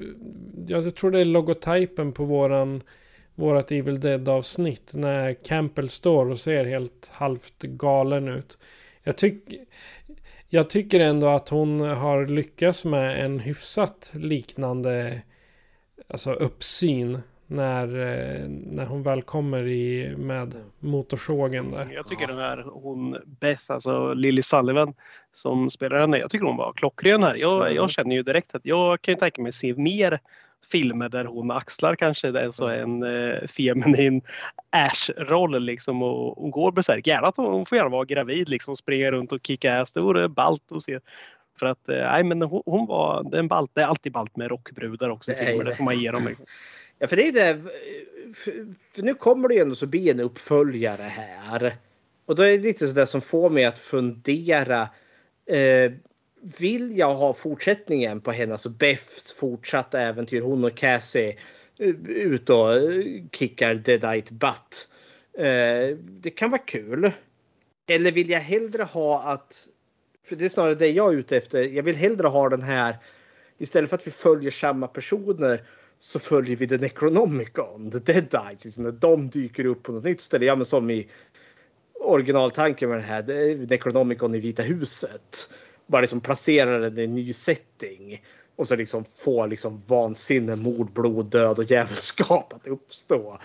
jag tror det är logotypen på våran vårat Evil Dead avsnitt när Campbell står och ser helt halvt galen ut. Jag tycker jag tycker ändå att hon har lyckats med en hyfsat liknande alltså uppsyn när, när hon väl kommer i med motorsågen där. Jag tycker den här hon Beth, alltså Lily Sullivan som spelar henne, jag tycker hon var klockren här. Jag, mm. jag känner ju direkt att jag kan ju tänka mig se mer filmer där hon axlar kanske det är så en eh, feminin Ash-roll liksom, och hon går besärk. Gärna att hon får gärna vara gravid liksom, springa runt och kicka ass. Det vore ballt och se. För att eh, nej, men hon, hon var det är en ballt, det är alltid ballt med rockbrudar också i filmer, det får man ge dem. Ja, för det är det, för, för nu kommer det ju ändå så bli en uppföljare här. Och då är det lite sådär som får mig att fundera, eh, vill jag ha fortsättningen på henne, alltså Beths fortsatta äventyr, hon och Cassie ut och kickar Deadite butt. Eh, det kan vara kul. Eller vill jag hellre ha att, för det är snarare det jag är ute efter, jag vill hellre ha den här, istället för att vi följer samma personer så följer vi The Necronomicon, The Deadites, liksom, när de dyker upp på något nytt ställe. Ja, men som i originaltanken med det här, det är Necronomicon i Vita huset. Bara liksom placerar den i en ny setting. Och så liksom får liksom vansinne, mord, blod, död och djävulskap att uppstå.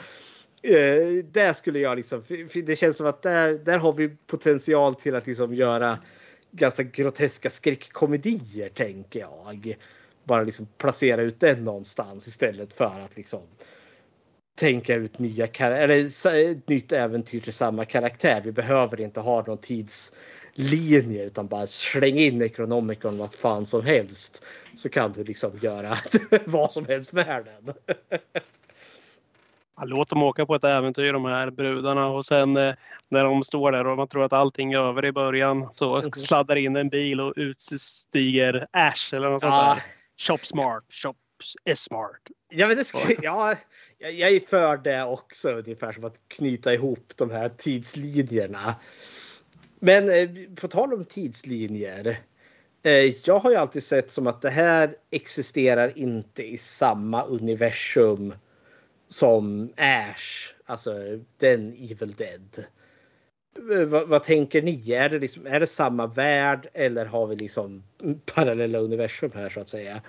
Eh, där skulle jag liksom, för det känns som att där, där har vi potential till att liksom göra ganska groteska skräckkomedier, tänker jag. Bara liksom placera ut den någonstans istället för att liksom tänka ut nya kar- eller ett nytt äventyr till samma karaktär. Vi behöver inte ha någon tidslinje utan bara släng in Necronomicon vad fan som helst, så kan du liksom göra vad som helst med den. Låt dem åka på ett äventyr, de här brudarna, och sen eh, när de står där och man tror att allting är över i början så mm. sladdar in en bil och utstiger Ash eller något sånt ah. där. Shop smart, shop is smart. Ja, men det skulle, ja, jag är för det också, ungefär som att knyta ihop de här tidslinjerna. Men eh, på tal om tidslinjer, eh, jag har ju alltid sett som att det här existerar inte i samma universum som Ash, alltså den Evil Dead. V- vad tänker ni? Är det, liksom, är det samma värld eller har vi liksom parallella universum här så att säga?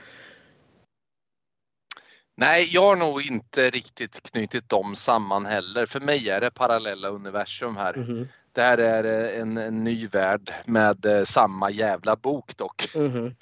Nej, jag har nog inte riktigt knutit dem samman heller. För mig är det parallella universum här. Mm-hmm. Det här är en, en ny värld med eh, samma jävla bok dock. Mm-hmm.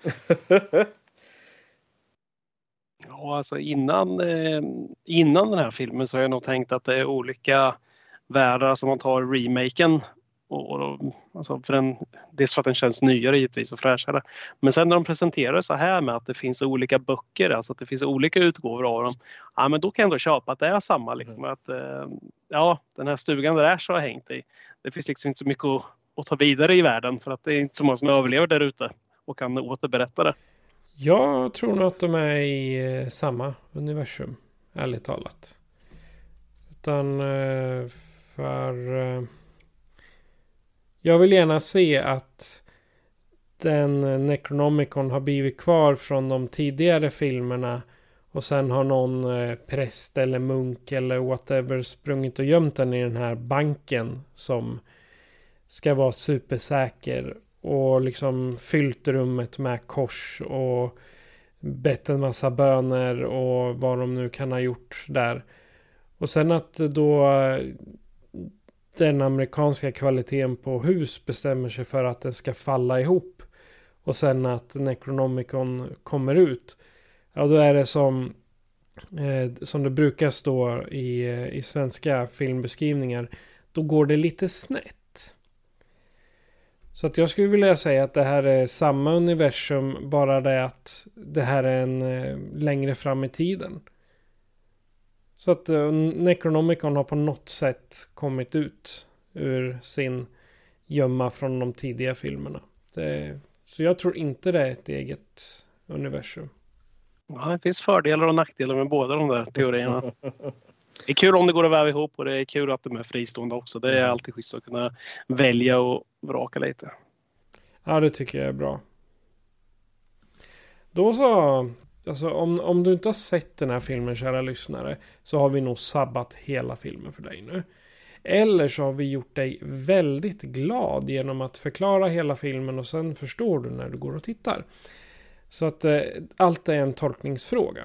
Ja, alltså innan, eh, innan den här filmen så har jag nog tänkt att det är olika världar som man tar remaken. Och, och, alltså för den, dels för att den känns nyare givetvis och fräschare. Men sen när de presenterar så här med att det finns olika böcker, alltså att det finns olika utgåvor av dem. Ja, men då kan jag ändå köpa att det är samma. Liksom, mm. att, eh, ja, den här stugan där Ash har hängt i. Det finns liksom inte så mycket att, att ta vidare i världen. För att det är inte så många som överlever där ute och kan återberätta det. Jag tror nog att de är i eh, samma universum, ärligt talat. Utan eh, för... Eh, jag vill gärna se att den Necronomicon har blivit kvar från de tidigare filmerna och sen har någon eh, präst eller munk eller whatever sprungit och gömt den i den här banken som ska vara supersäker och liksom fyllt rummet med kors och bett en massa böner och vad de nu kan ha gjort där. Och sen att då den amerikanska kvaliteten på hus bestämmer sig för att det ska falla ihop och sen att Necronomicon kommer ut. Ja, då är det som eh, som det brukar stå i, i svenska filmbeskrivningar. Då går det lite snett. Så att jag skulle vilja säga att det här är samma universum, bara det att det här är en eh, längre fram i tiden. Så att uh, Necronomicon har på något sätt kommit ut ur sin gömma från de tidiga filmerna. Det, så jag tror inte det är ett eget universum. Ja, det finns fördelar och nackdelar med båda de där teorierna. Det är kul om det går att väva ihop och det är kul att de är fristående också. Det är alltid schysst att kunna välja och vraka lite. Ja, det tycker jag är bra. Då så, alltså om, om du inte har sett den här filmen, kära lyssnare, så har vi nog sabbat hela filmen för dig nu. Eller så har vi gjort dig väldigt glad genom att förklara hela filmen och sen förstår du när du går och tittar. Så att eh, allt är en tolkningsfråga.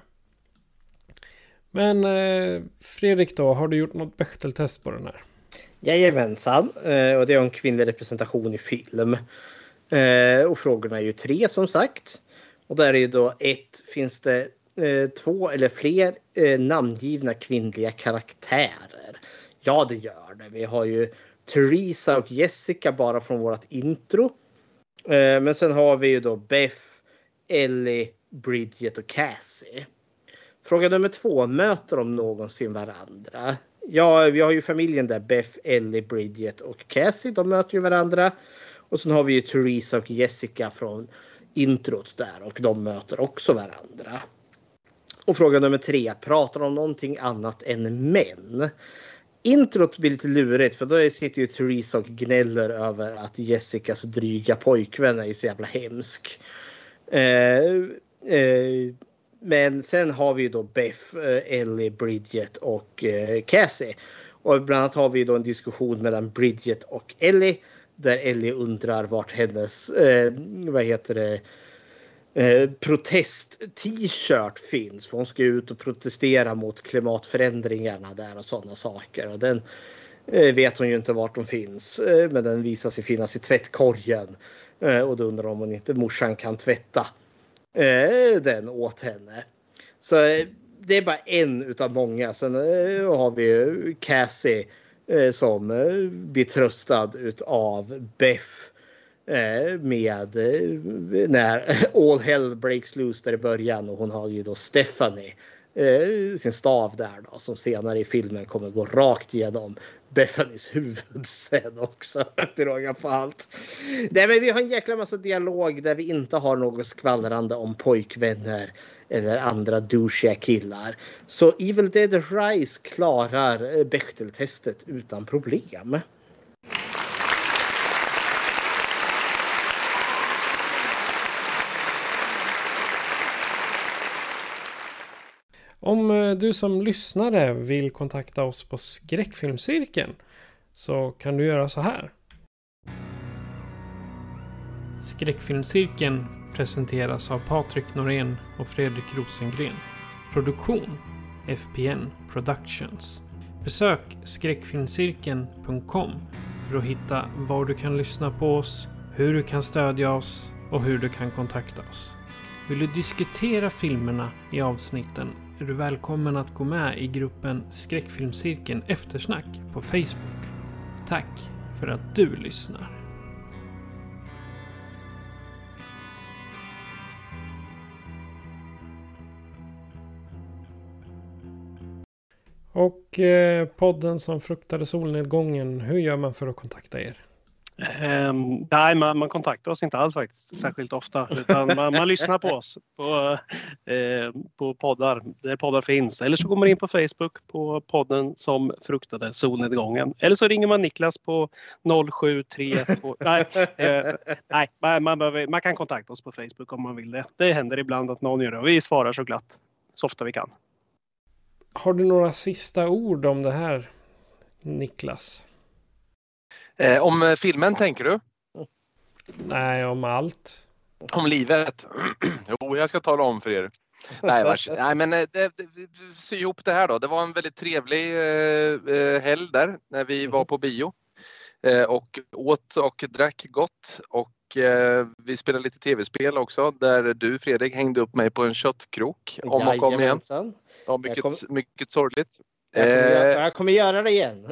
Men eh, Fredrik då, har du gjort något Bechteltest på den här? Jajamensan, eh, och det är en kvinnlig representation i film. Eh, och frågorna är ju tre som sagt. Och där är ju då ett, finns det eh, två eller fler eh, namngivna kvinnliga karaktärer? Ja, det gör det. Vi har ju Theresa och Jessica bara från vårt intro. Eh, men sen har vi ju då Beth, Ellie, Bridget och Cassie. Fråga nummer två, möter de någonsin varandra? Ja, vi har ju familjen där, Beth, Ellie, Bridget och Cassie. De möter ju varandra. Och sen har vi ju Theresa och Jessica från introt där och de möter också varandra. Och fråga nummer tre, pratar de om någonting annat än män? Introt blir lite lurigt för då sitter ju Theresa och gnäller över att Jessicas dryga pojkvän är ju så jävla hemsk. Eh, eh, men sen har vi ju då Beth, eh, Ellie, Bridget och eh, Cassie. Och bland annat har vi då en diskussion mellan Bridget och Ellie. Där Ellie undrar vart hennes eh, vad heter det, eh, protest-t-shirt finns. För hon ska ut och protestera mot klimatförändringarna där och sådana saker. Och den eh, vet hon ju inte vart de finns. Eh, men den visar sig finnas i tvättkorgen. Eh, och då undrar om hon inte morsan kan tvätta eh, den åt henne. Så eh, det är bara en utav många. Sen eh, har vi ju Cassie som blir tröstad av Beth med när all hell breaks loose där i början, och hon har ju då Stephanie, sin stav där då, som senare i filmen kommer gå rakt igenom Bethanies huvud sen också. Till råga på allt. Nej, men vi har en jäkla massa dialog där vi inte har något skvallrande om pojkvänner eller andra douchiga killar. Så Evil Dead Rise klarar Bechdel-testet utan problem. Om du som lyssnare vill kontakta oss på Skräckfilmscirkeln så kan du göra så här. Skräckfilmscirkeln presenteras av Patrik Norén och Fredrik Rosengren. Produktion F P N Productions. Besök skräckfilmscirkeln punkt com för att hitta var du kan lyssna på oss, hur du kan stödja oss och hur du kan kontakta oss. Vill du diskutera filmerna i avsnitten är du välkommen att gå med i gruppen Skräckfilmscirkeln Eftersnack på Facebook. Tack för att du lyssnar. Och eh, podden som fruktade solnedgången, hur gör man för att kontakta er? Um, nej, man, man kontaktar oss inte alls faktiskt särskilt ofta, utan man, man lyssnar på oss på, eh, på poddar där poddar finns, eller så går man in på Facebook på podden som fruktade solnedgången, eller så ringer man Niklas på noll sju tre två. nej, eh, nej man, man, behöver, man kan kontakta oss på Facebook om man vill det. Det händer ibland att någon gör det och vi svarar så glatt så ofta vi kan. Har du några sista ord om det här, Niklas? Eh, om filmen tänker du? Nej, om allt. Om livet? Jo, jag ska tala om för er. Nej, vars, nej men det, det, sy ihop det här då. Det var en väldigt trevlig eh, helg där när vi var på bio. Eh, och åt och drack gott. Och eh, vi spelade lite tv-spel också. Där du, Fredrik, hängde upp mig på en köttkrok. Om och om igen. Ja, mycket, kom... mycket sorgligt. Jag kommer, göra, jag kommer göra det igen.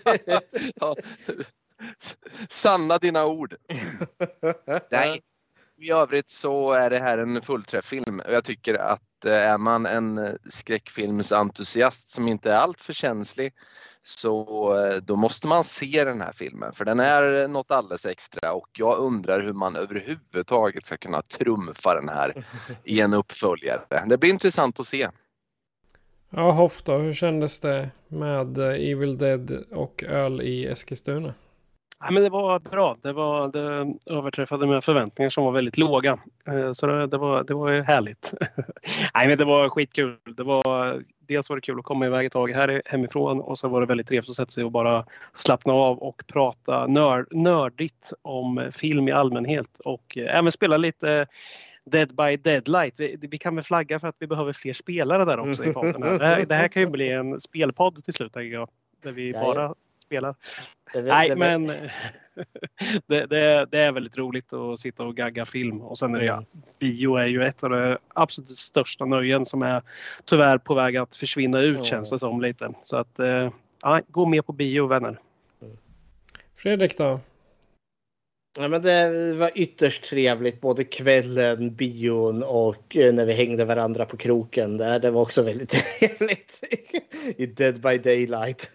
ja. Sanna dina ord. Nej. I övrigt så är det här en fullträfffilm. Jag tycker att är man en skräckfilmsentusiast som inte är allt för känslig, så då måste man se den här filmen. För den är något alldeles extra och jag undrar hur man överhuvudtaget ska kunna trumfa den här i en uppföljare. Det blir intressant att se. Ja, Hoff då, hur kändes det med Evil Dead och öl i Eskilstuna? Ja, men det var bra. Det, var, det överträffade mina förväntningar som var väldigt låga. Så det, det, var, det var härligt. Nej, men det var skitkul. Det var, dels var det kul att komma iväg ett tag här hemifrån och så var det väldigt trevligt att sätta sig och bara slappna av och prata nörd, nördigt om film i allmänhet och även spela lite Dead by Deadlight. Vi, vi kan väl flagga för att vi behöver fler spelare där också i podden. Här. Det, här, det här kan ju bli en spelpodd till slut, tänker jag. Där vi ja, bara ja. spelar. Det vet, Nej, det men det, det, det är väldigt roligt att sitta och gagga film. Och sen är det mm. bio är ju ett av de absolut största nöjen som är tyvärr på väg att försvinna ut, mm. känns det som lite. Så att, ja, gå med på bio, vänner. Mm. Fredrik då? Ja, men det var ytterst trevligt, både kvällen, bion och när vi hängde varandra på kroken där. Det var också väldigt trevligt i Dead by Daylight.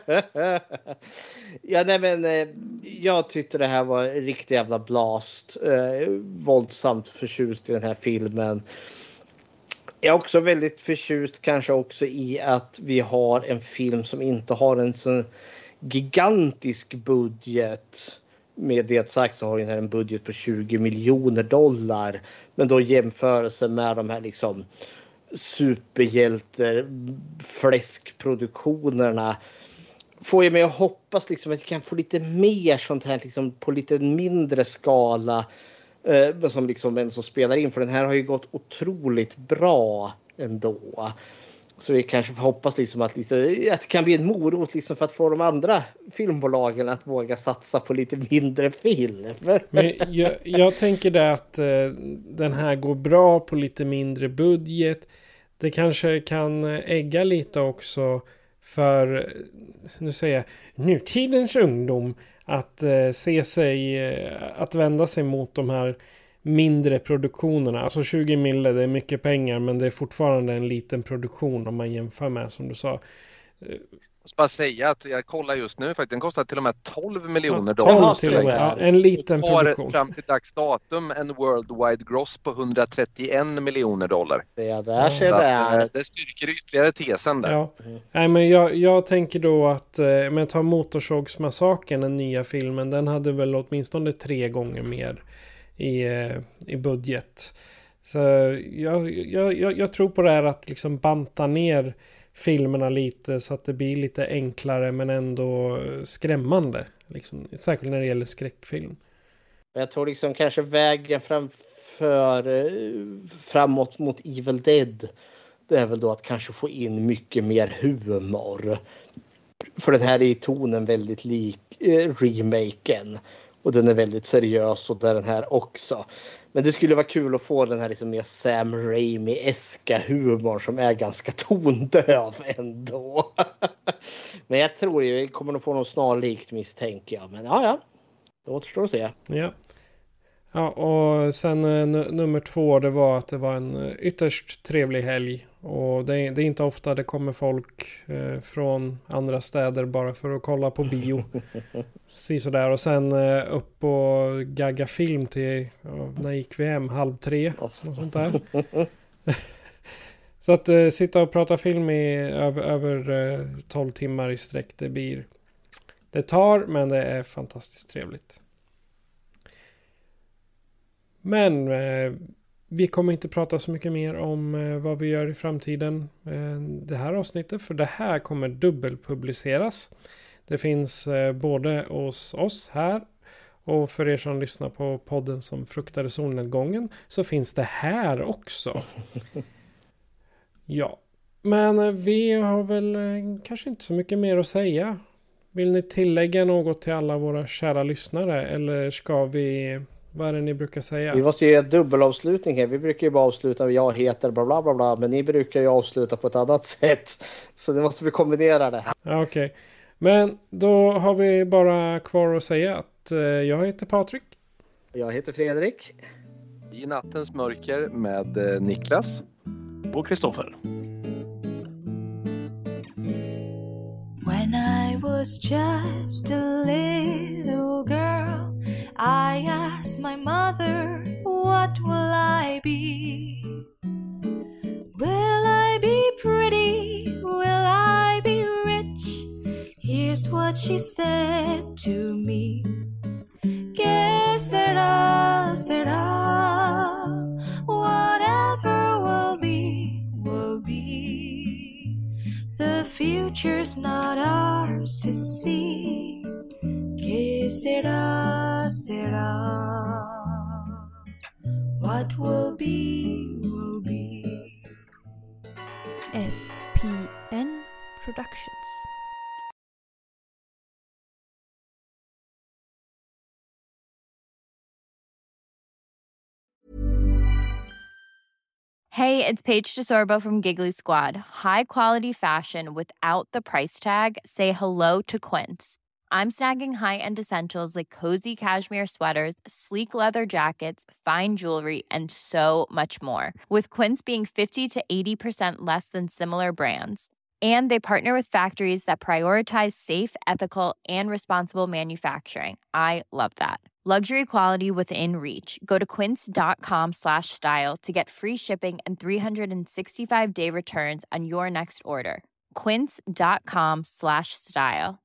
Ja, nej, men jag tyckte det här var en riktig jävla blast. Eh, våldsamt förtjust i den här filmen. Jag är också väldigt förtjust kanske också i att vi har en film som inte har en så gigantisk budget. Med det sagt så har den här en budget på tjugo miljoner dollar. Men då jämförelse med de här liksom superhjälter fläskproduktionerna får jag mig att hoppas liksom att vi kan få lite mer sånt här liksom på lite mindre skala eh, som liksom en som spelar in, för den här har ju gått otroligt bra ändå. Så vi kanske får hoppas liksom att, liksom, att det kan bli en morot liksom för att få de andra filmbolagen att våga satsa på lite mindre film. Men jag, jag tänker det att eh, den här går bra på lite mindre budget. Det kanske kan ägga lite också för, nu säger jag, nutidens ungdom att eh, se sig, eh, att vända sig mot de här mindre produktionerna. Alltså tjugo mille, det är mycket pengar, men det är fortfarande en liten produktion om man jämför med, som du sa. Jag ska bara säga att jag kollar just nu, faktiskt den kostar till och med tolv miljoner ja, dollar. Till och med. Ja, en liten och har produktion. Fram till dags datum en worldwide gross på hundratrettioen miljoner dollar. Det är där ser så det att, det styrker ytterligare tesen där. Ja. Mm. Nej, men jag, jag tänker då att men ta Motorsågsmassakern, den nya filmen, den hade väl åtminstone tre gånger mer i, i budget. Så jag, jag, jag, jag tror på det här att liksom banta ner filmerna lite så att det blir lite enklare men ändå skrämmande. Liksom, särskilt när det gäller skräckfilm. Jag tror liksom kanske vägen framför, framåt mot Evil Dead, det är väl då att kanske få in mycket mer humor. För den här är i tonen väldigt lik eh, remaken. Och den är väldigt seriös och där den här också. Men det skulle vara kul att få den här liksom mer Sam Raimi-eska humor som är ganska tondöv ändå. Men jag tror ju vi kommer att få något snarlikt, misstänker jag. Men ja, ja. Det återstår att se. Ja. Ja, och sen n- nummer två, det var att det var en ytterst trevlig helg. Och det är, det är inte ofta det kommer folk eh, från andra städer bara för att kolla på bio. Så sådär. Och sen eh, upp och gagga film till, ja, när gick vi hem? Halv tre? Och sånt där. Så att eh, sitta och prata film i över, över eh, tolv timmar i sträck, det blir, det tar, men det är fantastiskt trevligt. Men eh, vi kommer inte prata så mycket mer om eh, vad vi gör i framtiden eh, det här avsnittet, för det här kommer dubbelpubliceras. Det finns eh, både hos oss här och för er som lyssnar på podden som fruktade solnedgången så finns det här också. Ja, men eh, vi har väl eh, kanske inte så mycket mer att säga. Vill ni tillägga något till alla våra kära lyssnare, eller ska vi... Vad är det ni brukar säga? Vi måste ju göra dubbelavslutning här. Vi brukar ju bara avsluta med jag heter bla bla bla bla. Men ni brukar ju avsluta på ett annat sätt. Så det måste vi kombinera det. Okej. Okay. Men då har vi bara kvar att säga att eh, jag heter Patrik. Jag heter Fredrik. I nattens mörker med eh, Niklas och Kristoffer. When I was just a little girl, I asked my mother, what will I be? Will I be pretty? Will I be rich? Here's what she said to me. Que sera, sera. Whatever will be, will be. The future's not ours to see. Que sera, sera. What will be, will be. F P N Productions. Hey, it's Paige DeSorbo from Giggly Squad. High quality fashion without the price tag. Say hello to Quince. I'm snagging high-end essentials like cozy cashmere sweaters, sleek leather jackets, fine jewelry, and so much more. With Quince being fifty to eighty percent less than similar brands. And they partner with factories that prioritize safe, ethical, and responsible manufacturing. I love that. Luxury quality within reach. Go to quince.com slash style to get free shipping and three sixty-five day returns on your next order. Quince.com slash style.